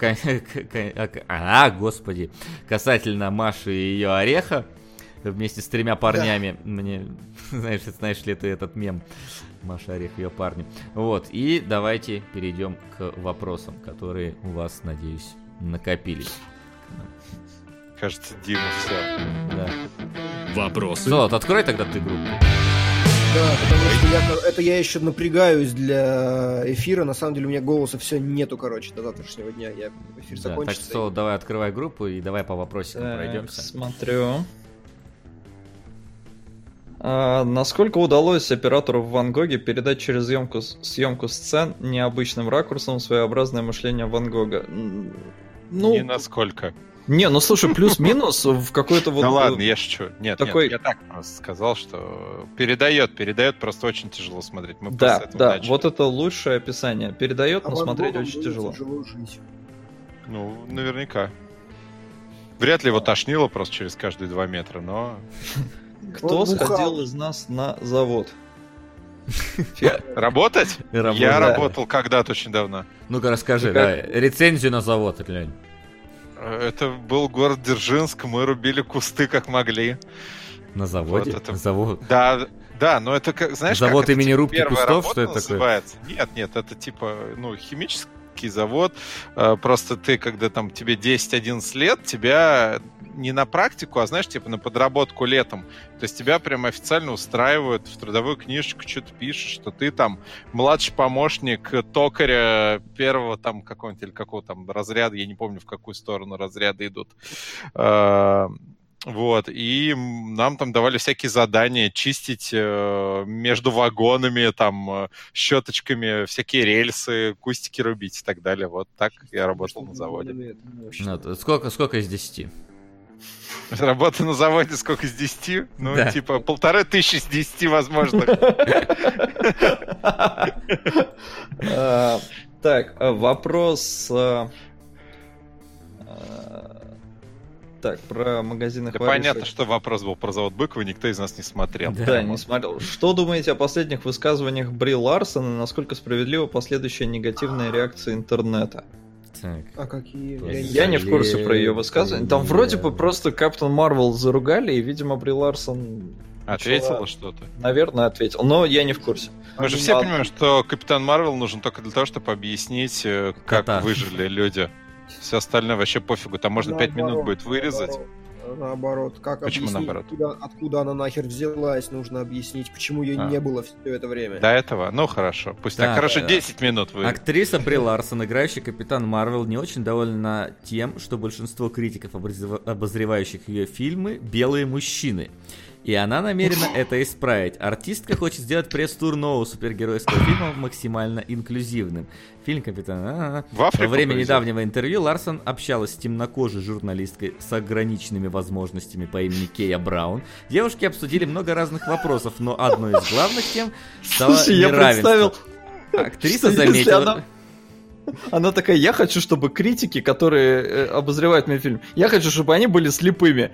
А, господи. Касательно Маши и ее ореха. Вместе с тремя парнями. Мне. Знаешь, знаешь ли ты этот мем? Маша, орех, ее парни. Вот. И давайте перейдем к вопросам, которые у вас, надеюсь, накопились. Кажется, Дима все. Да. Вопросы? Золот, открой тогда ты группу. Да, потому что я, это я еще напрягаюсь для эфира. На самом деле у меня голоса все нету, короче, до завтрашнего дня. Я эфир Да, так закончится. что давай открывай группу и давай по вопросикам Так, пройдемся. смотрю. А, насколько удалось оператору в Ван Гоге передать через съемку, съемку сцен необычным ракурсом своеобразное мышление Ван Гога? М, Ну, Не насколько. не, ну слушай, плюс-минус в какой-то вот... Да ладно, я шучу. Нет, такой- нет, я так просто сказал, что передает, передает, просто очень тяжело смотреть. Мы Да, просто с этого да, начали. вот это лучшее описание. Передает, А но Ван смотреть Гогом очень было тяжело. тяжело жить. Ну, наверняка. Вряд ли его тошнило просто через каждые два метра, но... Кто Он бухал. сходил из нас на завод? Работать? Работать. Я работал когда-то очень давно. Ну-ка расскажи, Как? да, рецензию на завод, глянь. Это был город Дзержинск, мы рубили кусты как могли. На заводе? Вот это- Завод. Да, да, но это как, знаешь, Завод как это, имени типа, рубки первая кустов, работа что это такое? называется? Нет, нет, это типа, ну, химический завод. Э, Просто ты, когда там тебе десять-одиннадцать лет, тебя не на практику, а, знаешь, типа на подработку летом. То есть тебя прям официально устраивают в трудовую книжечку, что-то пишешь, что ты там младший помощник токаря первого там какого-нибудь или какого там разряда, я не помню, в какую сторону разряды идут. Э, Вот, и м, нам там давали всякие задания чистить э, между вагонами, там, э, щеточками, всякие рельсы, кустики рубить и так далее. Вот так я работал на заводе. Ну, то сколько, сколько из десяти? Работа на заводе сколько из десяти? Ну, Да. типа, полторы тысячи из десяти возможных. А, Так, а, вопрос... а, а, Так, про магазины Да воришек. понятно, что вопрос был про завод Быкова, никто из нас не смотрел. Да, не смотрел. Что думаете о последних высказываниях Бри Ларсон и насколько справедлива последующая негативная реакция интернета? Так. А какие? Я Я не в курсе про ее Блин, высказывания. Там блин. вроде бы просто Капитан Марвел заругали, и, видимо, Бри Ларсон, Ответила начала- что-то. наверное, ответил. Но я не в курсе. Мы же все А- понимаем, что Капитан Марвел нужен только для того, чтобы объяснить, э, как Кота. выжили люди. Все остальное вообще пофигу. Там можно пять минут будет вырезать. Наоборот, наоборот. Как Почему объяснить, наоборот? Откуда, откуда она нахер взялась, нужно объяснить, почему ее А. не было все это время. До этого? Ну хорошо. Пусть так, Так, хорошо, э, десять минут вы. Актриса Бри Ларсон, играющая Капитан Марвел, не очень довольна тем, что большинство критиков, обозрев- обозревающих ее фильмы, белые мужчины. И она намерена это исправить. Артистка хочет сделать пресс-тур нового супергеройского фильма максимально инклюзивным. Фильм «Капитан...» А-а-а. В Африку Во время повезет. недавнего интервью Ларсон общалась с темнокожей журналисткой с ограниченными возможностями по имени Кея Браун. Девушки обсудили много разных вопросов, но одной из главных тем стало Слушай, я неравенство. представил, Актриса что если заметила... она- Она такая, я хочу, чтобы критики, которые э, обозревают мой фильм, я хочу, чтобы они были слепыми.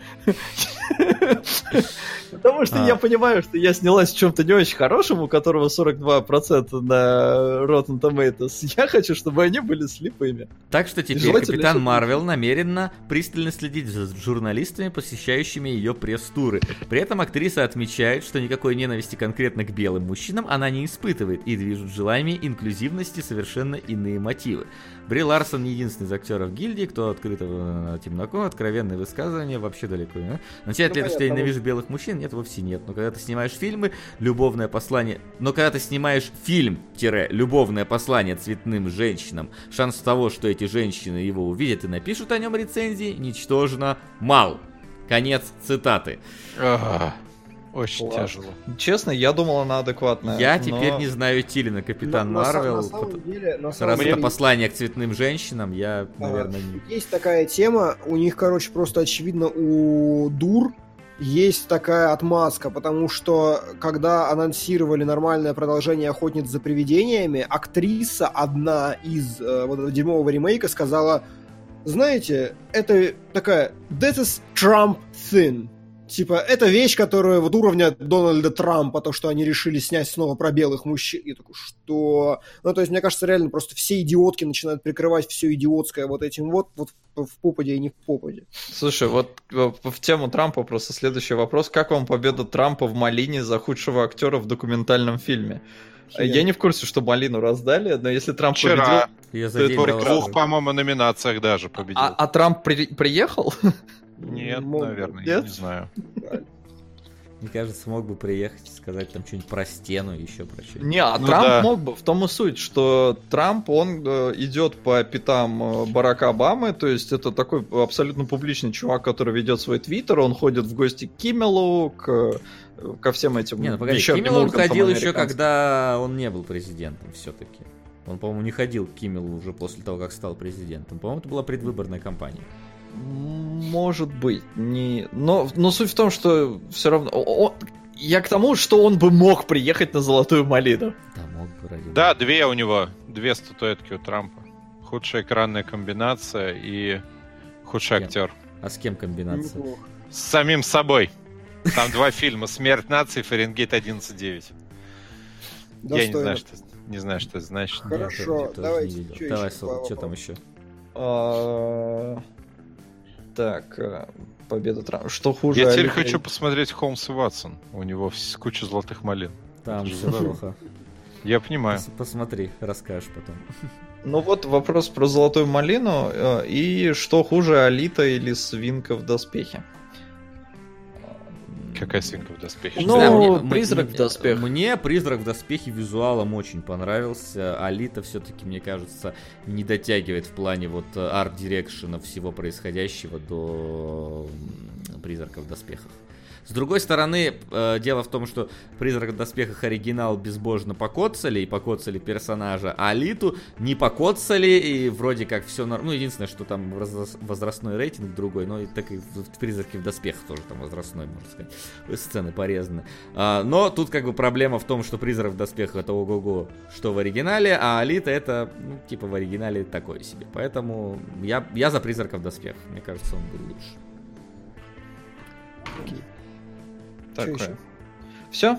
Потому что А. я понимаю, что я снялась в чем-то не очень хорошем, у которого сорок два процента на Rotten Tomatoes. Я хочу, чтобы они были слепыми. Так что теперь Желательно, Капитан чтобы- Марвел намеренно пристально следить за журналистами, посещающими ее пресс-туры. При этом актриса отмечает, что никакой ненависти конкретно к белым мужчинам она не испытывает, и движут желаниями инклюзивности совершенно иные мотивы. Бри Ларсон не единственный из актеров гильдии, кто открыто э, темноко, откровенные высказывания вообще далеко. А? Начать Ну, ли это, что я понятно. ненавижу белых мужчин? Нет, вовсе нет. Но когда ты снимаешь фильмы, любовное послание... Но когда ты снимаешь фильм-любовное послание цветным женщинам, шанс того, что эти женщины его увидят и напишут о нем рецензии, ничтожно мал. Конец цитаты. Ах, Очень Класс. тяжело. Честно, я думал, она адекватная. Я но- теперь не знаю идти ли на Капитан На- на са- Марвел. на самом деле- на самом Раз это деле, послание к цветным женщинам, я, а, наверное, не... есть такая тема, у них, короче, просто очевидно у дур есть такая отмазка, потому что когда анонсировали нормальное продолжение «Охотниц за привидениями», актриса, одна из э, вот этого дерьмового ремейка, сказала: знаете, это такая «That is Trump thing». Типа, это вещь, которая вот уровня Дональда Трампа, то, что они решили снять снова про белых мужчин. Я такой, что... Ну, то есть, мне кажется, реально просто все идиотки начинают прикрывать все идиотское вот этим вот, вот в попаде и не в попаде. Слушай, вот э, в тему Трампа просто следующий вопрос. Как вам победа Трампа в Малине за худшего актера в документальном фильме? Хер. Я не в курсе, что Малину раздали, но если Трамп Вчера Я за Это день в до двух, Оскара. по-моему, номинациях даже победил. победил... А, а Трамп при- приехал? Нет, Мог- наверное, я нет? не знаю. Мне кажется, мог бы приехать и сказать там что-нибудь про стену, еще про что-нибудь. Не, а Ну Трамп да. мог бы. В том и суть, что Трамп, он э, идет по пятам э, Барака Обамы, то есть это такой абсолютно публичный чувак, который ведет свой твиттер, он ходит в гости к Киммелу, к, ко всем этим Не, ну погоди, вечерним Киммел он Ургантам ходил еще, американским. когда он не был президентом все-таки. Он, по-моему, не ходил к Киммелу уже после того, как стал президентом. По-моему, это была предвыборная кампания. Может быть, не... Но, но суть в том, что все равно... о- о- Я к тому, что он бы мог приехать на Золотую Малину. Да, мог бы ради Да, бога. две у него, две статуэтки у Трампа. Худшая экранная комбинация и худший Я- актер. А с кем комбинация? Неплохо. С самим собой. Там два фильма: «Смерть нации» и «Фаренгейт одиннадцать девять». Я не знаю, что, не знаю, что это значит. Хорошо, Я тоже давайте. не видел. Чё Давай, еще? Сол, что там еще? А, Так, э, победа Трампа. Что хуже? Я теперь Алита и- хочу посмотреть «Холмс и Ватсон». У него вс- куча золотых малин. Там Это же все здорово. плохо. Я понимаю. Пос- Посмотри, расскажешь потом. Ну вот вопрос про золотую малину. э, И что хуже, Алита или свинка в доспехе? Какая свинка в доспехе? Ну, Не знаю, мне- «Призрак мне- в доспехах». Мне «Призрак в доспехе» визуалом очень понравился. Алита все-таки, мне кажется, не дотягивает в плане вот арт-дирекшена всего происходящего до м, «Призрака в доспехах». С другой стороны, э, дело в том, что «Призрак в доспехах» оригинал безбожно покоцали, и покоцали персонажа, а Алиту не покоцали, и вроде как все нормально. Ну, единственное, что там возрас- возрастной рейтинг другой, но и так и в в «Призраке в доспехах» тоже там возрастной, можно сказать. Сцены порезаны. А, но тут как бы проблема в том, что «Призрак в доспехах» это ого-го, что в оригинале, а Алита это, ну, типа в оригинале такое себе. Поэтому я, я за «Призрака в доспехах». Мне кажется, он был лучше. Чё Такое. еще? Все?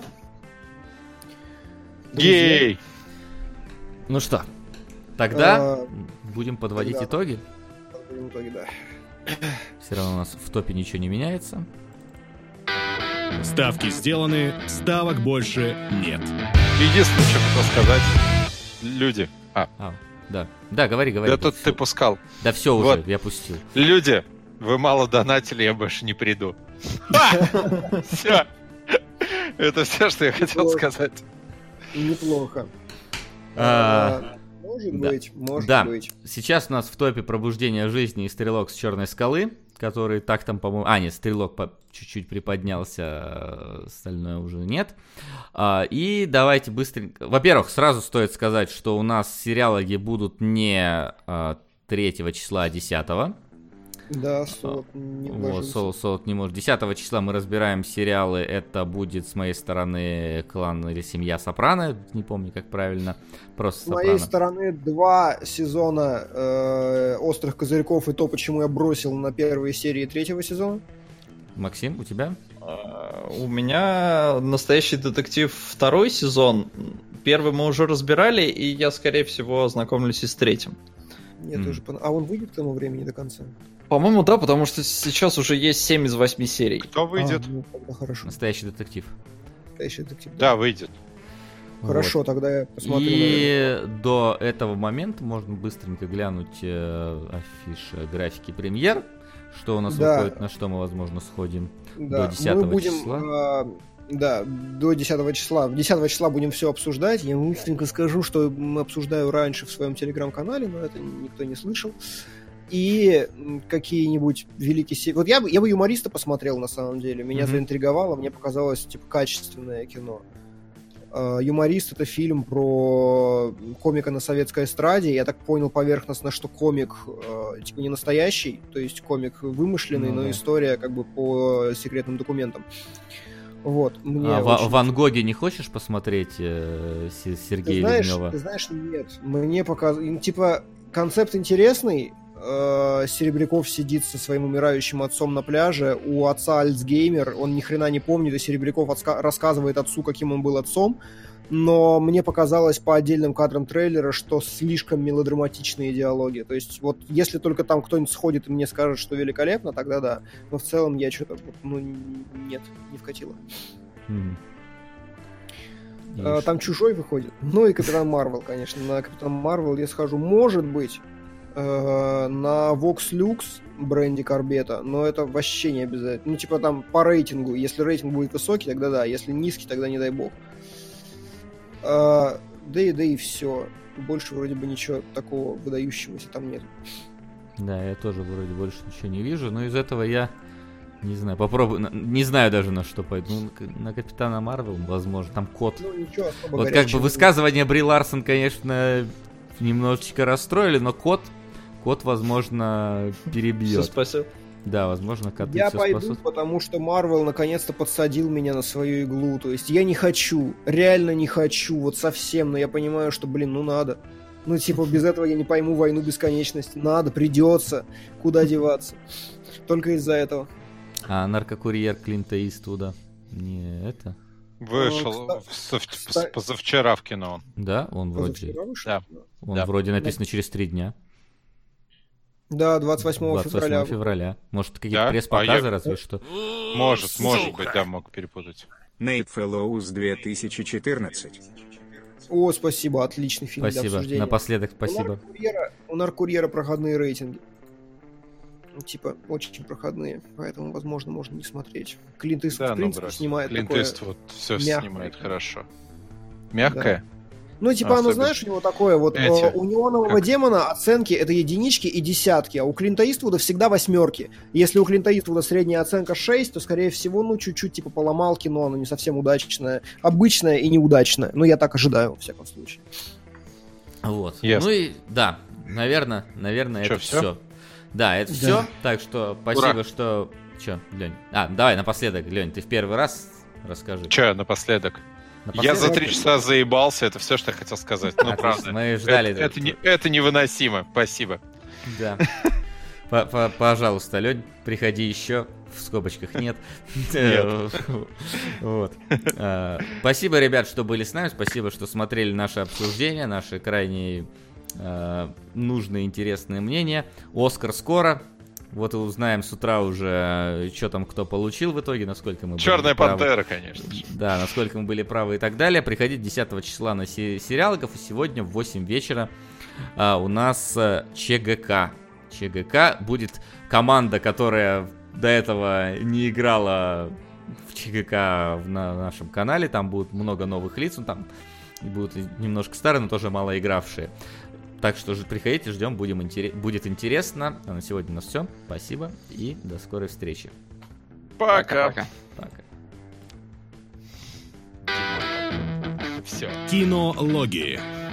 Гей! Ну что, тогда А, будем подводить тогда. итоги. подводим итоги, да. Все равно у нас в топе ничего не меняется. Ставки сделаны, ставок больше нет. Единственное, что хотел сказать. Люди. А, А, да. Да, говори, говори. да тут ты пускал. Да все уже, Вот. я пустил. Люди, вы мало донатили, я больше не приду. Все. Это все, что я хотел Вот. сказать. Неплохо. А, А, Может да. быть, может Да. быть. Сейчас у нас в топе «Пробуждение жизни» и «Стрелок с черной скалы», который так там, по-моему... А, нет, «Стрелок» по- чуть-чуть приподнялся, а остальное уже нет. А, и давайте быстренько... Во-первых, сразу стоит сказать, что у нас сериалоги будут не а, третьего числа, а десятого. Да, Солод не Вот, вложился. Солод, Солод не может. десятого числа мы разбираем сериалы. Это будет с моей стороны «Клан» или «Семья Сопрано». Не помню, как правильно. Просто С моей «Сопрано». стороны два сезона э, «Острых козырьков» и то, почему я бросил на первые серии третьего сезона. Максим, у тебя? А, У меня «Настоящий детектив» второй сезон. Первый мы уже разбирали, и я, скорее всего, ознакомлюсь и с третьим. Мне Мгм. тоже пон- А он выйдет к тому времени до конца? По-моему, да, потому что сейчас уже есть семь из восьми серий. Кто выйдет? А, ну, тогда хорошо. «Настоящий детектив». Настоящий детектив. Да, выйдет. Хорошо, Вот. тогда я посмотрю. И до этого момента можно быстренько глянуть э, афиши, графики премьер, что у нас Да. выходит, на что мы, возможно, сходим. наверное. Да, до десятого мы будем, числа. а, да, до десятого числа. десятого числа будем все обсуждать. Я быстренько скажу, что мы обсуждаю раньше в своем телеграм-канале, но это никто не слышал. И м, какие-нибудь великие серии. Вот я бы, я бы «Юмориста» посмотрел, на самом деле. Меня Мгм. заинтриговало, мне показалось, типа, качественное кино. А, «Юморист» — это фильм про комика на советской эстраде. Я так понял поверхностно, что комик э, типа не настоящий, то есть комик вымышленный, Ну но да. история как бы по секретным документам. Вот, мне А, Ва- очень- Ван Гоги не хочешь посмотреть э, Се- Ты Сергея знаешь, Леднева? ты знаешь, нет. Мне показывают... Типа, концепт интересный. Э, Серебряков сидит со своим умирающим отцом на пляже. У отца Альцгеймер. Он ни хрена не помнит, и Серебряков отска- рассказывает отцу, каким он был отцом. Но мне показалось по отдельным кадрам трейлера, что слишком мелодраматичные диалоги. То есть, вот если только там кто-нибудь сходит и мне скажет, что великолепно, тогда да. Но в целом я что-то, вот, ну, нет, не вкатило. М. А, Там «Чужой» выходит. Ну и «Капитан Марвел», конечно. На «Капитан Марвел» я схожу, может быть, э, на Vox Lux Бренди Корбета, но это вообще не обязательно. Ну, типа там по рейтингу. Если рейтинг будет высокий, тогда да. Если низкий, тогда не дай бог. А, Да и, да и все. Больше вроде бы ничего такого выдающегося там нет. Да, я тоже вроде больше ничего не вижу, но из этого я не знаю, попробую, на- не знаю даже на что пойду. Ну, на К- на Капитана Марвел, возможно, там кот. Ну, ничего особо Вот как горячего бы нет. высказывания Бри Ларсон, конечно, немножечко расстроили, но кот, кот, возможно, Все перебьет. спасибо. Да, возможно, коты Я все пойду, спасут. потому что Марвел наконец-то подсадил меня на свою иглу. То есть я не хочу, реально не хочу, вот совсем, но я понимаю, что, блин, ну надо. Ну, типа, без этого я не пойму «Войну бесконечности». Надо, придется. Куда деваться? Только из-за этого. А наркокурьер Клинта Иствуда не это? Вышел Ну, в- в- кстати- позавчера в кино. Да, он вроде... Позавчера вышел? Да. Он Да. вроде написано через три дня. Да, двадцать восьмого двадцать восьмого февраля. февраля. Может, какие-то Да? пресс-показы, А я- разве что. Может, может быть, да, мог перепутать. Нейт Фэллоуз две тысячи четырнадцать. О, спасибо, отличный фильм для Спасибо. обсуждения. Напоследок У спасибо. наркокурьера, у наркокурьера проходные рейтинги. Ну, типа, очень проходные, поэтому, возможно, можно не смотреть. Клинт Иствуд, Да, в ну, принципе, брось. снимает Клинт такое... Иствуд все мягкое. снимает хорошо. Мягкое? Ну, типа, оно, Особенно знаешь, у него такое вот... эти, э, у неонового как- демона оценки — это единички и десятки, а у Клинта Иствуда всегда восьмерки. Если у Клинта Иствуда средняя оценка шесть, то, скорее всего, ну, чуть-чуть, типа, поломал кино, оно не совсем удачное. Обычное и неудачное. Ну, я так ожидаю, во всяком случае. Вот. Ясно. Ну и да, наверное, наверное, Чё, это всё? все. Да, это Да. все. Так что спасибо, Ура. что. Че, Лень? А, давай напоследок, Лень, ты в первый раз расскажи. Че, напоследок? Я Напоследок? за три часа заебался, это все, что я хотел сказать. Ну, Отлично, правда. мы ждали. Это, это не- это невыносимо. Спасибо. Да. П- п- Пожалуйста, Лень, приходи еще. В скобочках нет. Вот. А, Спасибо, ребят, что были с нами. Спасибо, что смотрели наше обсуждение, наши крайне а, нужные, интересные мнения. Оскар скоро. Вот и узнаем с утра уже, что там кто получил в итоге, насколько мы были Черная правы. пантера, конечно. же. Да, насколько мы были правы и так далее. Приходите десятого числа на се- сериаликов. И сегодня в восемь вечера а, у нас а, ЧГК. ЧГК будет команда, которая до этого не играла в ЧГК на нашем канале. Там будет много новых лиц. Ну, там будут и немножко старые, но тоже мало игравшие. Так что же приходите, ждем, будем интерес... будет интересно. А на сегодня у нас все. Спасибо и до скорой встречи. Пока. Пока. Все. Кинологии.